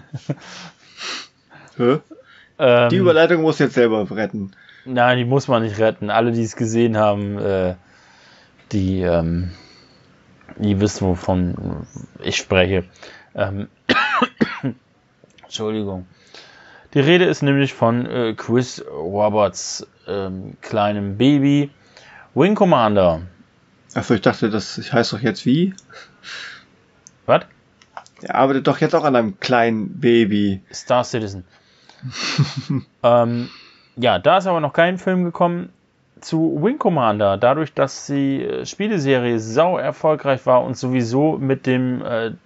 Hä? ähm, Die Überleitung muss jetzt selber retten. Nein, die muss man nicht retten. Alle, die es gesehen haben, äh, die, ähm, die wissen, wovon ich spreche. Ähm, Entschuldigung. Die Rede ist nämlich von äh, Chris Roberts ähm, kleinem Baby Wing Commander. Achso, ich dachte, das heißt doch jetzt wie? Was? Er arbeitet doch jetzt auch an einem kleinen Baby. Star Citizen. ähm, ja, da ist aber noch kein Film gekommen zu Wing Commander. Dadurch, dass die äh, Spieleserie sau erfolgreich war und sowieso mit dem äh, äh,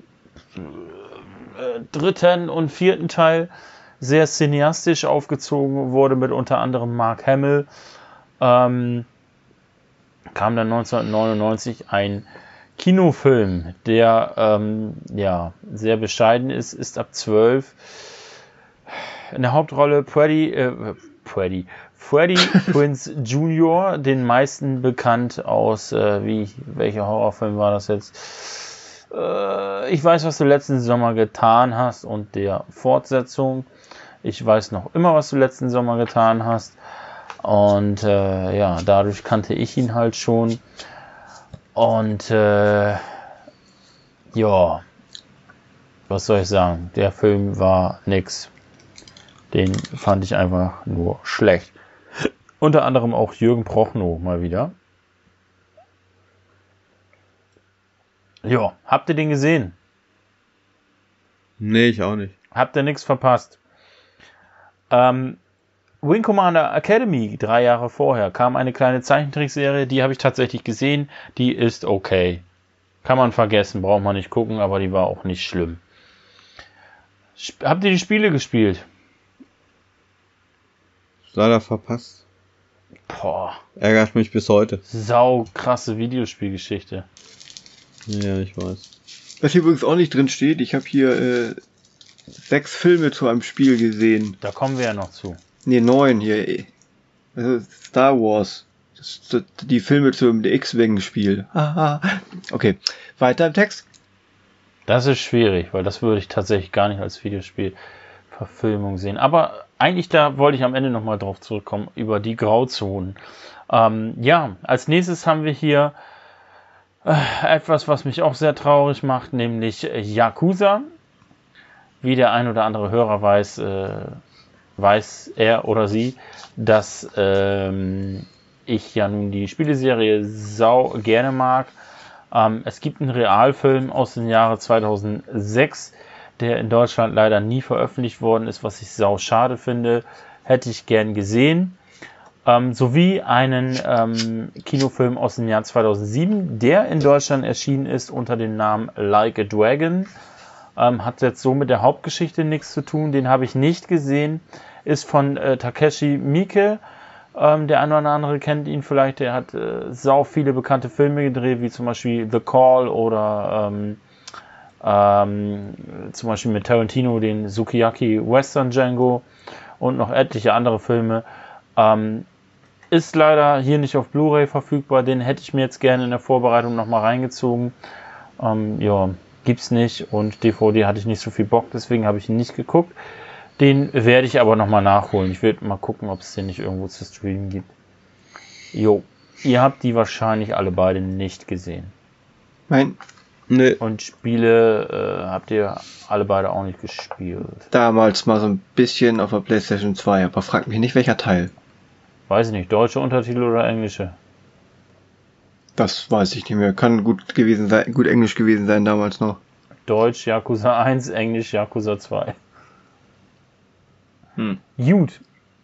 dritten und vierten Teil sehr cineastisch aufgezogen wurde, mit unter anderem Mark Hamill, ähm, kam dann neunzehnhundertneunundneunzig ein Kinofilm, der ähm, ja sehr bescheiden ist, ist ab zwölf. In der Hauptrolle Freddy, äh, Freddy, Freddy Prinze Junior, den meisten bekannt aus, äh, wie, welcher Horrorfilm war das jetzt? Äh, ich weiß, was du letzten Sommer getan hast und der Fortsetzung. Ich weiß noch immer, was du letzten Sommer getan hast. Und äh, ja, dadurch kannte ich ihn halt schon. Und äh, ja, was soll ich sagen? Der Film war nix. Den fand ich einfach nur schlecht. Unter anderem auch Jürgen Prochnow mal wieder. Ja, habt ihr den gesehen? Nee, ich auch nicht. Habt ihr nichts verpasst? Ähm, Wing Commander Academy, drei Jahre vorher, kam eine kleine Zeichentrickserie, die habe ich tatsächlich gesehen, die ist okay. Kann man vergessen, braucht man nicht gucken, aber die war auch nicht schlimm. Sp- Habt ihr die Spiele gespielt? leider verpasst. Boah. Ärgert mich bis heute. Sau krasse Videospielgeschichte. Ja, ich weiß. Was hier übrigens auch nicht drin steht, ich habe hier äh, sechs Filme zu einem Spiel gesehen. Da kommen wir ja noch zu. Ne, neun hier. Also Star Wars. Das, das, die Filme zum X-Wing-Spiel. Okay, weiter im Text. Das ist schwierig, weil das würde ich tatsächlich gar nicht als Videospielverfilmung sehen. Aber eigentlich da wollte ich am Ende nochmal drauf zurückkommen, über die Grauzonen. Ähm, ja, als nächstes haben wir hier äh, etwas, was mich auch sehr traurig macht, nämlich Yakuza. Wie der ein oder andere Hörer weiß, äh, weiß er oder sie, dass ähm, ich ja nun die Spieleserie sau gerne mag. Ähm, es gibt einen Realfilm aus dem Jahre zweitausendsechs, der in Deutschland leider nie veröffentlicht worden ist, was ich sau schade finde. Hätte ich gern gesehen. Ähm, sowie einen ähm, Kinofilm aus dem Jahr zweitausendsieben, der in Deutschland erschienen ist unter dem Namen Like a Dragon. Ähm, hat jetzt so mit der Hauptgeschichte nichts zu tun, den habe ich nicht gesehen. Ist von äh, Takeshi Miike. Ähm, der eine oder andere kennt ihn vielleicht, der hat äh, sau viele bekannte Filme gedreht, wie zum Beispiel The Call oder ähm, ähm, zum Beispiel mit Tarantino den Sukiyaki Western Django und noch etliche andere Filme. Ähm, ist leider hier nicht auf Blu-ray verfügbar, den hätte ich mir jetzt gerne in der Vorbereitung nochmal reingezogen. Ähm, ja, gibt's nicht und D V D hatte ich nicht so viel Bock, deswegen habe ich ihn nicht geguckt. Den werde ich aber nochmal nachholen. Ich werde mal gucken, ob es den nicht irgendwo zu streamen gibt. Jo, ihr habt die wahrscheinlich alle beide nicht gesehen. Nein. Nee. Und Spiele äh, habt ihr alle beide auch nicht gespielt. Damals mal so ein bisschen auf der PlayStation zwei, aber fragt mich nicht, welcher Teil. Weiß ich nicht, deutsche Untertitel oder englische? Das weiß ich nicht mehr. Kann gut gewesen sein, gut Englisch gewesen sein damals noch. Deutsch Yakuza eins, Englisch Yakuza zwei. Hm. Gut.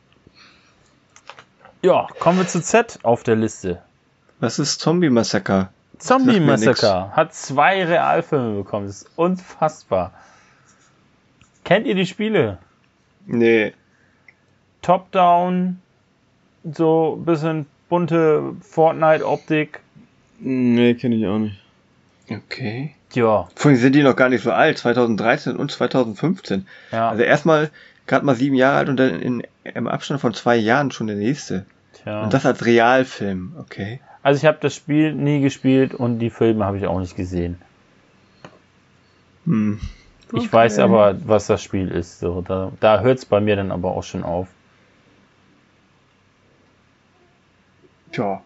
Ja, kommen wir zu Z auf der Liste. Was ist Zombie Massacre? Zombie Sagt mir Massacre hat zwei Realfilme bekommen. Das ist unfassbar. Kennt ihr die Spiele? Nee. Top-Down, so ein bisschen bunte Fortnite-Optik. Nee, kenne ich auch nicht. Okay. Ja. Vorhin sind die noch gar nicht so alt, zweitausenddreizehn und zweitausendfünfzehn. Ja. Also erstmal gerade mal sieben Jahre alt und dann in, im Abstand von zwei Jahren schon der nächste. Tja. Und das als Realfilm, okay. Also ich habe das Spiel nie gespielt und die Filme habe ich auch nicht gesehen. Hm. Ich Okay. weiß aber, was das Spiel ist. So, da da hört es bei mir dann aber auch schon auf. Tja.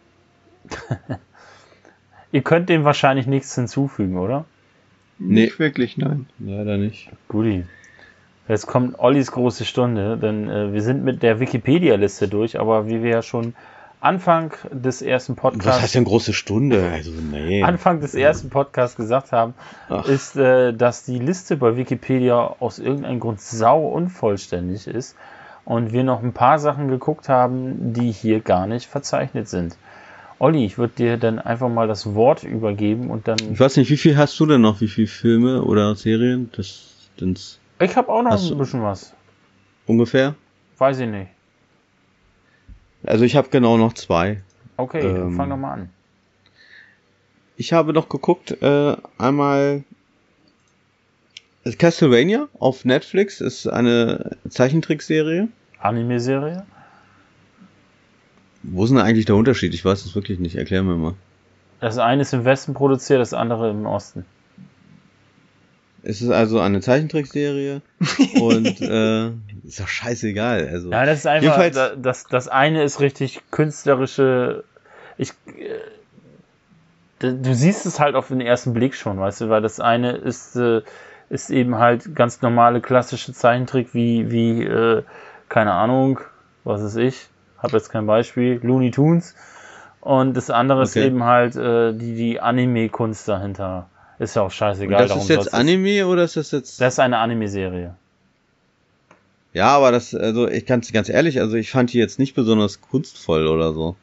Ihr könnt dem wahrscheinlich nichts hinzufügen, oder? Nee. Nicht wirklich, nein. Leider nicht. Guti. Jetzt kommt Ollis große Stunde, denn äh, wir sind mit der Wikipedia-Liste durch, aber wie wir ja schon Anfang des ersten Podcasts... Was heißt denn große Stunde? Also, nee. Anfang des ersten Podcasts gesagt haben, Ach. ist, äh, dass die Liste bei Wikipedia aus irgendeinem Grund sau unvollständig ist und wir noch ein paar Sachen geguckt haben, die hier gar nicht verzeichnet sind. Olli, ich würde dir dann einfach mal das Wort übergeben und dann... Ich weiß nicht, wie viel hast du denn noch? Wie viele Filme oder Serien? Das sind's Ich habe auch noch Hast ein du- bisschen was. ungefähr? Weiß ich nicht. Also ich habe genau noch zwei. Okay, dann Ähm. fang doch mal an. Ich habe noch geguckt, äh, einmal Castlevania auf Netflix, ist eine Zeichentrickserie. Anime-Serie? Wo ist denn eigentlich der Unterschied? Ich weiß es wirklich nicht. Erklär mir mal. Das eine ist im Westen produziert, das andere im Osten. Es ist also eine Zeichentrickserie und äh, ist doch scheißegal. Also Ja, das ist einfach, jedenfalls, da- das, das eine ist richtig künstlerische, ich, äh, d- du siehst es halt auf den ersten Blick schon, weißt du, weil das eine ist, äh, ist eben halt ganz normale klassische Zeichentrick wie, wie, äh, keine Ahnung, was ist ich, habe jetzt kein Beispiel, Looney Tunes, und das andere ist Okay. eben halt äh, die, die Anime-Kunst dahinter. Ist ja auch und scheißegal. das darum ist jetzt soll's- Anime oder ist das jetzt? Das ist eine Anime-Serie. Ja, aber das, also ich kann ganz ehrlich, also ich fand die jetzt nicht besonders kunstvoll oder so.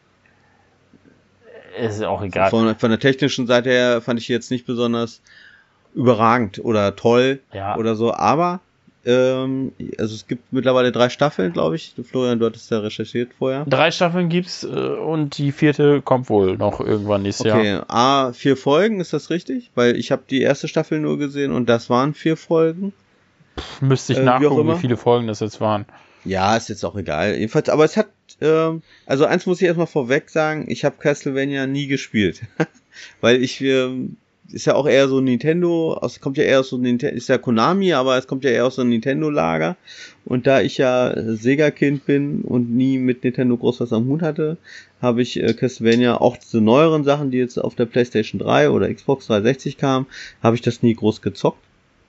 Ist auch egal. Von, von der technischen Seite her fand ich die jetzt nicht besonders überragend oder toll Ja. oder so, aber Ähm, also es gibt mittlerweile drei Staffeln, glaube ich. Florian, du hattest ja recherchiert vorher. Drei Staffeln gibt's äh, und die vierte kommt wohl noch irgendwann nächstes okay. Jahr. Okay, ah, vier Folgen, ist das richtig? Weil ich habe die erste Staffel nur gesehen und das waren vier Folgen. Pff, müsste ich äh, nachgucken, wie, wie viele Folgen das jetzt waren. Ja, ist jetzt auch egal. Jedenfalls, aber es hat, ähm, also eins muss ich erstmal vorweg sagen, ich habe Castlevania nie gespielt. Weil ich, ähm, ist ja auch eher so Nintendo, es kommt ja eher aus so Nintendo, ist ja Konami, aber es kommt ja eher aus so einem Nintendo-Lager. Und da ich ja Sega-Kind bin und nie mit Nintendo groß was am Hut hatte, habe ich äh, Castlevania, auch diese neueren Sachen, die jetzt auf der PlayStation drei oder Xbox dreihundertsechzig kamen, habe ich das nie groß gezockt.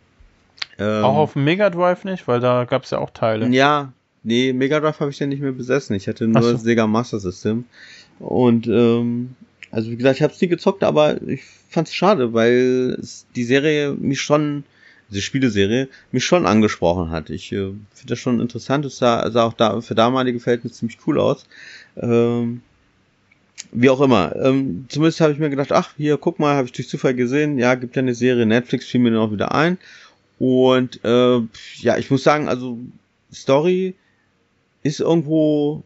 Ähm, Auch auf dem Mega Drive nicht, weil da gab es ja auch Teile. Ja, nee, Mega Drive habe ich ja nicht mehr besessen. Ich hatte nur Ach so. das Sega Master System. Und ähm, also wie gesagt, ich habe es nie gezockt, aber ich fand es schade, weil es, die Serie mich schon, diese Spieleserie, mich schon angesprochen hat. Ich äh, finde das schon interessant. Es sah, sah auch da für damalige Verhältnisse ziemlich cool aus. Ähm, wie auch immer. Ähm, zumindest habe ich mir gedacht, ach, hier, guck mal, habe ich durch Zufall gesehen. Ja, gibt ja eine Serie, Netflix fiel mir dann auch wieder ein. Und äh, ja, ich muss sagen, also Story ist irgendwo,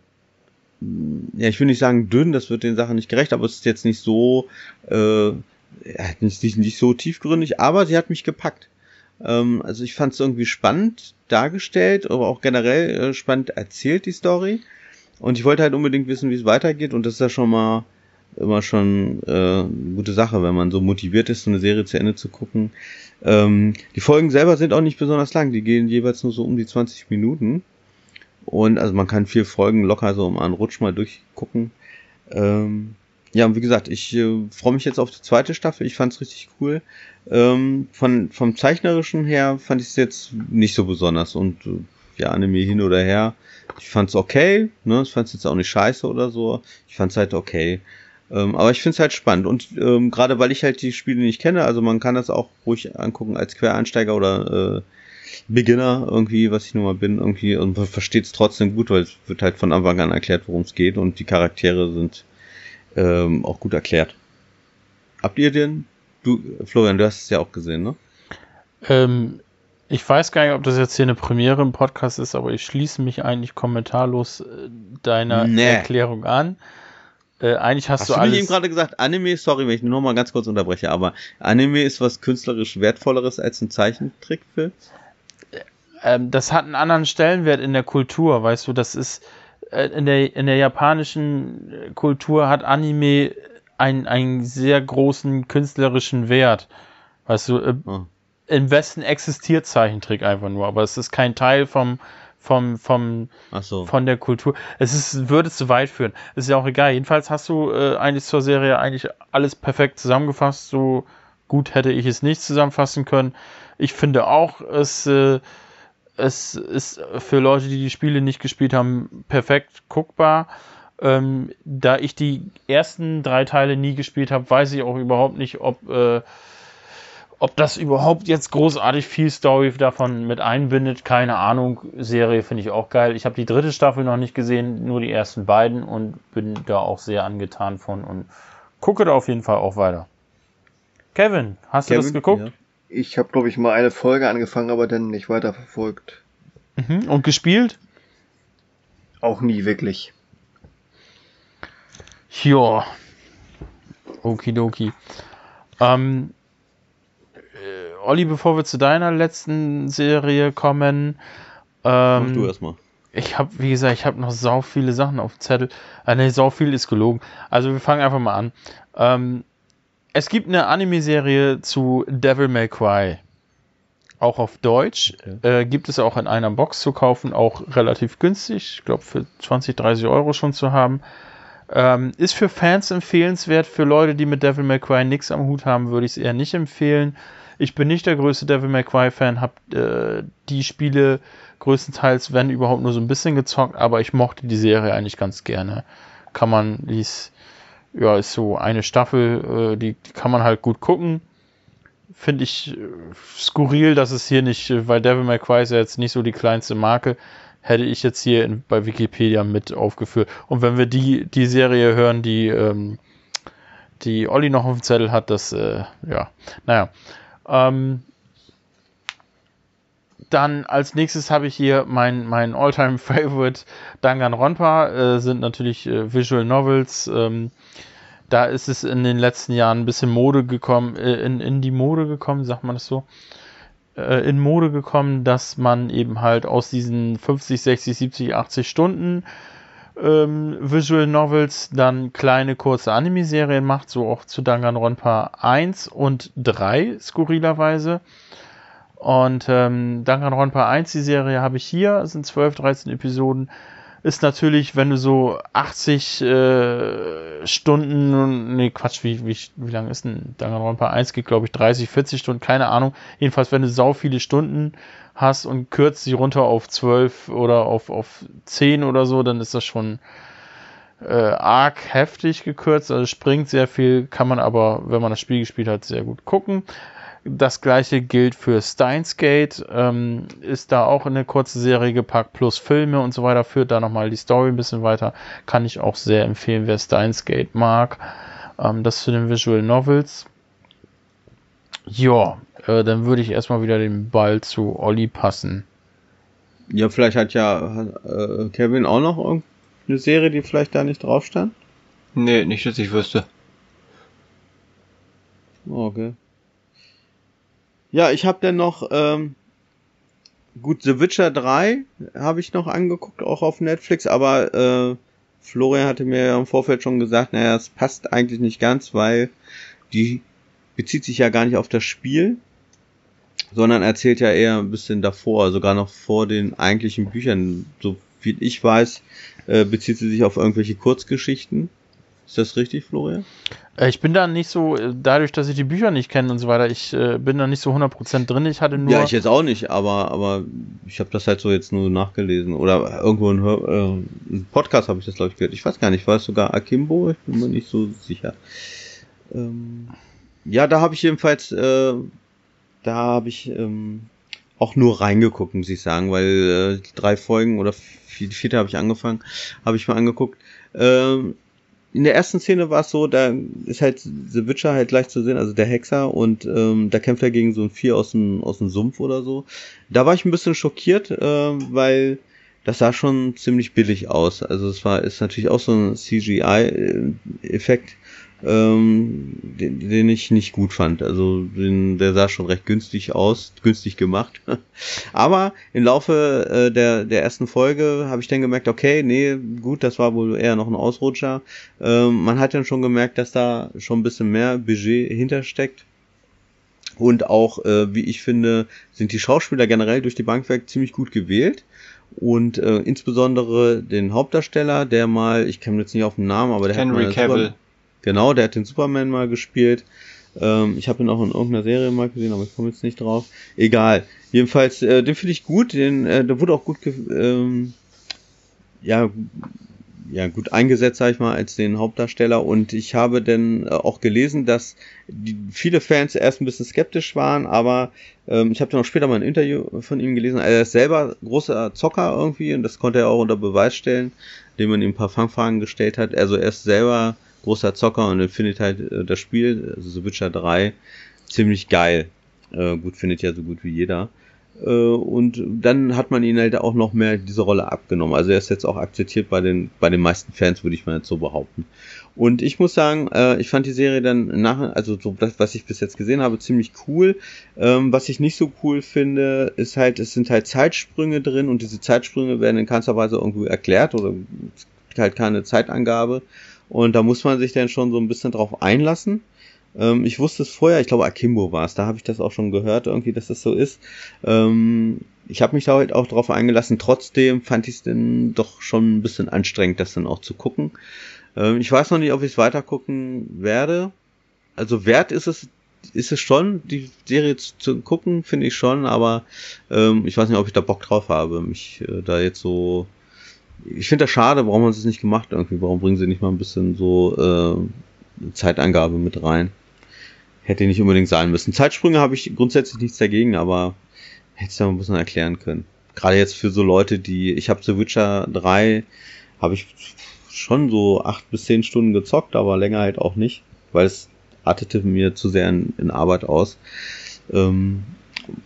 ja, ich will nicht sagen dünn, das wird den Sachen nicht gerecht, aber es ist jetzt nicht so, äh, nicht, nicht, nicht so tiefgründig, aber sie hat mich gepackt. Ähm, also ich fand es irgendwie spannend dargestellt, aber auch generell äh, spannend erzählt, die Story. Und ich wollte halt unbedingt wissen, wie es weitergeht, und das ist ja schon mal immer schon äh, eine gute Sache, wenn man so motiviert ist, so eine Serie zu Ende zu gucken. Ähm, die Folgen selber sind auch nicht besonders lang, die gehen jeweils nur so um die zwanzig Minuten. Und also man kann vier Folgen locker so um einen Rutsch mal durchgucken. Ähm, ja, und wie gesagt, ich äh, freue mich jetzt auf die zweite Staffel. Ich fand es richtig cool. Ähm, von vom Zeichnerischen her fand ich es jetzt nicht so besonders. Und äh, ja, Anime hin oder her. Ich fand es okay. Ne? Ich fand es jetzt auch nicht scheiße oder so. Ich fand es halt okay. Ähm, aber ich finde es halt spannend. Und ähm, gerade weil ich halt die Spiele nicht kenne, also man kann das auch ruhig angucken als Quereinsteiger oder äh, Beginner irgendwie, was ich nun mal bin, irgendwie, und man versteht es trotzdem gut, weil es wird halt von Anfang an erklärt, worum es geht, und die Charaktere sind ähm, auch gut erklärt. Habt ihr den? Du, Florian, du hast es ja auch gesehen, ne? Ähm, ich weiß gar nicht, ob das jetzt hier eine Premiere im Podcast ist, aber ich schließe mich eigentlich kommentarlos äh, deiner Nee. Erklärung an. Äh, eigentlich hast, Hast du du alles... nicht eben gerade gesagt, Anime, sorry, wenn ich nur mal ganz kurz unterbreche, aber Anime ist was künstlerisch Wertvolleres als ein Zeichentrickfilm? Ähm, das hat einen anderen Stellenwert in der Kultur, weißt du, das ist äh, in der in der japanischen Kultur hat Anime einen einen sehr großen künstlerischen Wert, weißt du, äh, Oh. im Westen existiert Zeichentrick einfach nur, aber es ist kein Teil vom vom vom Ach so. von der Kultur. Es ist würde zu weit führen. Ist ja auch egal. Jedenfalls hast du äh, eigentlich zur Serie eigentlich alles perfekt zusammengefasst. So gut hätte ich es nicht zusammenfassen können. Ich finde auch, es äh, Es ist für Leute, die die Spiele nicht gespielt haben, perfekt guckbar. Ähm, da ich die ersten drei Teile nie gespielt habe, weiß ich auch überhaupt nicht, ob, äh, ob das überhaupt jetzt großartig viel Story davon mit einbindet. Keine Ahnung. Serie finde ich auch geil. Ich habe die dritte Staffel noch nicht gesehen, nur die ersten beiden, und bin da auch sehr angetan von und gucke da auf jeden Fall auch weiter. Kevin, hast Kevin, du das geguckt? ja. Ich habe, glaube ich, mal eine Folge angefangen, aber dann nicht weiter verfolgt. Mhm. Und gespielt? Auch nie wirklich. Ja. Okidoki. Ähm, äh, Olli, bevor wir zu deiner letzten Serie kommen, Mach ähm, du erstmal. ich habe, wie gesagt, ich habe noch sau viele Sachen auf dem Zettel. Äh, ne, sau viel ist gelogen. Also wir fangen einfach mal an. Ähm, es gibt eine Anime-Serie zu Devil May Cry. Auch auf Deutsch. Okay. Äh, gibt es auch in einer Box zu kaufen, auch relativ günstig. Ich glaube für zwanzig, dreißig Euro schon zu haben. Ähm, ist für Fans empfehlenswert. Für Leute, die mit Devil May Cry nichts am Hut haben, würde ich es eher nicht empfehlen. Ich bin nicht der größte Devil May Cry Fan, habe äh, die Spiele größtenteils, wenn überhaupt, nur so ein bisschen gezockt, aber ich mochte die Serie eigentlich ganz gerne. Kann man, die ist, ja, ist so eine Staffel, äh, die, die kann man halt gut gucken. Finde ich äh, skurril, dass es hier nicht, äh, weil Devil May Cry ist ja jetzt nicht so die kleinste Marke, hätte ich jetzt hier in, bei Wikipedia mit aufgeführt. Und wenn wir die, die Serie hören, die, ähm, die Olli noch auf dem Zettel hat, das, äh, ja, naja. Ähm, dann als nächstes habe ich hier mein, mein All-Time-Favorite Danganronpa, äh, sind natürlich äh, Visual Novels. Ähm, da ist es in den letzten Jahren ein bisschen Mode gekommen, äh, in, in die Mode gekommen, sagt man das so, äh, in Mode gekommen, dass man eben halt aus diesen fünfzig, sechzig, siebzig, achtzig Stunden ähm, Visual Novels dann kleine, kurze Anime-Serien macht, so auch zu Danganronpa eins und drei, skurrilerweise. Und ähm, Danganronpa eins, die Serie habe ich hier, es sind zwölf, dreizehn Episoden, ist natürlich, wenn du so achtzig äh, Stunden, nee Quatsch, wie, wie, wie lang ist denn Danganronpa eins, geht glaube ich dreißig, vierzig Stunden, keine Ahnung, jedenfalls wenn du sau viele Stunden hast und kürzt sie runter auf zwölf oder auf, auf zehn oder so, dann ist das schon äh, arg heftig gekürzt, also springt sehr viel, kann man aber, wenn man das Spiel gespielt hat, sehr gut gucken. Das gleiche gilt für Steins Gate, ähm, ist da auch in eine kurze Serie gepackt, plus Filme und so weiter, führt da nochmal die Story ein bisschen weiter. Kann ich auch sehr empfehlen, wer Steins Gate mag. Ähm, das zu den Visual Novels. Ja, äh, dann würde ich erstmal wieder den Ball zu Olli passen. Ja, vielleicht hat ja äh, Kevin auch noch irgendeine Serie, die vielleicht da nicht drauf stand? Nee, nicht, dass ich wüsste. Okay. Ja, ich habe dann noch, ähm, gut, The Witcher drei habe ich noch angeguckt, auch auf Netflix, aber äh, Florian hatte mir ja im Vorfeld schon gesagt, naja, es passt eigentlich nicht ganz, weil die bezieht sich ja gar nicht auf das Spiel, sondern erzählt ja eher ein bisschen davor, sogar noch vor den eigentlichen Büchern. So viel ich weiß, äh, bezieht sie sich auf irgendwelche Kurzgeschichten. Ist das richtig, Florian? Ich bin da nicht so, dadurch, dass ich die Bücher nicht kenne und so weiter, ich äh, bin da nicht so hundert Prozent drin. Ich hatte nur... Ja, ich jetzt auch nicht, aber aber ich habe das halt so jetzt nur nachgelesen. Oder irgendwo in äh, ein Podcast habe ich das, glaube ich, gehört. Ich weiß gar nicht, war es sogar Akimbo? Ich bin mir nicht so sicher. Ähm, ja, da habe ich jedenfalls, äh, da habe ich ähm, auch nur reingeguckt, muss ich sagen, weil äh, drei Folgen oder vier, vierte habe ich angefangen, habe ich mal angeguckt. Ähm, In der ersten Szene war es so, da ist halt The Witcher halt gleich zu sehen, also der Hexer, und ähm, da kämpft er gegen so ein Vieh aus dem, aus dem Sumpf oder so. Da war ich ein bisschen schockiert, äh, weil das sah schon ziemlich billig aus. Also es war, ist natürlich auch so ein C G I-Effekt, ähm, den, den ich nicht gut fand. Also den, der sah schon recht günstig aus, günstig gemacht. Aber im Laufe äh, der, der ersten Folge habe ich dann gemerkt, okay, nee, gut, das war wohl eher noch ein Ausrutscher. Ähm, man hat dann schon gemerkt, dass da schon ein bisschen mehr Budget hintersteckt. Und auch, äh, wie ich finde, sind die Schauspieler generell durch die Bank weg ziemlich gut gewählt. Und äh, insbesondere den Hauptdarsteller, der mal, ich kenne jetzt nicht auf den Namen, aber der Henry hat mal Cavill. Super, genau, der hat den Superman mal gespielt. Ähm, ich habe ihn auch in irgendeiner Serie mal gesehen, aber ich komme jetzt nicht drauf. Egal. Jedenfalls, äh, den finde ich gut. Den, äh, der wurde auch gut, ge ähm, ja, ja, gut eingesetzt, sag ich mal, als den Hauptdarsteller. Und ich habe dann äh, auch gelesen, dass die, viele Fans erst ein bisschen skeptisch waren, aber ähm, ich habe dann auch später mal ein Interview von ihm gelesen. Er ist selber großer Zocker irgendwie und das konnte er auch unter Beweis stellen, indem man ihm ein paar Fangfragen gestellt hat. Also er ist selber großer Zocker und er findet halt äh, das Spiel, also The Witcher drei, ziemlich geil. Äh, gut, findet ja so gut wie jeder. Äh, und dann hat man ihn halt auch noch mehr diese Rolle abgenommen. Also er ist jetzt auch akzeptiert bei den bei den meisten Fans, würde ich mal jetzt so behaupten. Und ich muss sagen, äh, ich fand die Serie dann nachher, also so das, was ich bis jetzt gesehen habe, ziemlich cool. Ähm, was ich nicht so cool finde, ist halt, es sind halt Zeitsprünge drin und diese Zeitsprünge werden in keinster Weise irgendwo erklärt oder es gibt halt keine Zeitangabe. Und da muss man sich dann schon so ein bisschen drauf einlassen. Ähm, ich wusste es vorher, ich glaube Akimbo war es, da habe ich das auch schon gehört, irgendwie, dass das so ist. Ähm, ich habe mich da halt auch drauf eingelassen, trotzdem fand ich es dann doch schon ein bisschen anstrengend, das dann auch zu gucken. Ähm, ich weiß noch nicht, ob ich es weiter gucken werde. Also wert ist es, ist es schon, die Serie zu, zu gucken, finde ich schon, aber ähm, ich weiß nicht, ob ich da Bock drauf habe, mich äh, da jetzt so... Ich finde das schade, warum haben sie es nicht gemacht irgendwie, warum bringen sie nicht mal ein bisschen so äh, Zeitangabe mit rein. Hätte nicht unbedingt sein müssen. Zeitsprünge habe ich grundsätzlich nichts dagegen, aber hätte es da mal ein bisschen erklären können. Gerade jetzt für so Leute, die, ich habe The Witcher drei, habe ich schon so acht bis zehn Stunden gezockt, aber länger halt auch nicht, weil es artete mir zu sehr in, in Arbeit aus. Ähm,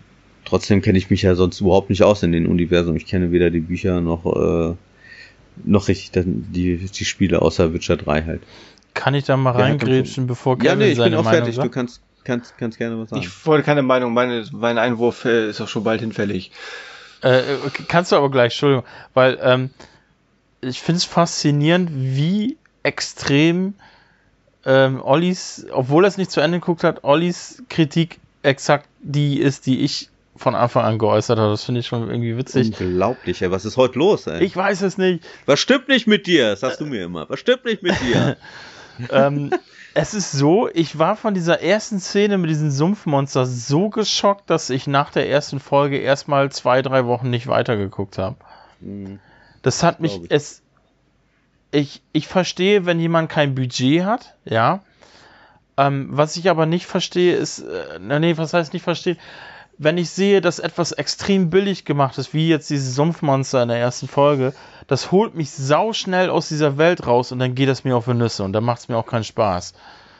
trotzdem kenne ich mich ja sonst überhaupt nicht aus in den Universum. Ich kenne weder die Bücher noch, äh, noch richtig die, die Spiele, außer Witcher drei halt. Kann ich da mal Ja, reingrätschen, bevor Kevin Ja, nee, ich seine bin auch Meinung fertig. sagt? Du kannst, kannst, kannst gerne was sagen. Ich wollte keine Meinung, meine, mein Einwurf äh, ist auch schon bald hinfällig. Äh, okay, kannst du aber gleich, Entschuldigung, weil ähm, ich finde es faszinierend, wie extrem ähm, Ollis, obwohl er es nicht zu Ende geguckt hat, Ollis Kritik exakt die ist, die ich von Anfang an geäußert habe. Das finde ich schon irgendwie witzig. Unglaublich, ey. Was ist heute los, ey? Ich weiß es nicht. Was stimmt nicht mit dir? Das sagst du mir immer. Was stimmt nicht mit dir? ähm, es ist so, ich war von dieser ersten Szene mit diesem Sumpfmonster so geschockt, dass ich nach der ersten Folge erstmal zwei, drei Wochen nicht weitergeguckt habe. Hm. Das hat mich, ich. es, ich, ich verstehe, wenn jemand kein Budget hat, ja. Ähm, was ich aber nicht verstehe, ist, äh, nee, was heißt nicht verstehen? Wenn ich sehe, dass etwas extrem billig gemacht ist, wie jetzt dieses Sumpfmonster in der ersten Folge, das holt mich sauschnell aus dieser Welt raus und dann geht das mir auf die Nüsse und dann macht es mir auch keinen Spaß.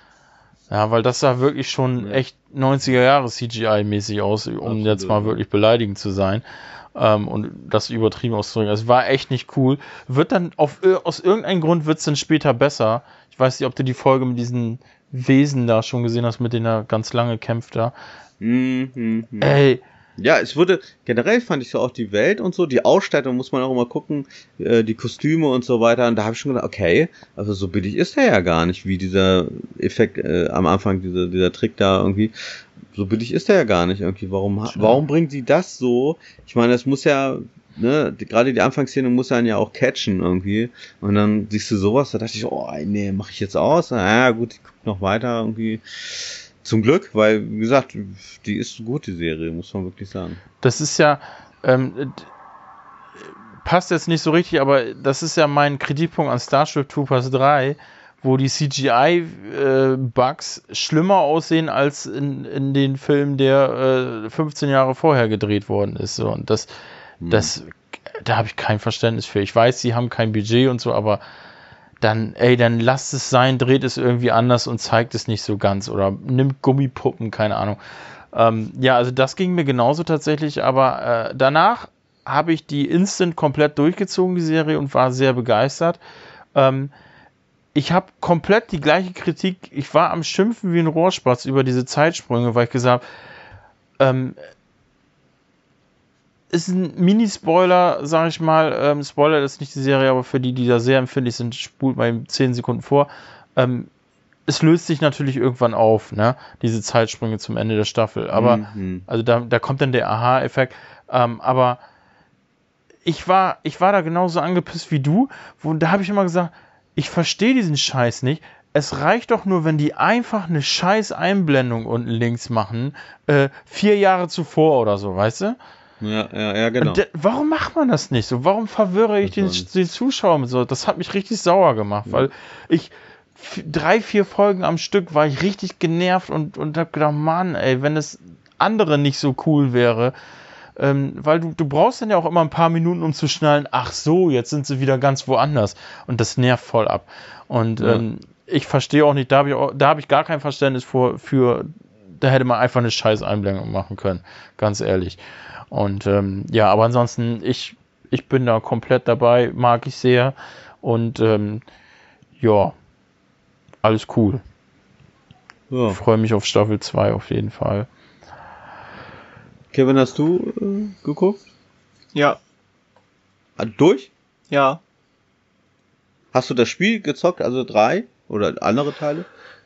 Ja, weil das sah wirklich schon Ja. echt neunziger Jahre C G I-mäßig aus, um Absolut, jetzt mal ja. wirklich beleidigend zu sein. Ähm, und das übertrieben auszudrücken. Es war echt nicht cool. Wird dann auf, aus irgendeinem Grund wird es dann später besser. Ich weiß nicht, ob du die Folge mit diesen Wesen da schon gesehen hast, mit denen er ganz lange kämpft da. Hm, hm, hm. Ey, Ja, es wurde, generell fand ich so auch die Welt und so, die Ausstattung muss man auch immer gucken, äh, die Kostüme und so weiter, und da habe ich schon gedacht, okay, also so billig ist der ja gar nicht, wie dieser Effekt äh, am Anfang, dieser, dieser Trick da irgendwie, so billig ist der ja gar nicht irgendwie, warum, ha- warum bringt die das so? Ich meine, das muss ja, ne, die, gerade die Anfangsszene muss einen ja auch catchen irgendwie, und dann siehst du sowas, da dachte ich, oh, nee, mach ich jetzt aus? Ja, gut, ich guck noch weiter irgendwie. Zum Glück, weil, wie gesagt, die ist so gut, die Serie, muss man wirklich sagen. das ist ja, ähm, d- passt jetzt nicht so richtig, aber das ist ja mein Kritikpunkt an Starship Troopers drei, wo die C G I-Bugs schlimmer aussehen als in, in den Filmen, der äh, fünfzehn Jahre vorher gedreht worden ist. So. Und das, Hm. das, da habe ich kein Verständnis für. Ich weiß, sie haben kein Budget und so, aber dann, ey, dann lasst es sein, dreht es irgendwie anders und zeigt es nicht so ganz oder nimmt Gummipuppen, keine Ahnung. Ähm, ja, also das ging mir genauso tatsächlich, aber äh, danach habe ich die instant komplett durchgezogen, die Serie, und war sehr begeistert. Ähm, ich habe komplett die gleiche Kritik, ich war am Schimpfen wie ein Rohrspatz über diese Zeitsprünge, weil ich gesagt habe, ähm, ist ein Mini-Spoiler, sag ich mal. Ähm, Spoiler ist nicht die Serie, aber für die, die da sehr empfindlich sind, spult mal zehn Sekunden vor. Ähm, es löst sich natürlich irgendwann auf, ne? Diese Zeitsprünge zum Ende der Staffel. Aber, Mhm. also da, da kommt dann der Aha-Effekt. Ähm, aber ich war, ich war da genauso angepisst wie du. Wo, da habe ich immer gesagt, ich verstehe diesen Scheiß nicht. Es reicht doch nur, wenn die einfach eine scheiß Einblendung unten links machen, äh, vier Jahre zuvor oder so, weißt du? Ja, ja, ja, genau. D- warum macht man das nicht so? Warum verwirre ich den, Das war nicht- den Zuschauer mit so? Das hat mich richtig sauer gemacht, Ja. weil ich f- drei, vier Folgen am Stück war ich richtig genervt und, und hab gedacht, Mann, ey, wenn das andere nicht so cool wäre, ähm, weil du, du brauchst dann ja auch immer ein paar Minuten, um zu schnallen, ach so, jetzt sind sie wieder ganz woanders, und das nervt voll ab. Und Ja. ähm, ich verstehe auch nicht, da habe ich, auch- da hab ich gar kein Verständnis vor, für, da hätte man einfach eine scheiß Einblendung machen können, ganz ehrlich. Und ähm, ja, aber ansonsten, ich, ich bin da komplett dabei, mag ich sehr. Und ähm, ja, alles cool. Ja. Ich freue mich auf Staffel zwei auf jeden Fall. Kevin, hast du äh, geguckt? Ja, Ah, durch? ja. Hast du das Spiel gezockt, also drei oder andere Teile?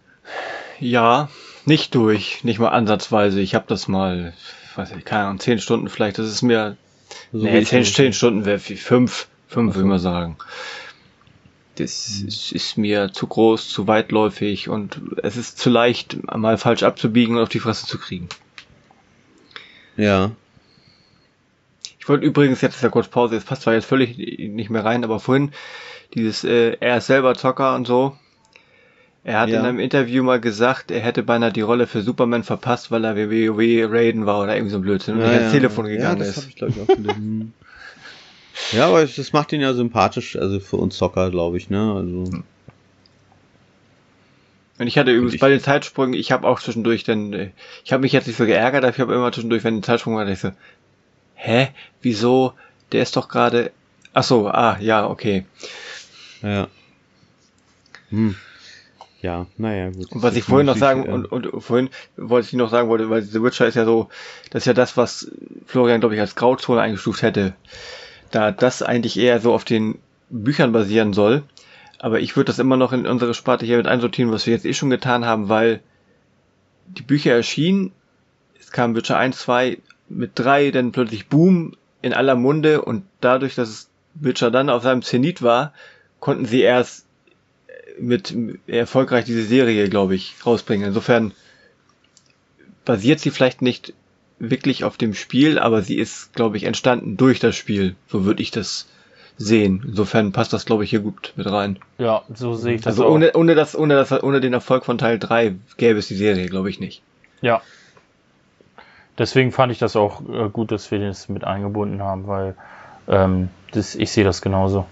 Ja, nicht durch, nicht mal ansatzweise. Ich habe das mal, weiß ich, keine Ahnung, zehn Stunden vielleicht. Das ist mir, So nee, wie zehn, ich- zehn Stunden wäre viel, fünf, fünf Ach so. würde ich mal sagen. Das ist, ist mir zu groß, zu weitläufig und es ist zu leicht, mal falsch abzubiegen und auf die Fresse zu kriegen. Ja. Ich wollte übrigens, jetzt ist ja kurz Pause, jetzt passt zwar jetzt völlig nicht mehr rein, aber vorhin dieses, äh, er ist selber Zocker und so. Er hat Ja. in einem Interview mal gesagt, er hätte beinahe die Rolle für Superman verpasst, weil er W W E Raiden war oder irgendwie so ein Blödsinn und nicht ans Telefon gegangen ja, das ist. hab ich, glaub ich, auch gelesen. Ja, aber das macht ihn ja sympathisch, also für uns Zocker, glaube ich, ne? Also. Und ich hatte übrigens bei den Zeitsprüngen, ich habe auch zwischendurch dann, ich habe mich jetzt nicht so geärgert, aber ich habe immer zwischendurch, wenn ein Zeitsprung war, ich so, hä, wieso, der ist doch gerade, ach so, ah, ja, okay. Ja. Hm. Ja, naja, gut. Und was ich vorhin noch sagen, und, und vorhin wollte ich noch sagen wollte, weil The Witcher ist ja so, das ist ja das, was Florian, glaube ich, als Grauzone eingestuft hätte, da das eigentlich eher so auf den Büchern basieren soll. Aber ich würde das immer noch in unsere Sparte hier mit einsortieren, was wir jetzt eh schon getan haben, weil die Bücher erschienen, es kam Witcher eins, zwei, mit drei, dann plötzlich Boom in aller Munde und dadurch, dass es Witcher dann auf seinem Zenit war, konnten sie erst mit erfolgreich diese Serie, glaube ich, rausbringen. Insofern basiert sie vielleicht nicht wirklich auf dem Spiel, aber sie ist, glaube ich, entstanden durch das Spiel. So würde ich das sehen. Insofern passt das, glaube ich, hier gut mit rein. Ja, so sehe ich das also auch. ohne, ohne das, ohne das, ohne den Erfolg von Teil drei gäbe es die Serie, glaube ich, nicht. Ja. Deswegen fand ich das auch äh, gut, dass wir das mit eingebunden haben, weil ähm, das, ich sehe das genauso.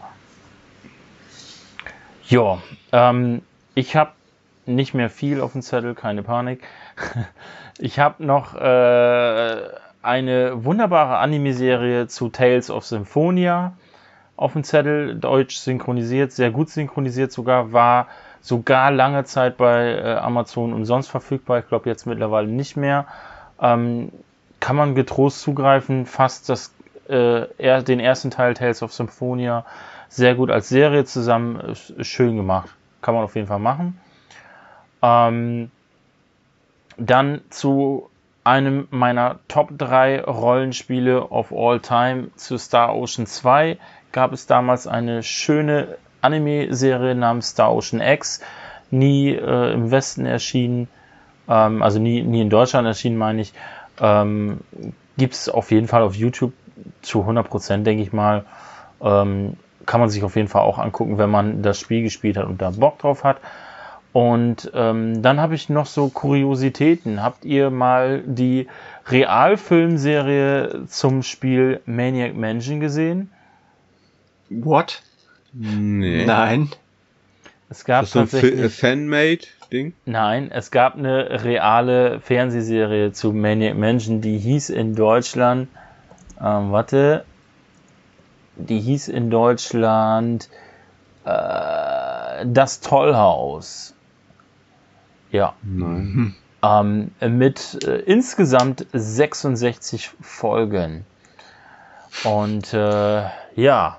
Ja, ähm, ich habe nicht mehr viel auf dem Zettel, keine Panik. Ich habe noch äh, eine wunderbare Anime-Serie zu Tales of Symphonia auf dem Zettel, deutsch synchronisiert, sehr gut synchronisiert sogar, war sogar lange Zeit bei äh, Amazon umsonst verfügbar, ich glaube jetzt mittlerweile nicht mehr. Ähm, kann man getrost zugreifen, fasst das, äh, er, den ersten Teil Tales of Symphonia sehr gut als Serie zusammen, ist, ist schön gemacht, kann man auf jeden Fall machen. Ähm, dann zu einem meiner Top drei Rollenspiele of all time, zu Star Ocean zwei, gab es damals eine schöne Anime-Serie namens Star Ocean X, nie äh, im Westen erschienen, ähm, also nie, nie in Deutschland erschienen, meine ich. Ähm, gibt es auf jeden Fall auf YouTube zu hundert Prozent, denke ich mal. Ähm, kann man sich auf jeden Fall auch angucken, wenn man das Spiel gespielt hat und da Bock drauf hat. Und ähm, dann habe ich noch so Kuriositäten. Habt ihr mal die Realfilmserie zum Spiel Maniac Mansion gesehen? What? Nee. Nein. Es gab ist das so ein tatsächlich Fanmade-Ding? Nein, es gab eine reale Fernsehserie zu Maniac Mansion, die hieß in Deutschland, ähm, warte, die hieß in Deutschland äh, Das Tollhaus. Ja. Nein. Ähm, mit äh, insgesamt sechsundsechzig Folgen. Und äh, ja,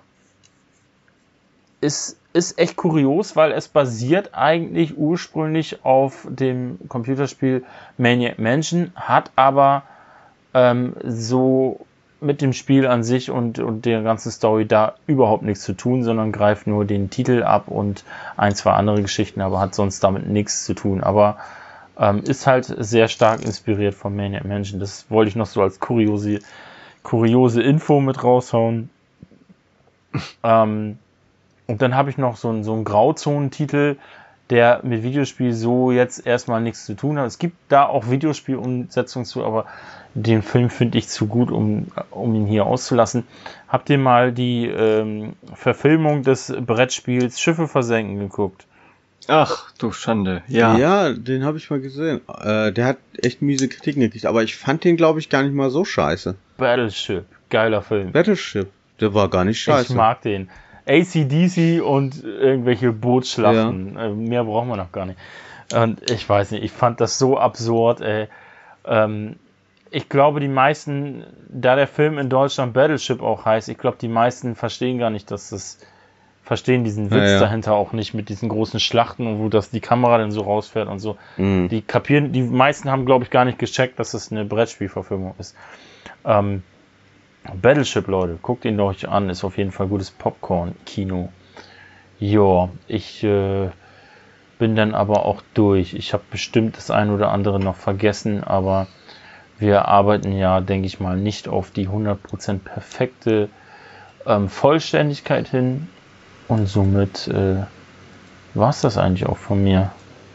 ist, ist echt kurios, weil es basiert eigentlich ursprünglich auf dem Computerspiel Maniac Mansion, hat aber ähm, so mit dem Spiel an sich und, und der ganzen Story da überhaupt nichts zu tun, sondern greift nur den Titel ab und ein, zwei andere Geschichten, aber hat sonst damit nichts zu tun. Aber ähm, ist halt sehr stark inspiriert von Maniac Mansion. Das wollte ich noch so als kuriose, kuriose Info mit raushauen. ähm, und dann habe ich noch so einen, so einen Grauzonentitel, der mit Videospiel so jetzt erstmal nichts zu tun hat. Es gibt da auch Videospielumsetzungen zu, aber den Film finde ich zu gut, um, um ihn hier auszulassen. Habt ihr mal die ähm, Verfilmung des Brettspiels Schiffe versenken geguckt? Ach, du Schande. Ja. Ja, den habe ich mal gesehen. Äh, der hat echt miese Kritiken gekriegt, aber ich fand den, glaube ich, gar nicht mal so scheiße. Battleship, geiler Film. Battleship, der war gar nicht scheiße. Ich mag den. A C D C und irgendwelche Bootsschlachten. Ja. Äh, mehr brauchen wir noch gar nicht. Und ich weiß nicht, ich fand das so absurd, ey. Ähm, ich glaube, die meisten, da der Film in Deutschland Battleship auch heißt, ich glaube, die meisten verstehen gar nicht, dass das, verstehen diesen Witz ja, ja. dahinter auch nicht mit diesen großen Schlachten und wo das die Kamera dann so rausfährt und so. Mhm. Die kapieren, die meisten haben, glaube ich, gar nicht gecheckt, dass das eine Brettspielverfilmung ist. Ähm, Battleship, Leute, guckt ihn euch an, ist auf jeden Fall gutes Popcorn-Kino. Ja, ich äh, bin dann aber auch durch. Ich habe bestimmt das ein oder andere noch vergessen, aber wir arbeiten ja, denke ich mal, nicht auf die hundert Prozent perfekte ähm, Vollständigkeit hin. Und somit äh, war es das eigentlich auch von mir.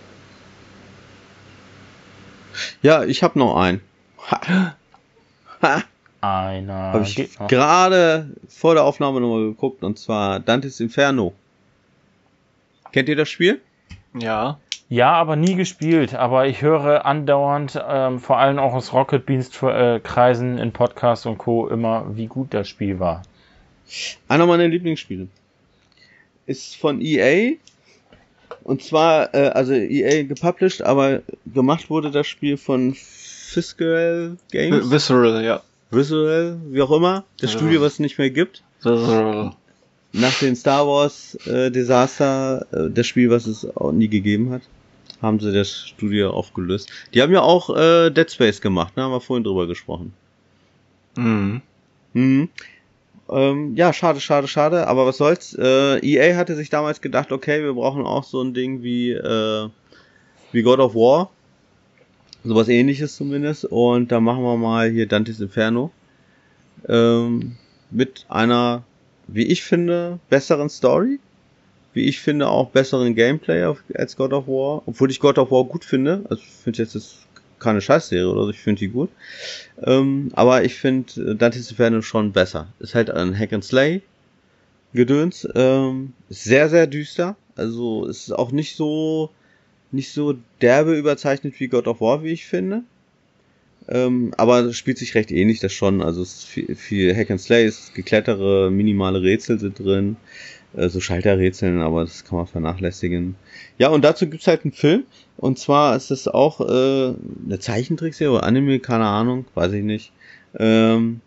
Ja, ich habe noch einen. Ha. Ha. Einer. Habe ich gerade vor der Aufnahme nochmal geguckt, und zwar Dantes Inferno. Kennt ihr das Spiel? Ja. Ja, aber nie gespielt. Aber ich höre andauernd, ähm, vor allem auch aus Rocket Beans äh, Kreisen in Podcasts und Co. immer, wie gut das Spiel war. Einer meiner Lieblingsspiele. Ist von E A. Und zwar, äh, also E A gepublished, aber gemacht wurde das Spiel von Visceral Games. Visceral, ja. Visceral, wie auch immer. Das ja. Studio, was es nicht mehr gibt. Visceral. Nach den Star Wars äh, Desaster, äh, das Spiel, was es auch nie gegeben hat, haben sie das Studio aufgelöst. Die haben ja auch äh, Dead Space gemacht, ne? Haben wir vorhin drüber gesprochen. Mhm. Mhm. Ähm, ja, schade, schade, schade, aber was soll's. Äh, E A hatte sich damals gedacht, okay, wir brauchen auch so ein Ding wie, äh, wie God of War. Sowas ähnliches zumindest. Und da machen wir mal hier Dante's Inferno. Ähm, mit einer, wie ich finde, besseren Story. Wie ich finde, auch besseren Gameplay als God of War. Obwohl ich God of War gut finde. Also ich finde jetzt das keine Scheißserie oder so, ich finde die gut. Ähm, aber ich finde Dante's Inferno schon besser. Ist halt ein Hack and Slay Gedöns. Ähm, ist sehr, sehr düster. Also ist auch nicht so nicht so derbe überzeichnet wie God of War, wie ich finde. Ähm, aber es spielt sich recht ähnlich das schon. Also es ist viel, viel Hack and Slay, es ist geklettere, minimale Rätsel sind drin. Äh, so Schalterrätseln, aber das kann man vernachlässigen. Ja, und dazu gibt's halt einen Film. Und zwar ist es auch äh, eine Zeichentrickserie oder Anime, keine Ahnung, weiß ich nicht. Ähm,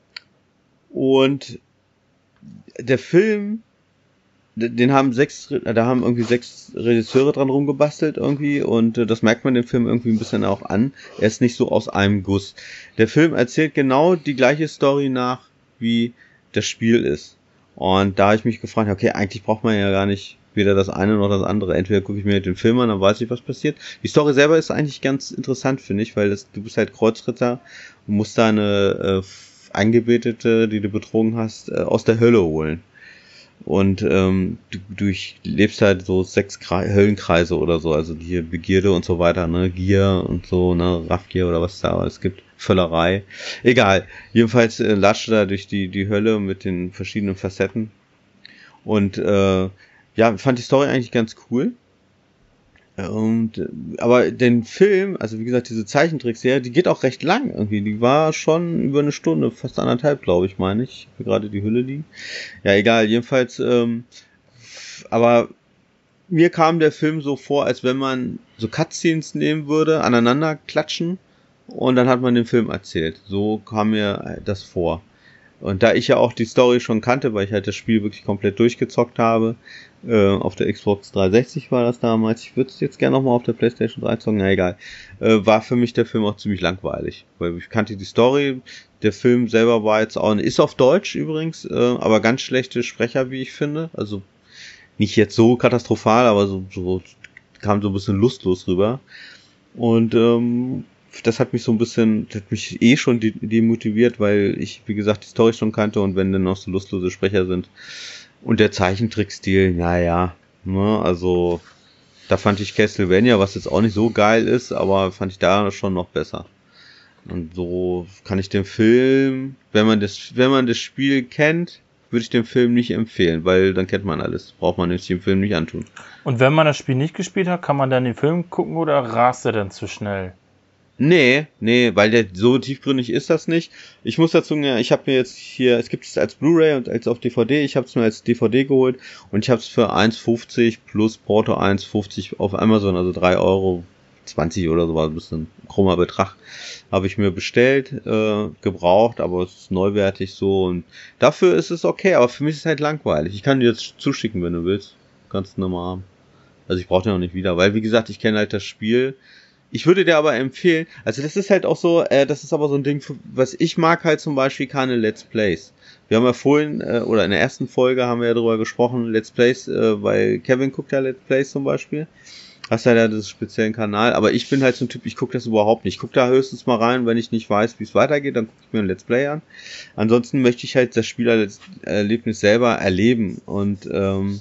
und der Film, den haben sechs, da haben irgendwie sechs Regisseure dran rumgebastelt irgendwie und äh, das merkt man dem Film irgendwie ein bisschen auch an. Er ist nicht so aus einem Guss. Der Film erzählt genau die gleiche Story nach, wie das Spiel ist. Und da habe ich mich gefragt, okay, eigentlich braucht man ja gar nicht weder das eine noch das andere. Entweder gucke ich mir den Film an, dann weiß ich, was passiert. Die Story selber ist eigentlich ganz interessant, finde ich, weil das, du bist halt Kreuzritter und musst deine äh, Eingebetete, die du betrogen hast, äh, aus der Hölle holen. Und ähm, du, du lebst halt so sechs Kre- Höllenkreise oder so, also hier Begierde und so weiter, ne, Gier und so, ne, Raffgier oder was da es gibt, Völlerei. Egal, jedenfalls äh, latscht da durch die die Hölle mit den verschiedenen Facetten. Und äh, ja, fand die Story eigentlich ganz cool. Und aber den Film, also wie gesagt, diese Zeichentrickserie, die geht auch recht lang irgendwie. Die war schon über eine Stunde, fast anderthalb, glaube ich, meine ich. Ich habe gerade die Hülle liegen. Ja, egal, jedenfalls, ähm, aber mir kam der Film so vor, als wenn man so Cutscenes nehmen würde, aneinander klatschen und dann hat man den Film erzählt. So kam mir das vor. Und da ich ja auch die Story schon kannte, weil ich halt das Spiel wirklich komplett durchgezockt habe, äh, auf der Xbox dreihundertsechzig war das damals, ich würde es jetzt gerne nochmal auf der PlayStation drei zocken, na egal, äh, war für mich der Film auch ziemlich langweilig, weil ich kannte die Story, der Film selber war jetzt auch, ist auf Deutsch übrigens, äh, aber ganz schlechte Sprecher, wie ich finde, also nicht jetzt so katastrophal, aber so, so kam so ein bisschen lustlos rüber und ähm, das hat mich so ein bisschen, das hat mich eh schon demotiviert, weil ich, wie gesagt, die Story schon kannte und wenn dann noch so lustlose Sprecher sind. Und der Zeichentrickstil, naja, ne, also da fand ich Castlevania, was jetzt auch nicht so geil ist, aber fand ich da schon noch besser. Und so kann ich den Film, wenn man das, wenn man das Spiel kennt, würde ich den Film nicht empfehlen, weil dann kennt man alles. Braucht man sich den Film nicht antun. Und wenn man das Spiel nicht gespielt hat, kann man dann den Film gucken oder rast er dann zu schnell? Nee, nee, weil der so tiefgründig ist das nicht. Ich muss dazu, ja, ich habe mir jetzt hier, es gibt es als Blu-ray und als auf D V D, ich habe es mir als D V D geholt und ich habe es für eins fünfzig plus Porto eins fünfzig auf Amazon, also drei Euro zwanzig oder so, war ein bisschen krummer Betrag, habe ich mir bestellt, äh, gebraucht, aber es ist neuwertig so und dafür ist es okay, aber für mich ist es halt langweilig. Ich kann dir jetzt zuschicken, wenn du willst. Kannst du nochmal haben. Also ich brauche den noch nicht wieder, weil wie gesagt, ich kenne halt das Spiel. Ich würde dir aber empfehlen, also das ist halt auch so, äh, das ist aber so ein Ding, was ich mag halt zum Beispiel keine Let's Plays. Wir haben ja vorhin, äh, oder in der ersten Folge haben wir ja drüber gesprochen, Let's Plays, äh, weil Kevin guckt ja Let's Plays zum Beispiel. Hast ja da diesen speziellen Kanal, aber ich bin halt so ein Typ, ich gucke das überhaupt nicht. Ich gucke da höchstens mal rein, wenn ich nicht weiß, wie es weitergeht, dann gucke ich mir ein Let's Play an. Ansonsten möchte ich halt das Spielerlebnis selber erleben und ähm,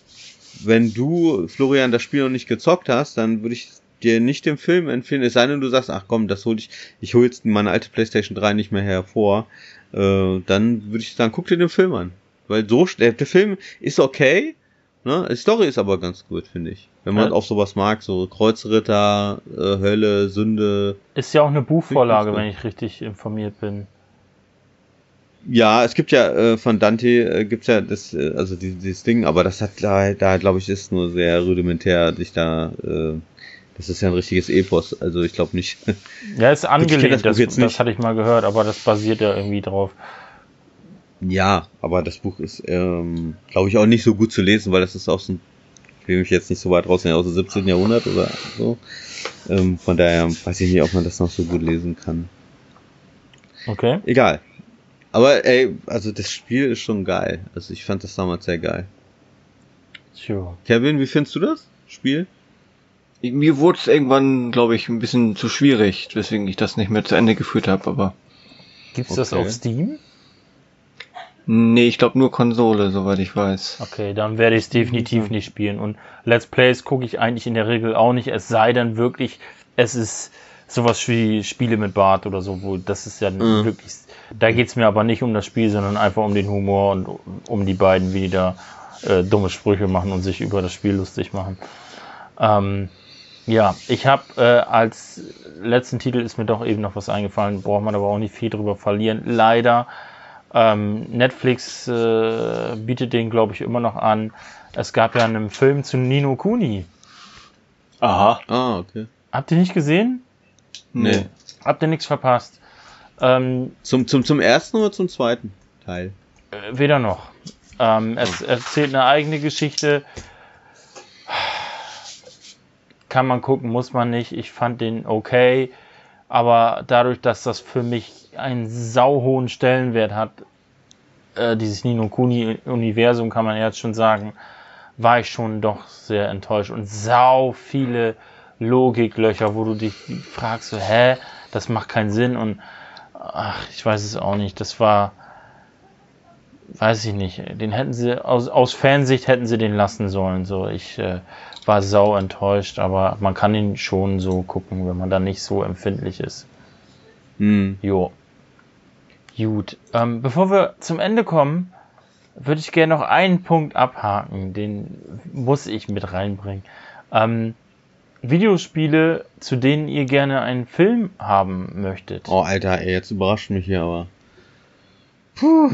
wenn du, Florian, das Spiel noch nicht gezockt hast, dann würde ich dir nicht den Film empfehlen, es sei denn, du sagst, ach komm, das hol ich, ich hole jetzt meine alte PlayStation drei nicht mehr hervor, äh, dann würde ich sagen, guck dir den Film an. Weil so, der, der Film ist okay Ne? Die Story ist aber ganz gut, finde ich. Wenn man Ja. auch sowas mag, so Kreuzritter, äh, Hölle, Sünde. Ist ja auch eine Buchvorlage, Richtig gut. wenn ich richtig informiert bin. Ja, es gibt ja äh, von Dante äh, gibt's ja das, äh, also die, dieses Ding, aber das hat da, da glaube ich, ist nur sehr rudimentär, sich da, äh, das ist ja ein richtiges Epos, also ich glaube nicht. Ja, ist ich kenn angelehnt, das Buch das, jetzt das, nicht. hatte ich mal gehört, aber das basiert ja irgendwie drauf. Ja, aber das Buch ist, ähm, glaube ich, auch nicht so gut zu lesen, weil das ist aus dem, ich will mich jetzt nicht so weit rausnehmen, aus dem siebzehnten Jahrhundert oder so. Ähm, von daher weiß ich nicht, ob man das noch so gut lesen kann. Okay. Egal. Aber ey, also das Spiel ist schon geil. Also ich fand das damals sehr geil. Tja. Kevin, wie findest du das Spiel? Mir wurde es irgendwann, glaube ich, ein bisschen zu schwierig, weswegen ich das nicht mehr zu Ende geführt habe, aber Gibt's das Okay. auf Steam? nee, ich glaube nur Konsole, soweit ich weiß. Okay, dann werde ich es definitiv nicht spielen. Und Let's Plays gucke ich eigentlich in der Regel auch nicht, es sei denn wirklich, es ist sowas wie Spiele mit Bart oder so, wo das ist ja Mhm. wirklich, da geht's mir aber nicht um das Spiel, sondern einfach um den Humor und um die beiden, wie die da äh, dumme Sprüche machen und sich über das Spiel lustig machen. Ähm, ja, ich habe äh, als letzten Titel ist mir doch eben noch was eingefallen, braucht man aber auch nicht viel drüber verlieren. Leider, ähm, Netflix äh, bietet den, glaube ich, immer noch an. Es gab ja einen Film zu Ni no Kuni. Aha. Ah, okay. Habt ihr nicht gesehen? Nee. Habt ihr nichts verpasst? Ähm, Zum, zum, zum ersten oder zum zweiten Teil? äh, weder noch. Ähm, es erzählt eine eigene Geschichte. Kann man gucken, muss man nicht. Ich fand den okay. Aber dadurch, dass das für mich einen sauhohen Stellenwert hat, äh, dieses Ni no Kuni-Universum, kann man jetzt schon sagen, war ich schon doch sehr enttäuscht. Und sau viele Logiklöcher, wo du dich fragst, so, hä, das macht keinen Sinn. Und ach, ich weiß es auch nicht. Das war, weiß ich nicht. Den hätten sie, aus, aus Fansicht hätten sie den lassen sollen. So, ich äh, war sau enttäuscht, aber man kann ihn schon so gucken, wenn man da nicht so empfindlich ist. Hm. Jo. Gut. Ähm, bevor wir zum Ende kommen, würde ich gerne noch einen Punkt abhaken. Den muss ich mit reinbringen. Ähm, Videospiele, zu denen ihr gerne einen Film haben möchtet. Oh, Alter, ey, jetzt überrascht mich hier aber. Puh.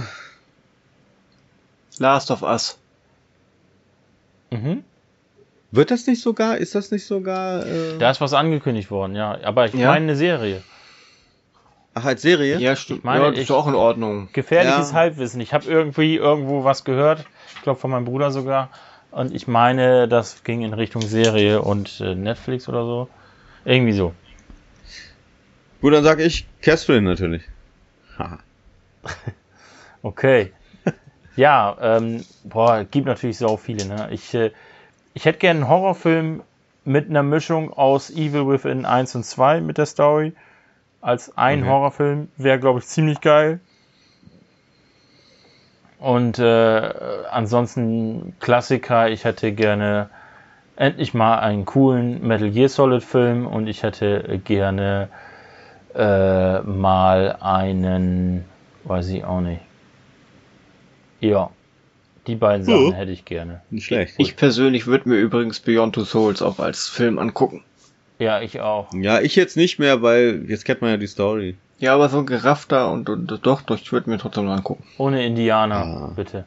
Last of Us. Mhm. Wird das nicht sogar, ist das nicht sogar, äh... Da ist was angekündigt worden, ja. Aber ich Ja? meine eine Serie. Ach, als Serie? Ja, stimmt. Ich meine, ja, das ist ich- auch in Ordnung. Gefährliches Ja. Halbwissen. Ich habe irgendwie irgendwo was gehört. Ich glaube von meinem Bruder sogar. Und ich meine, das ging in Richtung Serie und äh, Netflix oder so. Irgendwie so. Gut, dann sag ich Catherine natürlich. Haha. Okay. Ja, ähm, boah, gibt natürlich so viele, ne? Ich, äh, ich hätte gerne einen Horrorfilm mit einer Mischung aus Evil Within eins und zwei mit der Story. Als ein Okay. Horrorfilm wäre, glaube ich, ziemlich geil. Und äh, ansonsten Klassiker, ich hätte gerne endlich mal einen coolen Metal Gear Solid Film und ich hätte gerne äh, mal einen, weiß ich auch nicht. Ja, die beiden Sachen Ja. hätte ich gerne. Nicht schlecht. Ich persönlich würde mir übrigens Beyond Two Souls auch als Film angucken. Ja, ich auch. Ja, ich jetzt nicht mehr, weil jetzt kennt man ja die Story. Ja, aber so ein geraffter und, und doch, doch, ich würde mir trotzdem mal angucken. Ohne Indianer, Ah. bitte.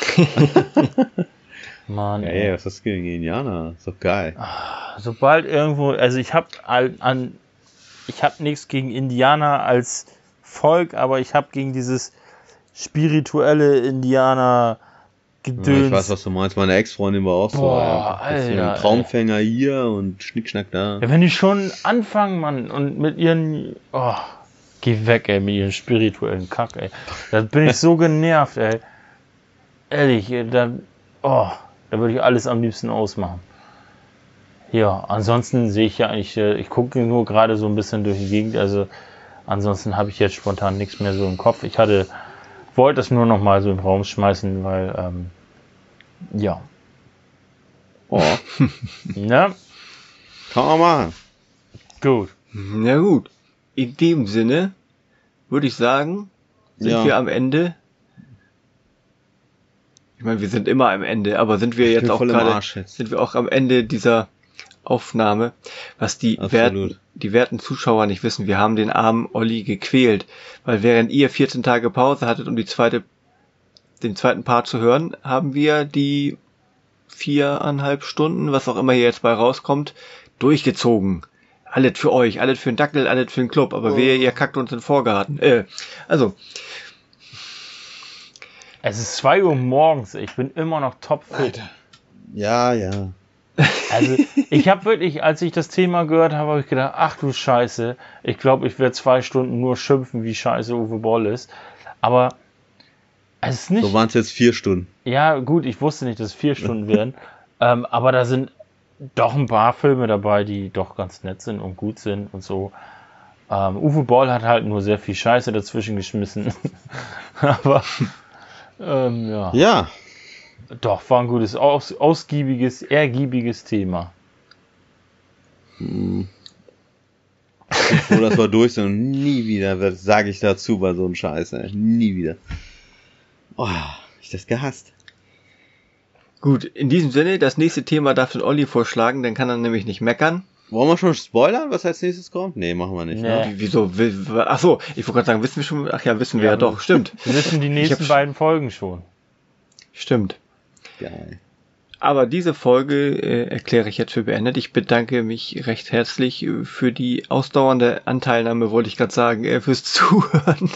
Mann, Ja, ey. ey, was ist das gegen Indianer? Ist doch geil. Sobald irgendwo, also ich habe an, ich habe nichts gegen Indianer als Volk, aber ich habe gegen dieses spirituelle Indianer Ja, Gedöns. ich weiß, was du meinst. Meine Ex-Freundin war auch so. Boah, einfach bisschen Alter, Traumfänger hier und Schnickschnack da. Ja, wenn die schon anfangen, Mann, und mit ihren, oh, geh weg, ey, mit ihren spirituellen Kack, ey. Da bin ich so genervt, ey. Ehrlich, ey, da, oh, da würde ich alles am liebsten ausmachen. Ja, ansonsten sehe ich ja eigentlich, äh, ich gucke nur gerade so ein bisschen durch die Gegend, also ansonsten habe ich jetzt spontan nichts mehr so im Kopf. Ich hatte, wollte das nur noch mal so im Raum schmeißen, weil, ähm, ja, Oh, ne, kann man machen. gut. Na gut. In dem Sinne würde ich sagen, sind Ja. wir am Ende. Ich meine, wir sind immer am Ende, aber sind wir Ich jetzt bin auch voll im gerade, Arsch jetzt. sind wir auch am Ende dieser Aufnahme, was die Absolut. werten, die werten Zuschauer nicht wissen. Wir haben den armen Olli gequält, weil während ihr vierzehn Tage Pause hattet, um die zweite, den zweiten Part zu hören, haben wir die viereinhalb Stunden, was auch immer hier jetzt bei rauskommt, durchgezogen. Alles für euch, alles für den Dackel, alles für den Club, aber Oh. wehe, ihr kackt uns in den Vorgarten. Äh, also, Es ist zwei Uhr morgens, ich bin immer noch topfit. Ja, ja. Also ich habe wirklich, als ich das Thema gehört habe, habe ich gedacht, ach du Scheiße, ich glaube, ich werde zwei Stunden nur schimpfen, wie scheiße Uwe Boll ist. Aber es ist nicht... So waren es jetzt vier Stunden. Ja gut, ich wusste nicht, dass es vier Stunden werden. ähm, aber da sind doch ein paar Filme dabei, die doch ganz nett sind und gut sind und so. Ähm, Uwe Boll hat halt nur sehr viel Scheiße dazwischen geschmissen. aber ähm, ja. Ja. Doch, war ein gutes, aus, ausgiebiges, ergiebiges Thema. Hm. Ich bin froh, dass wir durch sind und nie wieder, sage ich dazu bei so einem Scheiß, ey. Nie wieder. Oh, hab ich das gehasst. gut, in diesem Sinne, das nächste Thema darf den Olli vorschlagen, dann kann er nämlich nicht meckern. Wollen wir schon spoilern, was als nächstes kommt? Nee, machen wir nicht. Nee. Ne? Wie- Wieso? will- Ach so, ich wollte gerade sagen, wissen wir schon? Ach ja, wissen wir Ja, ja, doch, stimmt. Wir wissen die nächsten hab- beiden Folgen schon. Stimmt. Geil. Aber diese Folge äh, erkläre ich jetzt für beendet. Ich bedanke mich recht herzlich äh, für die ausdauernde Anteilnahme, wollte ich gerade sagen, äh, fürs Zuhören.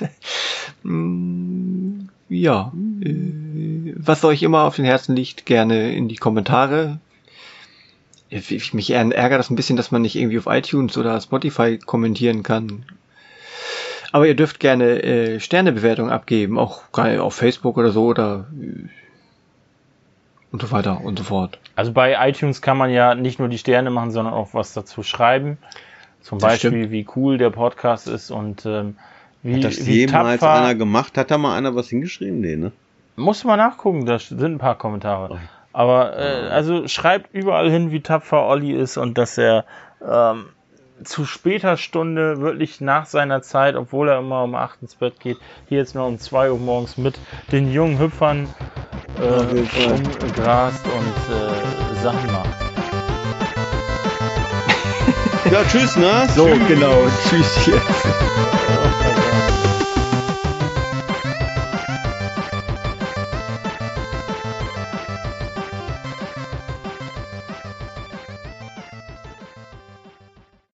Mm, ja, äh, was euch immer auf den Herzen liegt, gerne in die Kommentare. Ich, ich, mich ärgert das ein bisschen, dass man nicht irgendwie auf iTunes oder Spotify kommentieren kann. Aber ihr dürft gerne äh, Sternebewertungen abgeben, auch gerade auf Facebook oder so oder äh, und so weiter und so fort. Also bei iTunes kann man ja nicht nur die Sterne machen, sondern auch was dazu schreiben. Zum Das Beispiel, stimmt. wie cool der Podcast ist und ähm, wie, Hat das wie jemals tapfer. einer gemacht? Hat da mal einer was hingeschrieben? Nee, ne? Muss man nachgucken, da sind ein paar Kommentare. Aber äh, also schreibt überall hin, wie tapfer Olli ist und dass er ähm, zu später Stunde, wirklich nach seiner Zeit, obwohl er immer um acht ins Bett geht, hier jetzt noch um zwei Uhr morgens mit den jungen Hüpfern Auf jeden Fall. äh, umgrast und äh, Sachen macht. Ja, tschüss, ne? So, genau. Tschüss jetzt.